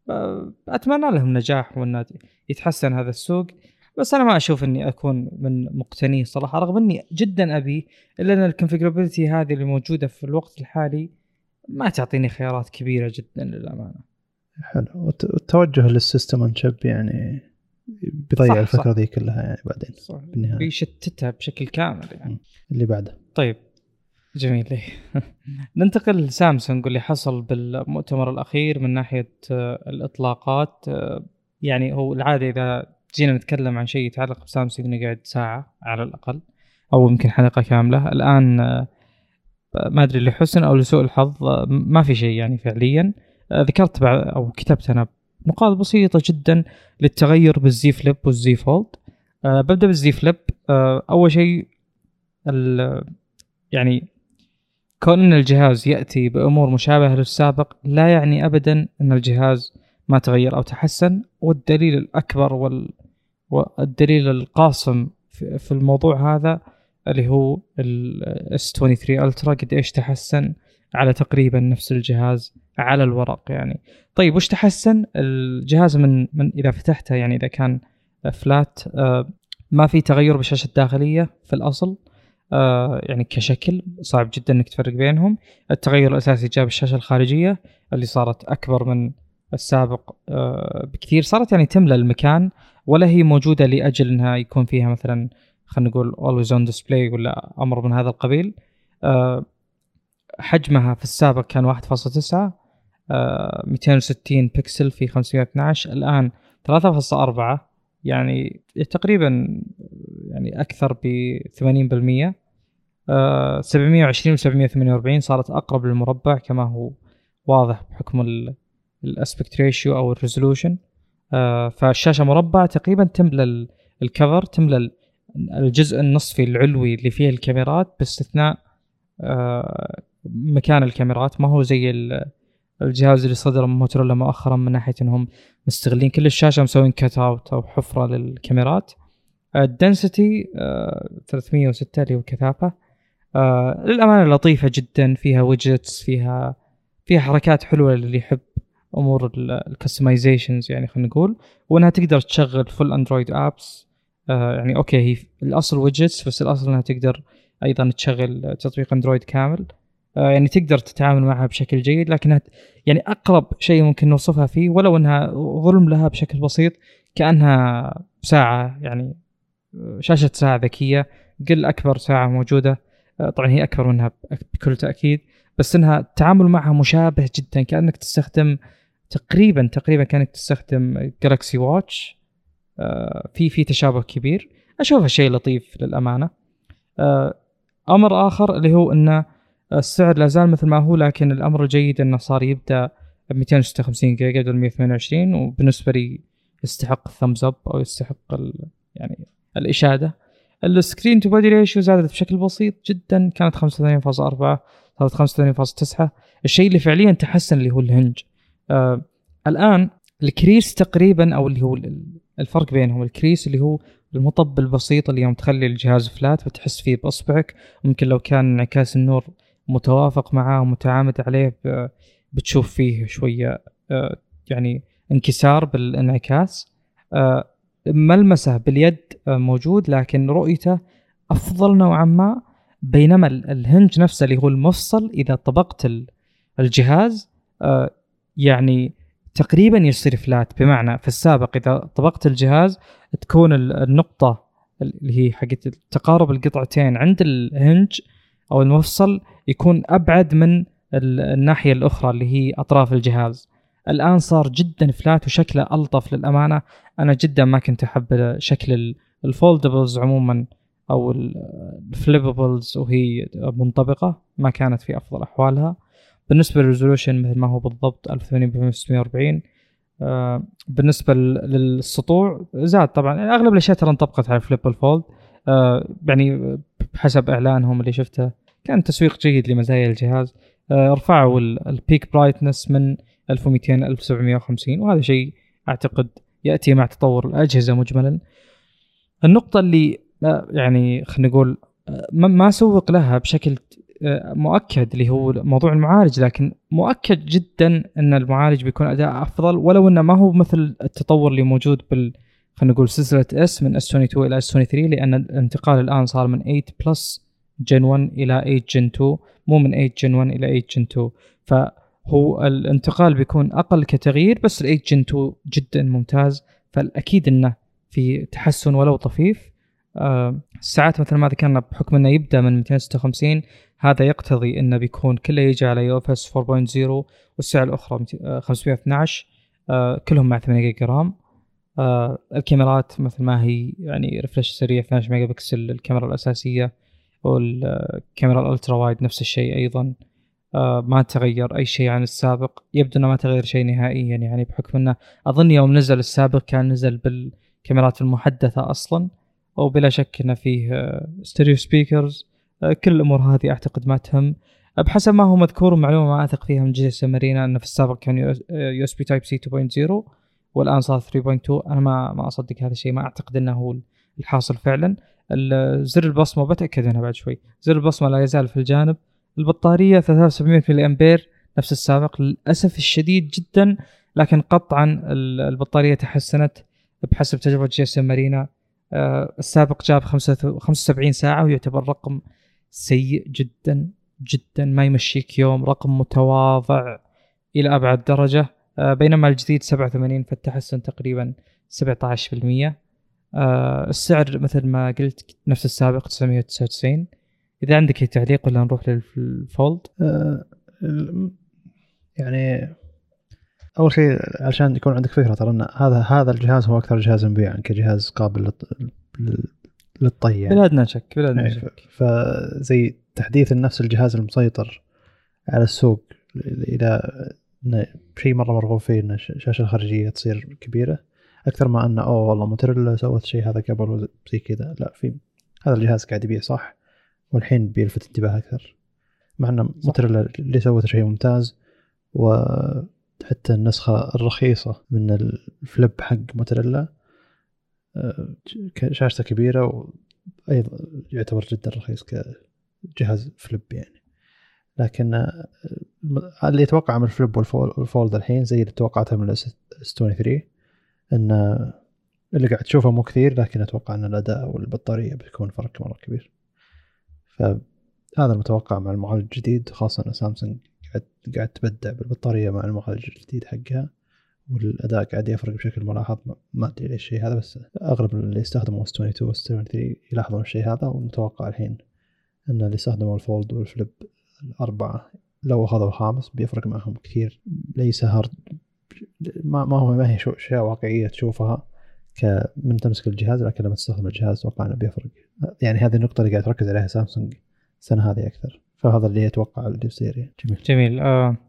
A: أتمنى لهم نجاح وأن يتحسن هذا السوق، بس أنا ما أشوف أني أكون من مقتنيه صراحة، رغم أني جدا أبي، إلا أن الكونفيجرابيلتي هذه اللي موجودة في الوقت الحالي ما تعطيني خيارات كبيرة جدا للأمانة.
B: حلو. والتوجه للسيستم اون شيب يعني بيضيع
A: صح
B: الفكرة
A: صح.
B: ذي كلها يعني بعدين
A: صح.
B: بالنهاية
A: بيشتتها بشكل كامل يعني.
B: اللي بعده.
A: طيب جميل لي. ننتقل لسامسونج اللي حصل بالمؤتمر الأخير من ناحية الإطلاقات. يعني هو العادة إذا جينا نتكلم عن شيء يتعلق بسامسونج نقعد ساعة على الأقل أو يمكن حلقة كاملة. الآن ما أدري لحسن أو لسوء الحظ ما في شيء يعني فعليا. ذكرت أو كتبت أنا نقاط بسيطة جدا للتغير بالزي فليب والزي فولد. ببدأ بالزي فليب. أول شيء يعني كون أن الجهاز يأتي بأمور مشابهة للسابق لا يعني أبدا أن الجهاز ما تغير أو تحسن. والدليل الأكبر وال... والدليل القاصم في الموضوع هذا اللي هو ال إس ثلاثة وعشرين Ultra قد إيش تحسن على تقريبا نفس الجهاز على الورق يعني. طيب وش تحسن الجهاز من, من إذا فتحته يعني إذا كان فلات آه ما في تغير بالشاشة الداخلية في الأصل. آه يعني كشكل صعب جدا انك تفرق بينهم. التغير الاساسي جاء بالشاشه الخارجيه اللي صارت اكبر من السابق آه بكثير. صارت يعني تملى المكان ولا هي موجوده لاجل انها يكون فيها مثلا خلينا نقول always on display ولا امر من هذا القبيل. آه حجمها في السابق كان واحد فاصلة تسعة آه مئتين وستين بكسل في خمسمئة واثني عشر. الان ثلاثة فاصلة أربعة يعني تقريبا يعني أكثر ب ثمانين بالمئة. آه سبعمئة وعشرين و سبعمئة وثمانية وأربعين صارت أقرب للمربع كما هو واضح بحكم الاسبكت ريشيو أو الريزولوشن. آه فالشاشة مربع تقريبا تملى الكفر تملى الجزء النصفي العلوي اللي فيه الكاميرات باستثناء آه مكان الكاميرات. ما هو زي الجهاز اللي صدر من موتورولا مؤخرا من ناحية أنهم مستغلين كل الشاشة مسوين كات اوت أو حفرة للكاميرات. الدنسيتي آه ثلاثمئة وستة اللي هو كثافة. آه للأمانة لطيفة جدا فيها ويدجتس فيها فيها حركات حلوة اللي يحب أمور الكستمايزيشنز يعني خلينا نقول. وأنها تقدر تشغل فل أندرويد أبس. آه يعني أوكي هي الأصل ويدجتس بس الأصل أنها تقدر أيضا تشغل تطبيق أندرويد كامل. آه يعني تقدر تتعامل معها بشكل جيد لكنها يعني أقرب شيء ممكن نوصفها فيه ولو أنها ظلم لها بشكل بسيط كأنها ساعة يعني شاشة ساعة ذكية قل أكبر ساعة موجودة. طبعا هي أكبر منها بكل تأكيد بس إنها التعامل معها مشابه جدا كأنك تستخدم تقريبا تقريبا كأنك تستخدم جالاكسي واتش. في في تشابه كبير أشوفه شيء لطيف للأمانة. أمر آخر اللي هو إن السعر لازال مثل ما هو لكن الأمر الجيد إنه صار يبدأ ب مئتين وستة وخمسين جيجا بدل مئة وثمانية وعشرين وبالنسبة لي يستحق الثمز أب أو يستحق يعني الإشادة. السكرين تو بودي ريشيو زادت بشكل بسيط جدا كانت خمسة وثمانين فاصلة أربعة صارت خمسة وثمانين فاصلة تسعة. الشيء اللي فعليا تحسن اللي هو الهنج. آه الآن الكريس تقريبا أو اللي هو الفرق بينهم الكريس اللي هو المطب البسيط اللي يوم تخلي الجهاز فلات وتحس فيه بأصبعك. ممكن لو كان انعكاس النور متوافق معاه ومتعامد عليه بتشوف فيه شوية آه يعني انكسار بالانعكاس. آه ملمسه باليد موجود لكن رؤيته أفضل نوعا ما. بينما الهنج نفسه اللي هو المفصل إذا طبقت الجهاز يعني تقريبا يصير فلات. بمعنى في السابق إذا طبقت الجهاز تكون النقطة اللي هي حقت تقارب القطعتين عند الهنج أو المفصل يكون أبعد من الناحية الأخرى اللي هي أطراف الجهاز. الآن صار جدا فلات وشكله ألطف للأمانة. أنا جدا ما كنت أحب شكل الفولدبلز عموما أو الفليببلز وهي منطبقة ما كانت في أفضل أحوالها. بالنسبة للريزولوشن مثل ما هو بالضبط ألف وثمانين بستمئة وأربعين. آه بالنسبة للسطوع زاد طبعا يعني أغلب الأشياء ترى انطبقت على الفليب الفولد. آه يعني بحسب إعلانهم اللي شفته كان تسويق جيد لمزايا الجهاز. آه رفعوا البيك برايتنس من ألف ومئتين ألف وسبعمئة وخمسين وهذا شيء أعتقد يأتي مع تطور الأجهزة مجملا. النقطة اللي يعني خلينا نقول ما سوق لها بشكل مؤكد اللي هو موضوع المعالج لكن مؤكد جدا أن المعالج بيكون أداء أفضل ولو أنه ما هو مثل التطور اللي موجود بال خلينا نقول سلسلة S من إس اثنين وعشرين إلى إس اثنين وعشرين لأن الانتقال الآن صار من ثمانية بلس جن واحد إلى ثمانية جن اثنين مو من ثمانية جن واحد إلى ثمانية جن اثنين. ف هو الانتقال بيكون أقل كتغيير، بس ال إيت جن تو جدا ممتاز، فالأكيد إنه في تحسن ولو طفيف. آه الساعات مثل ما ذكرنا بحكم إنه يبدأ من مئتين وستة وخمسين، هذا يقتضي إنه بيكون كله يجي على يو إف إس فور بوينت زيرو، والسعة الأخرى خمسمية واثني عشر، آه كلهم مع ثمانية جيجا رام. آه الكاميرات مثل ما هي، يعني ريفرش سريع اثنا عشر ميجا بكسل الكاميرا الأساسية، والكاميرا الألترا وايد نفس الشيء أيضا. آه ما تغير أي شيء عن السابق، يبدو أنه ما تغير شيء نهائيا، يعني بحكم أنه أظن يوم نزل السابق كان نزل بالكاميرات المحدثة أصلا، وبلا شك أنه فيه آه ستيريو سبيكرز. آه كل الأمور هذه أعتقد ما تهم. آه بحسب ما هو مذكور، معلومة ما أثق فيها من جي اس ام ارينا، أنه في السابق كان يو اس بي تايب سي تو بوينت زيرو، والآن صار ثري بوينت تو. أنا ما ما أصدق هذا الشيء، ما أعتقد أنه هو الحاصل فعلا. زر البصمة بتأكد منها بعد شوي، زر البصمة لا يزال في الجانب. البطارية ثلاثة آلاف وسبعمية ملي أمبير نفس السابق للأسف الشديد جدا، لكن قطعا البطارية تحسنت بحسب تجربة جي اس ام مارينا. أه السابق جاب خمسة وسبعين ساعة، ويعتبر رقم سيء جدا جدا، ما يمشيك يوم، رقم متواضع إلى أبعد درجة. أه بينما الجديد سبعة وثمانين، فالتحسن تقريبا سبعة عشر بالمية. أه السعر مثل ما قلت نفس السابق تسعمية وتسعة وتسعين. إذا عندك أي تعليق ولا نروح للفولد؟
B: أه يعني أول شيء عشان يكون عندك فكرة، ترى أن هذا هذا الجهاز هو أكثر جهاز مبيعاً كجهاز قابل للطي يعني.
A: بلا أدنى شك، بلا أدنى شك.
B: فزي تحديث نفس الجهاز المسيطر على السوق إلى شيء مرة مرغوب فيه، إن الشاشة الخارجية تصير كبيرة أكثر ما أن أوه والله موتوريلا سوت شيء هذا قبل زي كذا. لا، في هذا الجهاز قاعد يبيع صح، والحين بيلفت انتباه أكثر، مع أن موتوريلا اللي سوت شيء ممتاز. وحتى النسخة الرخيصة من الفليب حق موتوريلا شاشته كبيرة، وأيضا يعتبر جدا رخيص كجهاز فليب يعني. لكن اللي يتوقع من الفليب والفولد الحين زي اللي توقعتها من الاس ثلاثة وعشرين، ان اللي قاعد تشوفه مو كثير، لكن اتوقع ان الاداء والبطاريه بيكون فرق مره كبير. فهذا المتوقع مع المعالج الجديد، خاصه ان سامسونج قاعد قاعد تبدع بالبطاريه مع المعالج الجديد حقها، والاداء قاعد يفرق بشكل ملاحظ. ما ادري ليش الشيء هذا، بس اغلب اللي يستخدموا اس اثنين وعشرين واس سبعة وثلاثين يلاحظون الشيء هذا. والمتوقع الحين ان اللي يستخدموا الفولد والفليب الأربعة لو أخذوا خامس بيفرق معهم كثير. ليس هارد، ما ما هو ما هي شو أشياء واقعية تشوفها كمن تمسك الجهاز، لكن لما تستخدم الجهاز أتوقع إنه بيفرق. يعني هذه النقطة اللي قاعد تركز عليها سامسونج السنة هذه أكثر، فهذا اللي يتوقع اللي يصير يعني.
A: جميل جميل. آه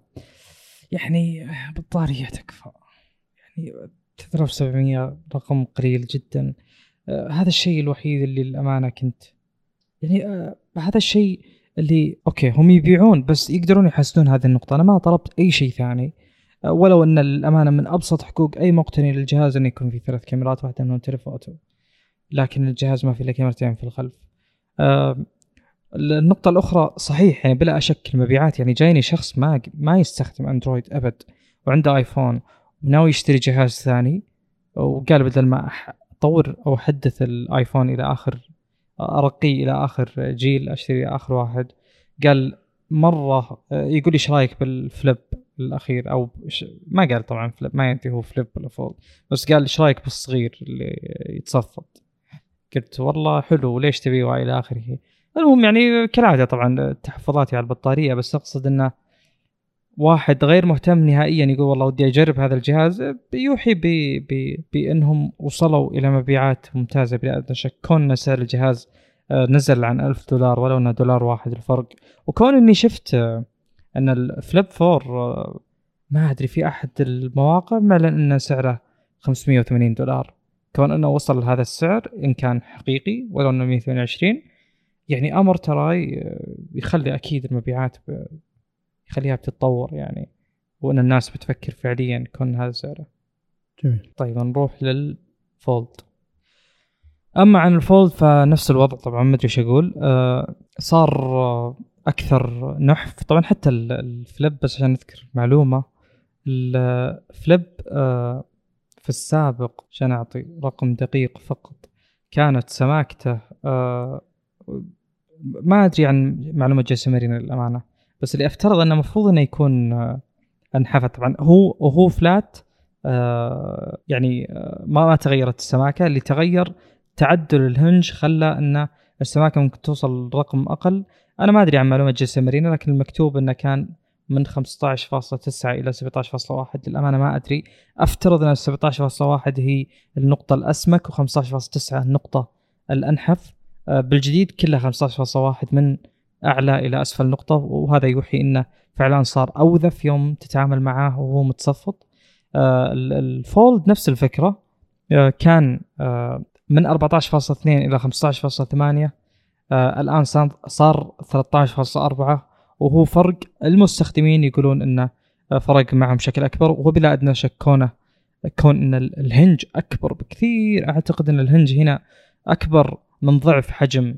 A: يعني بطارية تكفى، يعني ثلاثة آلاف وسبعمية رقم قليل جدا. آه هذا الشيء الوحيد اللي الأمانة كنت يعني آه هذا الشيء اللي أوكي هم يبيعون، بس يقدرون يحسنون هذه النقطة. أنا ما طلبت أي شيء ثاني، ولو أن الأمانة من أبسط حقوق أي مقتني للجهاز أن يكون فيه ثلاث كاميرات، واحدة منهم تليفوتو، لكن الجهاز ما فيه إلا كاميرتين في الخلف. آه النقطة الأخرى صحيح يعني بلا أشك المبيعات، يعني جايني شخص ما ما يستخدم أندرويد أبد وعنده آيفون وناوي يشتري جهاز ثاني، وقال بدل ما أطور أو أحدث الآيفون إلى آخر أرقي إلى آخر جيل أشتري آخر واحد، قال مرة يقول إيش رأيك بالفليب الأخير، أو ما قال طبعا فليب، ما ينتهي هو فليب ولا فولد، بس قال إيش رأيك بالصغير اللي يتصفط. قلت والله حلو، ليش تبيه وإلى آخره. المهم يعني كالعادة طبعا تحفظاتي على البطارية، بس أقصد أنه واحد غير مهتم نهائيا يقول والله ودي أجرب هذا الجهاز، بيوحي بي بي بأنهم وصلوا إلى مبيعات ممتازة بلا أدنى شك. كون سعر الجهاز نزل عن ألف دولار، ولو أنه دولار واحد الفرق، وكون أني شفت أن الفليب فور ما أدري في أحد المواقع معلن أن سعره خمسمية وثمانين دولار، كون أنه وصل لهذا السعر إن كان حقيقي ولو أنه مية وثمانية وعشرين، يعني أمر ترى يخلي أكيد المبيعات يخليها بتتطور يعني، وأن الناس بتفكر فعليا كون هذا سعره.
B: جميل.
A: طيب نروح للفولد. أما عن الفولد فنفس الوضع طبعا، ما أدري إيش أقول. آه صار أكثر نحف طبعا، حتى الفليب بس عشان نذكر معلومة، الفليب آه في السابق عشان أعطي رقم دقيق فقط، كانت سماكته آه ما أدري عن معلومة جسمرين للأمانة، بس اللي أفترض أنه مفروض أنه يكون انحفت. طبعا هو وهو فلات آه يعني آه ما ما تغيرت السماكه، اللي تغير تعدل الهنج خلى ان السماكه ممكن توصل رقم اقل. انا ما ادري عن معلومه جيسي مارينا، لكن المكتوب انه كان من خمسة عشر فاصلة تسعة الى سبعة عشر فاصلة واحد. للامانه ما ادري، افترض ان سبعة عشر فاصلة واحد هي النقطه الاسمك و15 فاصلة تسعة النقطه الانحف. آه بالجديد كلها خمسة عشر فاصلة واحد من اعلى الى اسفل نقطه، وهذا يوحي انه فعلا صار اوذف يوم تتعامل معاه وهو متصفط. آه الفولد نفس الفكره، آه كان آه من أربعة عشر فاصلة اثنين الى خمسة عشر فاصلة ثمانية، آه الان صار ثلاثة عشر فاصلة أربعة، وهو فرق المستخدمين يقولون انه فرق معهم بشكل اكبر، وهو بلا ادنى شك كونه كون ان الهنج اكبر بكثير. اعتقد ان الهنج هنا اكبر من ضعف حجم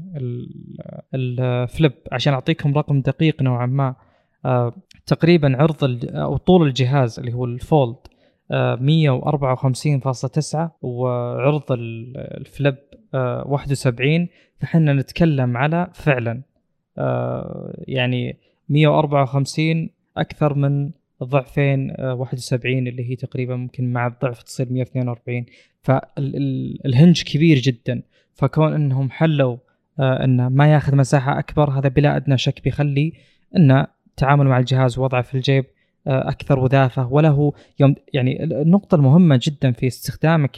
A: الفليب. عشان اعطيكم رقم دقيق نوعا ما، آه تقريبا عرض او طول الجهاز اللي هو الفولد آه مية وأربعة وخمسين فاصلة تسعة، وعرض الفليب آه واحد وسبعين. فحنا نتكلم على فعلا آه يعني مية وأربعة وخمسين اكثر من ضعفين آه واحد وسبعين، اللي هي تقريبا ممكن مع الضعف تصير مية واثنين وأربعين. فالهنج كبير جدا، فكون انهم حلوا آه انه ما ياخذ مساحه اكبر، هذا بلا ادنى شك بيخلي انه التعامل مع الجهاز ووضعه في الجيب آه اكثر وذافه. وله يوم يعني النقطه المهمه جدا في استخدامك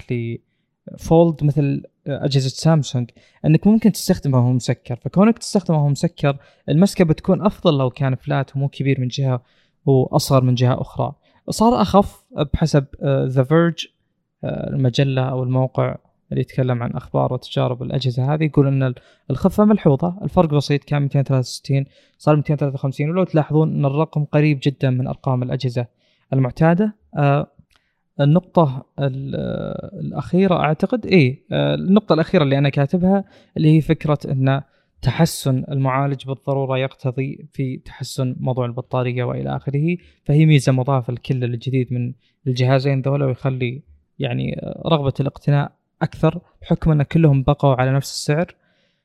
A: لفولد مثل اجهزه سامسونج انك ممكن تستخدمه وهو مسكر. فكونك تستخدمه وهو مسكر المسكه بتكون افضل لو كان فلات ومو كبير من جهه واصغر من جهه اخرى. صار اخف بحسب ذا فيرج المجله او الموقع اللي يتكلم عن اخبار وتجارب الاجهزه هذه، يقول ان الخفه ملحوظه. الفرق بسيط، كان مئتين وثلاثة وستين صار مئتين وثلاثة وخمسين، ولو تلاحظون ان الرقم قريب جدا من ارقام الاجهزه المعتاده. آه النقطه الاخيره اعتقد ايه آه النقطه الاخيره اللي انا كاتبها، اللي هي فكره ان تحسن المعالج بالضروره يقتضي في تحسن موضوع البطاريه والى اخره. فهي ميزه مضافه لكل الجديد من الجهازين ذولا، ويخلي يعني رغبه الاقتناء اكثر بحكم ان كلهم بقوا على نفس السعر.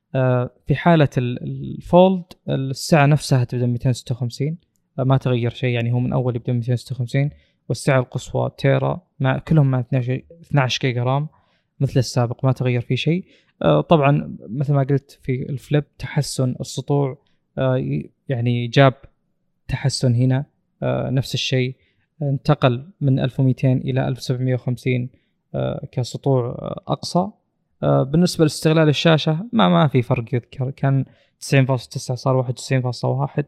A: في حاله الفولد السعه نفسها تبدا مئتين وستة وخمسين، ما تغير شيء، يعني هو من اول يبدا مئتين وستة وخمسين، والسعه القصوى تيرا مع كلهم مع اثني عشر جيجا رام مثل السابق، ما تغير فيه شيء. طبعا مثل ما قلت في الفليب تحسن السطوع، يعني جاب تحسن هنا نفس الشيء، انتقل من ألف ومئتين الى ألف وسبعمئة وخمسين كسطوع اقصى. بالنسبه لاستغلال الشاشه ما ما في فرق يذكر، كان تسعين فاصلة تسعة صار واحد وتسعين فاصلة واحد.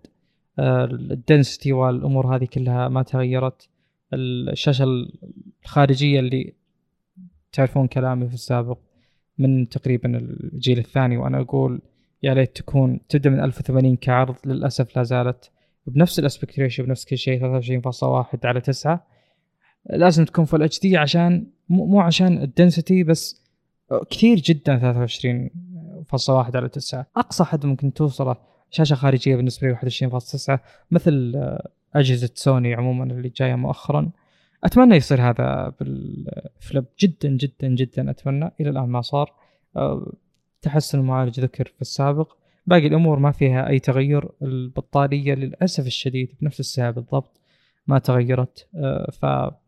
A: الدنسيتي والامور هذه كلها ما تغيرت. الشاشه الخارجيه اللي تعرفون كلامي في السابق من تقريبا الجيل الثاني وانا اقول يا ليت تكون تبدا من ألف وثمانين كعرض، للاسف لا زالت بنفس الاسبكت ريشيو بنفس كل شيء ثلاثة وعشرين فاصلة واحد على تسعة. لازم تكون فول اتش دي عشان مو عشان الدنسيتي بس، كثير جدا ثلاثة وعشرين فاصلة واحد على تسعة. اقصى حد ممكن توصله شاشه خارجيه بالنسبه لي واحد وعشرين فاصلة تسعة مثل اجهزه سوني عموما اللي جايه مؤخرا. اتمنى يصير هذا بالفليب جدا جدا جدا اتمنى. الى الان ما صار. تحسن المعالج ذكر في السابق، باقي الامور ما فيها اي تغير. البطاريه للاسف الشديد بنفس السعه بالضبط ما تغيرت. ف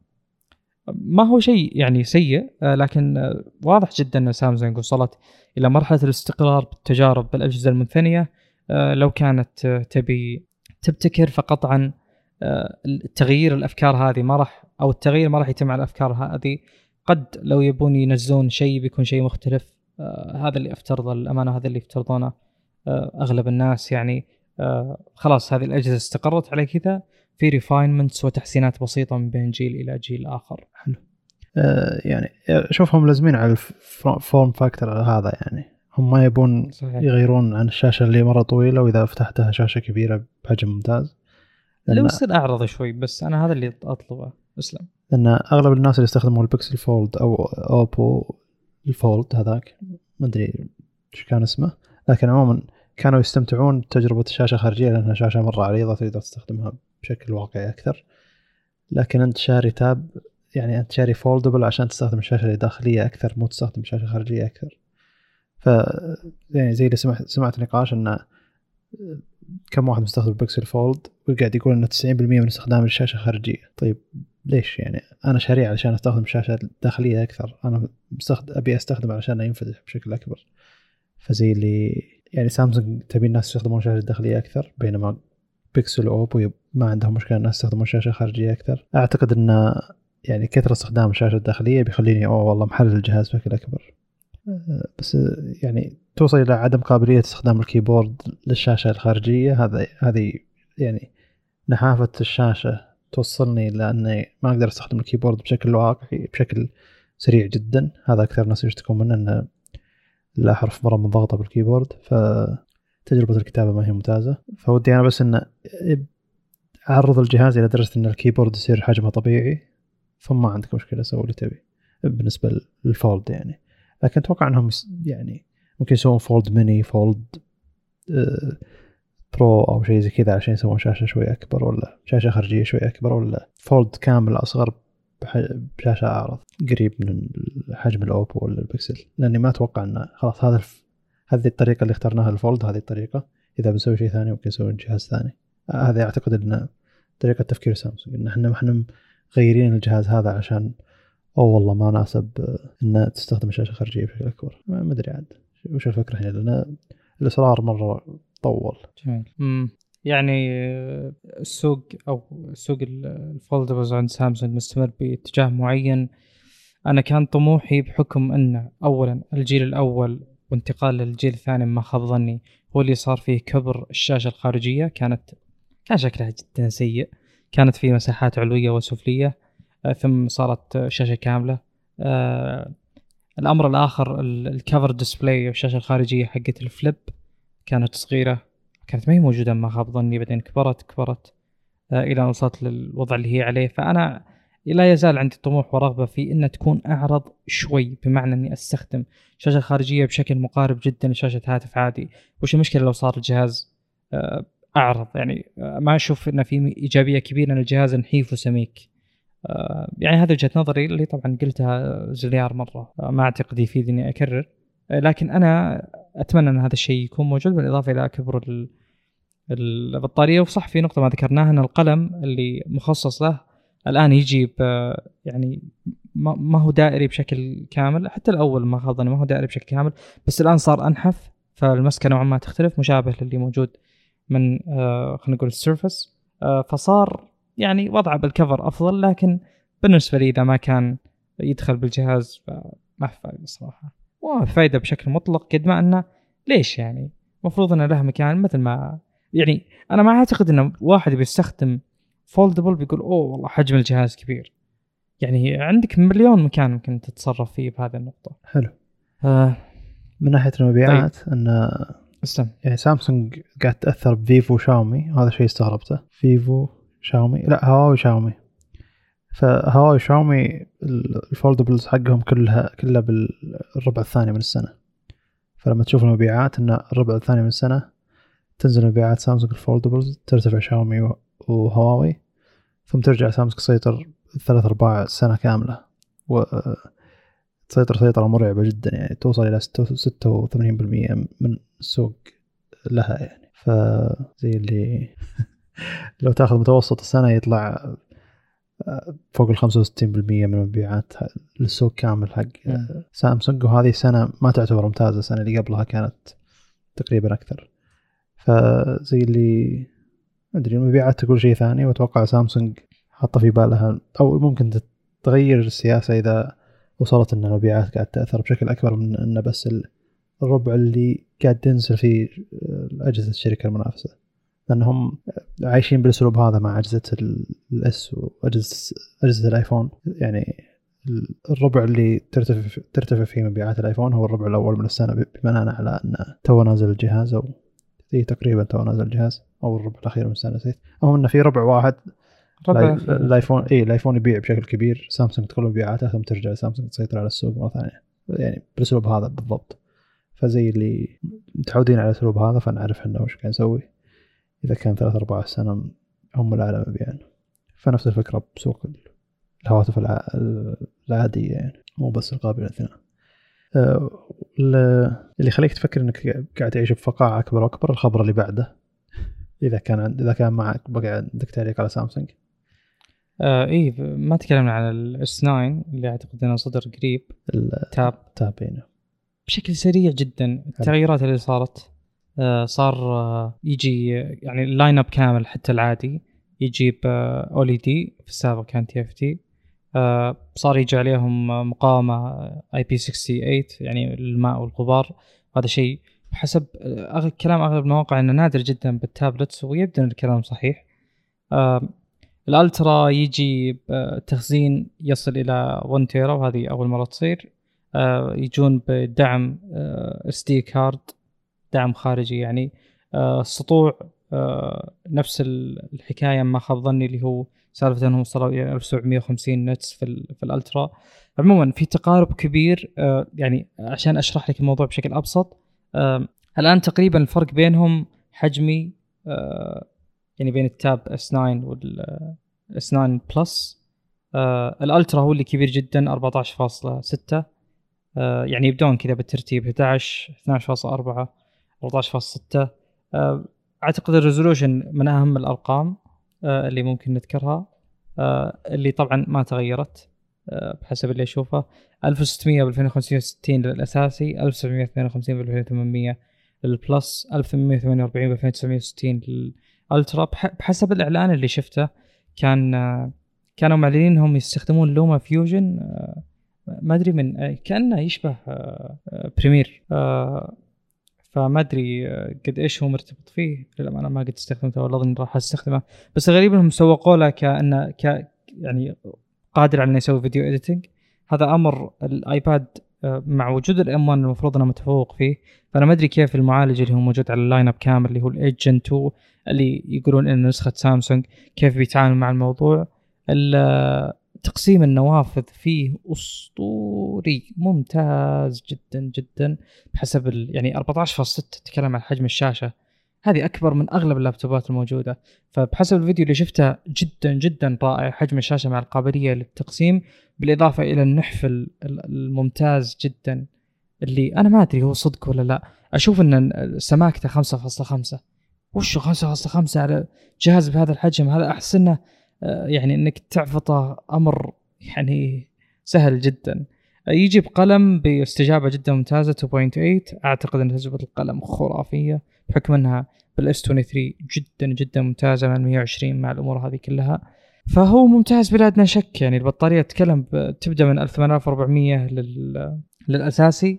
A: ما هو شيء يعني سيء، لكن واضح جدا ان سامسونج وصلت الى مرحله الاستقرار بالتجارب بالاجهزه المنثنيه. لو كانت تبي تبتكر فقطعا التغيير الافكار هذه ما راح، او التغيير ما راح يتم على الافكار هذه. قد لو يبون ينزلون شيء بيكون شيء مختلف. هذا اللي افترضه الامانه، هذا اللي يفترضونه اغلب الناس. يعني خلاص هذه الاجهزه استقرت على كذا، في ريفاينمنتس وتحسينات بسيطه من بين جيل الى جيل اخر.
B: حلو. أه يعني اشوفهم لازمين على الفورم فاكتور هذا، يعني هم ما يبون صحيح. يغيرون عن الشاشه اللي مره طويله، واذا فتحتها شاشه كبيره بحجم ممتاز
A: لو يصير اعرض شوي، بس انا هذا اللي اطلبه. اسلم.
B: لان اغلب الناس اللي يستخدموا البيكسل فولد او اوبو الفولد هذاك ما ادري ايش كان اسمه، لكن عموما كانوا يستمتعون بتجربه الشاشه الخارجيه لانها شاشه مره عريضه تقدر تستخدمها بشكل واقعي اكثر. لكن انت شاري تاب، يعني انت شاري فولدبل عشان تستخدم الشاشه الداخليه اكثر، مو تستخدم شاشه خارجيه اكثر. ف يعني زي اللي سمعت سمعت نقاش ان كم واحد مستخدم بيكسل فولد وقاعد يقول إن تسعين بالمئة من استخدام الشاشة خارجية. طيب ليش يعني؟ أنا شاري علشان أستخدم شاشة داخلية أكثر، أنا مستخدم أبي أستخدم علشان ينفتح بشكل أكبر. فزي اللي يعني سامسونج تبي الناس يستخدمون شاشة داخلية أكثر، بينما بيكسل وأوبو ما عندهم مشكلة الناس يستخدمون شاشة خارجية أكثر. أعتقد أن يعني كثرة استخدام الشاشة الداخلية بيخليني أوه والله محلل الجهاز بشكل أكبر. بس يعني توصل إلى عدم قابلية استخدام الكيبورد للشاشة الخارجية، هذا هذه يعني نحافة الشاشة توصلني لأني ما أقدر أستخدم الكيبورد بشكل واقعي بشكل سريع جدا. هذا أكثر ناس يشتكون منه، أن الأحرف مرة منضغطة بالكيبورد، فتجربة الكتابة ما هي ممتازة. فودي أنا بس أن أعرض الجهاز إلى درجة أن الكيبورد يصير حجمه طبيعي، ثم عندك مشكلة سوي اللي تبي بالنسبة للفولد يعني. لكن أتوقع أنهم يعني ممكن يسوون فولد ميني، فولد آه برو أو شيء زي كذا عشان يسوون شاشة شوي أكبر، ولا شاشة خارجية شوي أكبر، ولا فولد كامل أصغر بشاشة أعرض قريب من حجم الأوبو ولا البكسل. لأني ما أتوقع أن خلاص هذا الف... هذه الطريقة اللي اخترناها الفولد، هذه الطريقة إذا بنسوي شيء ثاني ممكن نسوي جهاز ثاني. هذا أعتقد أن طريقة تفكير سامسونج، إن إحنا إحنا غيرين الجهاز هذا عشان أو والله ما ناسب إن تستخدم الشاشة خارجية بشكل أكبر. ما أدري عاد وش الفكرة هنا، لأن الإصرار مرة طول.
A: جميل. امم يعني السوق أو سوق الفولدبلز عند سامسونج مستمر باتجاه معين. أنا كان طموحي بحكم أن أولا الجيل الأول وانتقال للجيل الثاني ما خاب ظني هو اللي صار فيه كبر الشاشة الخارجية، كانت كان شكلها جدا سيء، كانت فيه مساحات علوية وسفلية، ثم صارت شاشة كاملة. آه الأمر الآخر الكفر ديسبلاي والشاشة الخارجية حقت الفليب كانت صغيرة، كانت ما هي موجودة ما خاب ظني، بعدين كبرت كبرت آه إلى أن وصلت للوضع اللي هي عليه. فأنا لا يزال عندي طموح ورغبة في إن تكون أعرض شوي، بمعنى أني أستخدم شاشة خارجية بشكل مقارب جدا لشاشة هاتف عادي. وش المشكلة لو صار الجهاز آه أعرض؟ يعني آه ما أشوف إن في إيجابية كبيرة أن الجهاز نحيف وسميك. آه يعني هذا وجهة نظري اللي طبعا قلتها زليار مرة، آه ما أعتقد يفيد إني أكرر، آه لكن أنا أتمنى أن هذا الشيء يكون موجود، بالإضافة إلى كبر البطارية. وصح في نقطة ما ذكرناها أن القلم اللي مخصص له الآن يجي يعني ما هو دائري بشكل كامل، حتى الأول ما خاضني ما هو دائري بشكل كامل، بس الآن صار أنحف، فالمسكة نوعا ما تختلف مشابه للي موجود من آه خلينا نقول السيرفس. آه فصار يعني وضعه بالكفر أفضل، لكن بالنسبة لي إذا ما كان يدخل بالجهاز فما في فائدة صراحة، وما في فائدة بشكل مطلق. قد ما أنه ليش يعني مفروض أنه له مكان، مثل ما يعني أنا ما أعتقد أنه واحد بيستخدم فولدبل بيقول أوه والله حجم الجهاز كبير. يعني عندك مليون مكان ممكن تتصرف فيه بهذه النقطة.
B: حلو.
A: آه.
B: من ناحية المبيعات طيب. أن
A: أسلم.
B: يعني سامسونج قاعد تأثر بفيفو وشاومي، وهذا شيء استغربته. فيفو شاومي لا هواوي شاومي. فهواوي شاومي الفولدبلز حقهم كلها كلها بالربع الثاني من السنة. فلما تشوف المبيعات أن الربع الثاني من السنة تنزل مبيعات سامسونج الفولدبلز، ترتفع شاومي وهواوي، ثم ترجع سامسونج تسيطر ثلاث أرباع سنة كاملة، وتسيطر سيطرة مرعبة جدا، يعني توصل إلى ستة وثمانين بالمئة من السوق لها. يعني فزي اللي لو تأخذ متوسط السنة يطلع فوق الخمسة وستين بالمئة من المبيعات للسوق كامل حق سامسونج. وهذه السنة ما تعتبر ممتازة، السنة اللي قبلها كانت تقريبا أكثر. فزي اللي أدري المبيعات تقول شيء ثاني، وأتوقع سامسونج حاطة في بالها أو ممكن تغير السياسة إذا وصلت أن المبيعات قاعد تأثر بشكل أكبر من أن بس الربع اللي قاعد تنزل فيه أجهزة الشركة المنافسة، لأنهم عايشين بالأسلوب هذا مع أجهزة الإس وأجهزة أجهزة الآيفون. يعني الربع اللي ترتفع ترتفع فيه مبيعات الآيفون هو الربع الأول من السنة، بناء على أن تو نازل الجهاز، أو إيه تقريبا تو نازل الجهاز أو الربع الأخير من السنة. نسيت أو إنه في ربع واحد ربع الآيفون إيه الآيفون يبيع بشكل كبير، سامسونج تدخل مبيعاته ثم ترجع سامسونج تسيطر على السوق مرة ثانية، يعني بالأسلوب هذا بالضبط. فزي اللي متعودين على الأسلوب هذا، فنعرف إحنا وش كان نسوي إذا كان ثلاث أربع سنة هم العالم مبيعنا. فنفس الفكرة بسوق الهواتف العادية، يعني مو بس القابلة للثناء. اللي يخليك تفكر إنك قاعد تعيش بفقاعة أكبر وأكبر الخبر اللي بعده، إذا كان عند إذا كان معك بقى عندك تعليق على سامسونج.
A: آه إيه ما تكلمنا عن الإس تسعة اللي أعتقد أنه صدر قريب.
B: التاب تابينه
A: بشكل سريع جدا. التغييرات اللي صارت آه صار آه يجي يعني اللاين اب كامل حتى العادي يجيب آه أو إل إي دي، في السابق كان تي إف تي. آه صار يجي عليهم مقاومة آي بي ستة وستين يعني الماء والغبار. هذا شيء بحسب أغ... كلام أغلب المواقع إنه نادر جدا بالتابلتس، ويبدو أن الكلام صحيح. آه الألترا يجي بتخزين يصل إلى واحد تيرا، وهذه أول مرة تصير. آه يجون بدعم آه إس دي كارد، دعم خارجي يعني. آه السطوع آه نفس الحكاية ما خاب ظني، اللي هو سالفة أنهم وصلوا إلى ألف وسبعمية وخمسين نتس في, في الألترا. عموما في تقارب كبير. آه يعني عشان أشرح لك الموضوع بشكل أبسط، آه الآن تقريبا الفرق بينهم حجمي، آه يعني بين التاب إس تسعة وال إس تسعة بلس. آه الألترا هو اللي كبير جدا أربعة عشر فاصلة ستة، آه يعني يبدون كذا بالترتيب أحد عشر اثنا عشر فاصلة أربعة أربعة عشر فاصلة ستة. آه أعتقد الريزولوشن من أهم الأرقام آه اللي ممكن نذكرها، آه اللي طبعا ما تغيرت آه بحسب اللي أشوفه. ألف وستمية ب ألفين وخمسمية وستين للأساسي، ألف وسبعمية واثنين وخمسين ب ألفين وثمانمية للبلس، ألف وثمانمية وثمانية وأربعين ب ألفين وتسعمية وستين للألترا. بحسب الإعلان اللي شفته كان آه كانوا معلنين انهم يستخدمون لوما فيوجن، آه ما ادري من كانه يشبه آه بريمير، آه فما ادري قد ايش هو مرتبط فيه. للامانه ما قد استخدمته ولا اظن راح استخدمه، بس غريب انهم سوقوا له كانه ك يعني قادر على انه يسوي فيديو اديتنج. هذا امر الايباد آه مع وجود الام واحد المفروض انه متفوق فيه. فانا ما ادري كيف المعالج اللي هو موجود على اللاين اب كامل اللي هو الايت جن اثنين اللي يقولون انه نسخه سامسونج كيف بيتعامل مع الموضوع. تقسيم النوافذ فيه أسطوري ممتاز جدا جدا بحسب ال... يعني أربعة عشر فاصلة ستة تتكلم عن حجم الشاشة، هذه أكبر من أغلب اللابتوبات الموجودة. فبحسب الفيديو اللي شفته جدا جدا رائع حجم الشاشة مع القابلية للتقسيم، بالإضافة إلى النحف الممتاز جدا اللي أنا ما أدري هو صدق ولا لا. أشوف أن سماكته خمسة فاصلة خمسة، وشو خمسة فاصلة خمسة على جهاز بهذا الحجم؟ هذا أحسنه يعني انك تعفطه امر يعني سهل جدا. يجي بقلم باستجابه جدا ممتازه اثنين فاصلة ثمانية، اعتقد ان تجربه القلم خرافيه بحكم انها بالاس ثلاثة وعشرين جدا جدا ممتازه مع مية وعشرين مع الامور هذه كلها، فهو ممتاز بلا ادنى شك. يعني البطاريه تتكلم تبدا من ألف وثمانية آلاف وأربعمية لل... للاساسي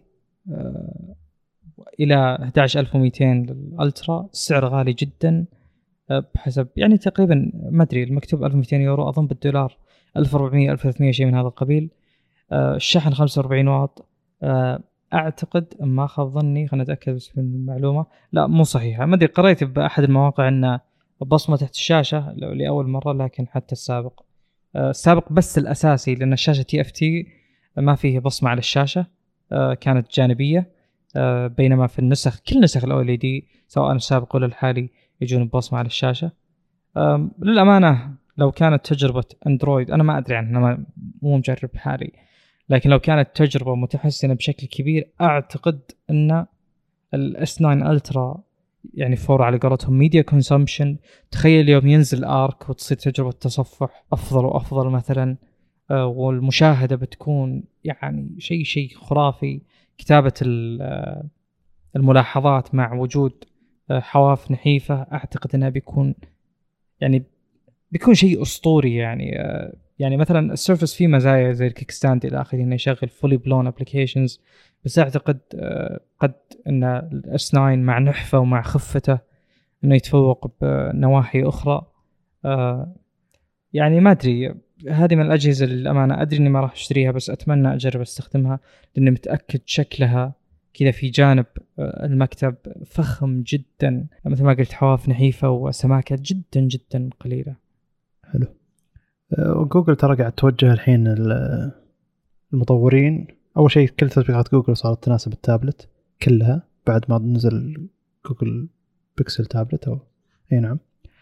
A: الى أحد عشر ألف ومئتين للالترا. السعر غالي جدا بحسب يعني تقريبا ما ادري المكتوب ألف ومئتين يورو، اظن بالدولار ألف وأربعمية ألف وثلاثمية شيء من هذا القبيل. أه الشحن خمسة وأربعين واط. أه اعتقد ما خاب ظني، خلنا نتاكد بس من المعلومه، لا مو صحيحه، ما ادري قريت باحد المواقع ان بصمه تحت الشاشه لاول مره، لكن حتى السابق أه السابق بس الاساسي لان الشاشه تي اف تي ما فيه بصمه على الشاشه، أه كانت جانبيه. أه بينما في النسخ كل نسخ الاو ال اي دي سواء السابق ولا الحالي يجون ببصمة على الشاشة. للأمانة لو كانت تجربة أندرويد أنا ما أدري عنها، أنا مو مجرب حالي، لكن لو كانت تجربة متحسنة بشكل كبير أعتقد أن الإس تسعة ألترا يعني فور على قولتهم ميديا كونسومشن. تخيل يوم ينزل آرك وتصير تجربة تصفح أفضل وأفضل مثلا، والمشاهدة بتكون يعني شيء شيء خرافي. كتابة الملاحظات مع وجود حواف نحيفة أعتقد أنها بيكون يعني بيكون شيء أسطوري. يعني يعني مثلا السيرفس فيه مزايا زي الكيك ستاند إلى آخره إنه يشغل fully blown applications، بس أعتقد قد أن الإس تسعة مع نحفة ومع خفته إنه يتفوق بنواحي أخرى. يعني ما أدري، هذه من الأجهزة للأمانة أدري إني ما راح أشتريها، بس أتمنى أجرب استخدمها لأني متأكد شكلها كذا في جانب المكتب فخم جدا، مثل ما قلت حواف نحيفة وسماكة جدا جدا قليلة.
B: حلو. جوجل ترى قاعد توجه الحين المطورين، أول شيء كل تطبيقات جوجل صارت تناسب التابلت كلها بعد ما نزل جوجل بيكسل تابلت أو أي نعم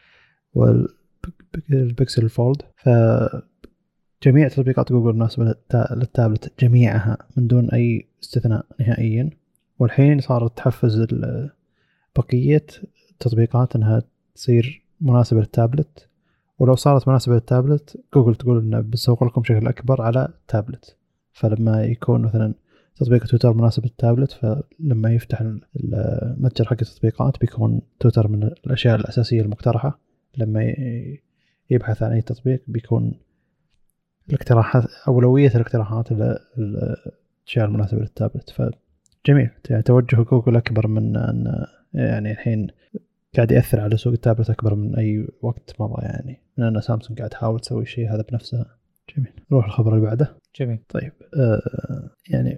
B: والبيكسل فولد، فجميع تطبيقات جوجل مناسبة للتابلت جميعها من دون أي استثناء نهائيا. والحين صارت تحفز بقية التطبيقات أنها تصير مناسبة للتابلت، ولو صارت مناسبة للتابلت جوجل تقول إنه بنسوق لكم بشكل أكبر على تابلت. فلما يكون مثلا تطبيق تويتر مناسب للتابلت، فلما يفتح المتجر حق التطبيقات بيكون تويتر من الأشياء الأساسية المقترحة. لما يبحث عن أي تطبيق بيكون الاقتراحات أولوية الاقتراحات الأشياء المناسبة للتابلت. فجميل، يعني توجه جوجل أكبر من أن يعني الحين قاعد يأثر على سوق التابلت أكبر من أي وقت مضى، يعني من أن سامسونج قاعد تحاول تسوي شيء هذا بنفسها. جميل، نروح الخبر اللي بعده.
A: جميل.
B: طيب آه يعني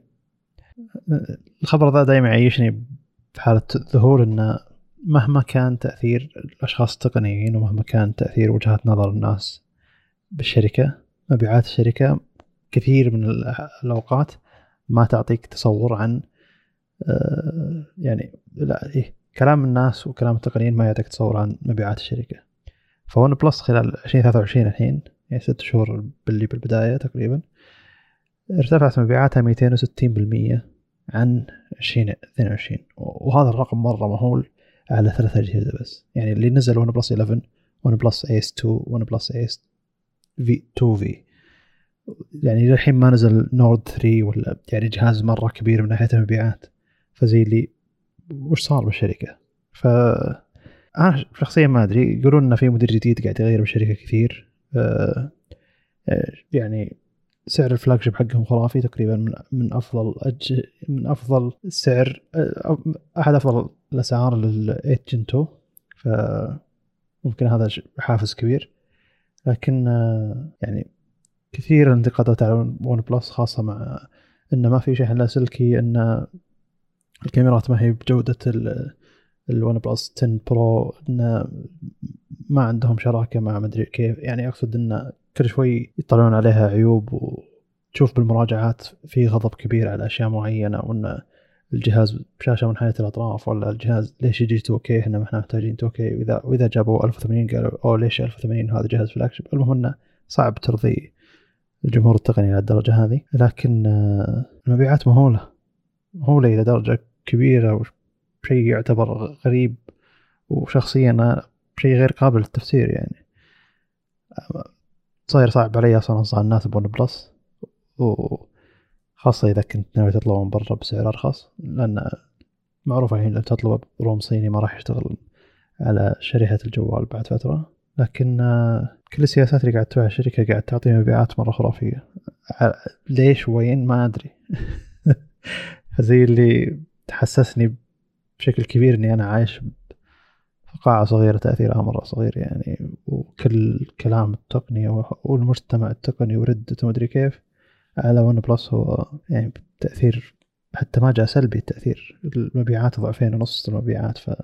B: الخبر ذا دائما يعيشني في حالة ظهور أن مهما كان تأثير الأشخاص التقنيين ومهما كان تأثير وجهات نظر الناس بالشركة، مبيعات الشركة كثير من الأوقات ما تعطيك تصور عن آه يعني لا إيه كلام الناس وكلام التقنيين ما يعطيك تصور عن مبيعات الشركة. فون بلس خلال عشرين ثلاثة وعشرين الحين يعني ست شهور باللي بالبداية تقريبا ارتفعت مبيعاتها مئتين وستين بالمئة عن عشرين اثنين وعشرين، وهذا الرقم مرة مهول على ثلاثة أجهزة بس. يعني اللي نزل ون بلس إحدى عشر، ون بلس إيس تو، ون بلس إيس في تو في، يعني للحين ما نزل نورد ثري ولا يعني جهاز مرة كبير من ناحية المبيعات. فزي اللي وش صار بالشركة؟ فأنا شخصيا ما أدري. يقولون إن في مدير جديد قاعد يغير بالشركة كثير. أه يعني سعر الفلاجشيب حقهم خرافي تقريبا من من أفضل أج من أفضل سعر أحد أفضل الأسعار لل إيت جن تو، فممكن هذا حافز كبير. لكن يعني كثير انتقادات على ون بلس، خاصة مع إنه ما في شيء لاسلكي، إن الكاميرات ما هي بجودة الون بلس عشرة برو، إن ما عندهم شراكة مع مدري كيف. يعني أقصد إن كل شوي يطلعون عليها عيوب، وتشوف بالمراجعات في غضب كبير على أشياء معينة، وإن الجهاز بشاشة منحنية الأطراف، ولا الجهاز ليش يجي تو كي، إحنا ما إحنا محتاجين تو كي. وإذا وإذا جابوا ألف وثمانين قالوا أو ليش ألف وثمانين هذا جهاز فلاجشيب. المهم إنه صعب ترضي الجمهور التقني على الدرجة هذه. لكن المبيعات مهولة مهولة إلى درجة كبيرة، وشيء يعتبر غريب، وشخصيا شيء غير قابل للتفسير. يعني صاير صعب علي أصلا أنصح الناس بون بلس، وخاصة إذا كنت ناوي تطلبه من برا بسعر أرخص، لأن معروف الحين لو تطلب روم صيني ما راح يشتغل على شريحة الجوال بعد فترة. لكن كل السياسات اللي قاعد تبيع الشركة قاعد تعطي مبيعات مرة خرافية. ليش وين ما أدري. زي اللي تحسسني بشكل كبير إني أنا عايش في قاعة صغيرة تأثيرها مرة صغير يعني، وكل كلام التقني والمجتمع التقني وردته مدري كيف على ون بلس هو يعني تأثير حتى ما جاء سلبي. التأثير المبيعات ضعفين ونص المبيعات، ف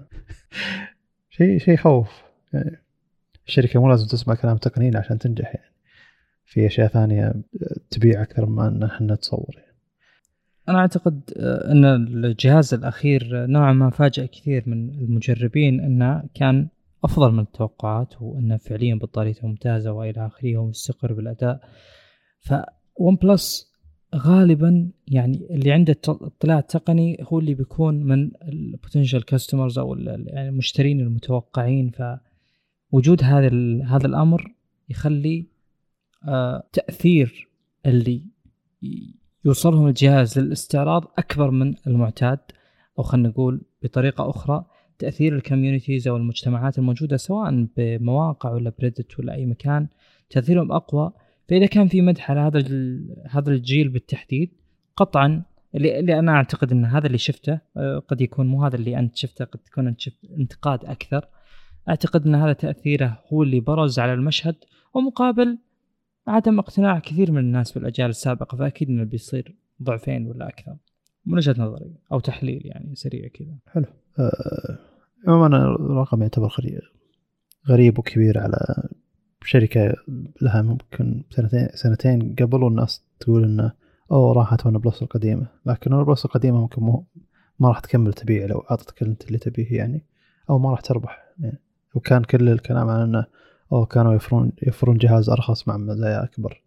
B: شيء شيء خوف. يعني الشركة مو لازم تسمع كلام تقني عشان تنجح، يعني في أشياء ثانية تبيع أكثر ما أن احنا نتصور. يعني
A: أنا أعتقد أن الجهاز الأخير نوعا ما فاجأ كثير من المجربين، أنه كان أفضل من التوقعات، وأنه فعليا بطاريته ممتازة وإلى آخره ومستقر بالأداء. فون بلس غالبا يعني اللي عنده اطلاع تقني هو اللي بيكون من البوتنشال كاستمرز أو يعني المشترين المتوقعين. فوجود هذا هذا الأمر يخلي آه تأثير اللي يوصلهم الجهاز للاستعراض أكبر من المعتاد، أو خلنا نقول بطريقة أخرى تأثير الكوميونيتيز أو المجتمعات الموجودة سواء بمواقع ولا بريدت ولا أي مكان تأثيرهم أقوى. فإذا كان في مدح على هذا هذا الجيل بالتحديد، قطعا اللي, اللي أنا أعتقد أن هذا اللي شفته قد يكون مو هذا اللي أنت شفته، قد تكون أنت شفت انتقاد أكثر. أعتقد أن هذا تأثيره هو اللي برز على المشهد، ومقابل عدم اقتناع كثير من الناس بالأجيال السابقة. فأكيد إنه بيصير ضعفين ولا أكثر من وجهة نظري أو تحليل يعني سريع كذا.
B: حلو. عموما أه الرقم يعتبر غريب وكبير على شركة لها ممكن سنتين سنتين قبل، والناس تقول إنه أو راحت ون بلس القديمة. لكن ون بلس القديمة ممكن مو ما راح تكمل تبيع لو أعطتك أنت اللي تبيه يعني، أو ما راح تربح يعني. وكان كل الكلام عن إنه أو كانوا يفرون يفرون جهاز أرخص مع مزايا أكبر.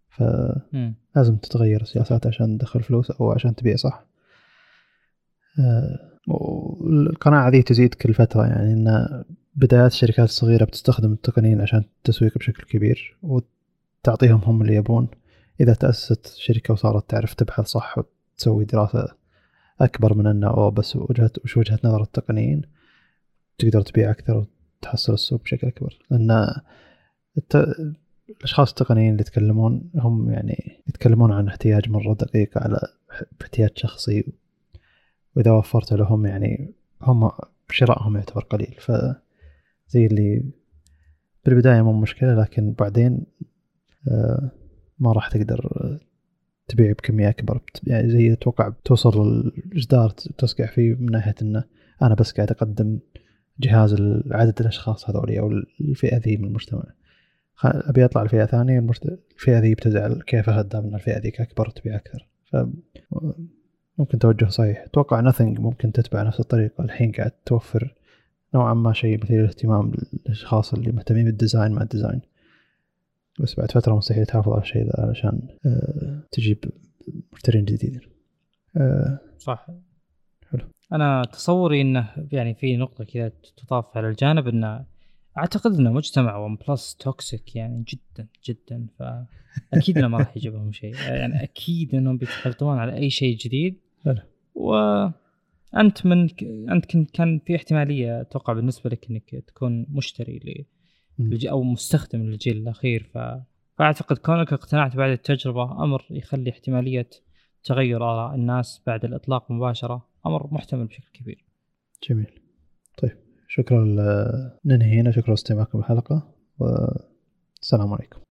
B: فلازم تتغير السياسات عشان تدخل فلوس أو عشان تبيع صح. آه والقناعة ذي تزيد كل فترة، يعني إن بدايات الشركات الصغيرة بتستخدم التقنيين عشان التسويق بشكل كبير وتعطيهم هم اللي يبون. إذا تأسست شركة وصارت تعرف تبحث صح وتسوي دراسة أكبر من أنه أو بس وجهة وش وجهة نظر التقنيين، تقدر تبيع أكثر وتحصل السوق بشكل أكبر. لأن الت... الأشخاص التقنيين اللي يتكلمون هم يعني يتكلمون عن احتياج مرة دقيق على احتياج شخصي، وإذا وفرت لهم يعني هم شرائهم يعتبر قليل. فزي اللي بالبداية مو مشكلة، لكن بعدين آه ما راح تقدر تبيع بكمية أكبر. يعني زي أتوقع توصل للجدار تسقع فيه من ناحية أنه أنا بس قاعد أقدم جهاز لعدد الأشخاص هذولي أو الفئة ذي من المجتمع، أبي أطلع الفئة ثانية الفئة ذي بتزعل كيف أهدى من الفئة ذيك أكبر تبيع أكثر. فممكن توجه صحيح. أتوقع nothing ممكن تتبع نفس الطريقة. الحين قاعد توفر نوعا ما شيء مثير للاهتمام للأشخاص اللي مهتمين بالديزاين مع الديزاين، بس بعد فترة مستحيل تحافظ على الشيء ذا علشان أه تجيب مشترين جديدين.
A: أه صح.
B: حلو.
A: أنا تصوري إنه يعني في نقطة كذا تضاف على الجانب، إنه أعتقد إنه مجتمع ون بلس توكسيك يعني جدا جدا، فأكيد إنه ما راح يجيبهم شيء. يعني أكيد إنهم بيتحرطون على أي شيء جديد. وأنت من أنت كنت كان في احتمالية أتوقع بالنسبة لك إنك تكون مشتري ل أو مستخدم للجيل الأخير. ف... فأعتقد كونك اقتنعت بعد التجربة أمر يخلي احتمالية تغير آراء الناس بعد الإطلاق مباشرة أمر محتمل بشكل كبير.
B: جميل. طيب شكرا. ننهي هنا. شكرا لاستماعكم الحلقة والسلام عليكم.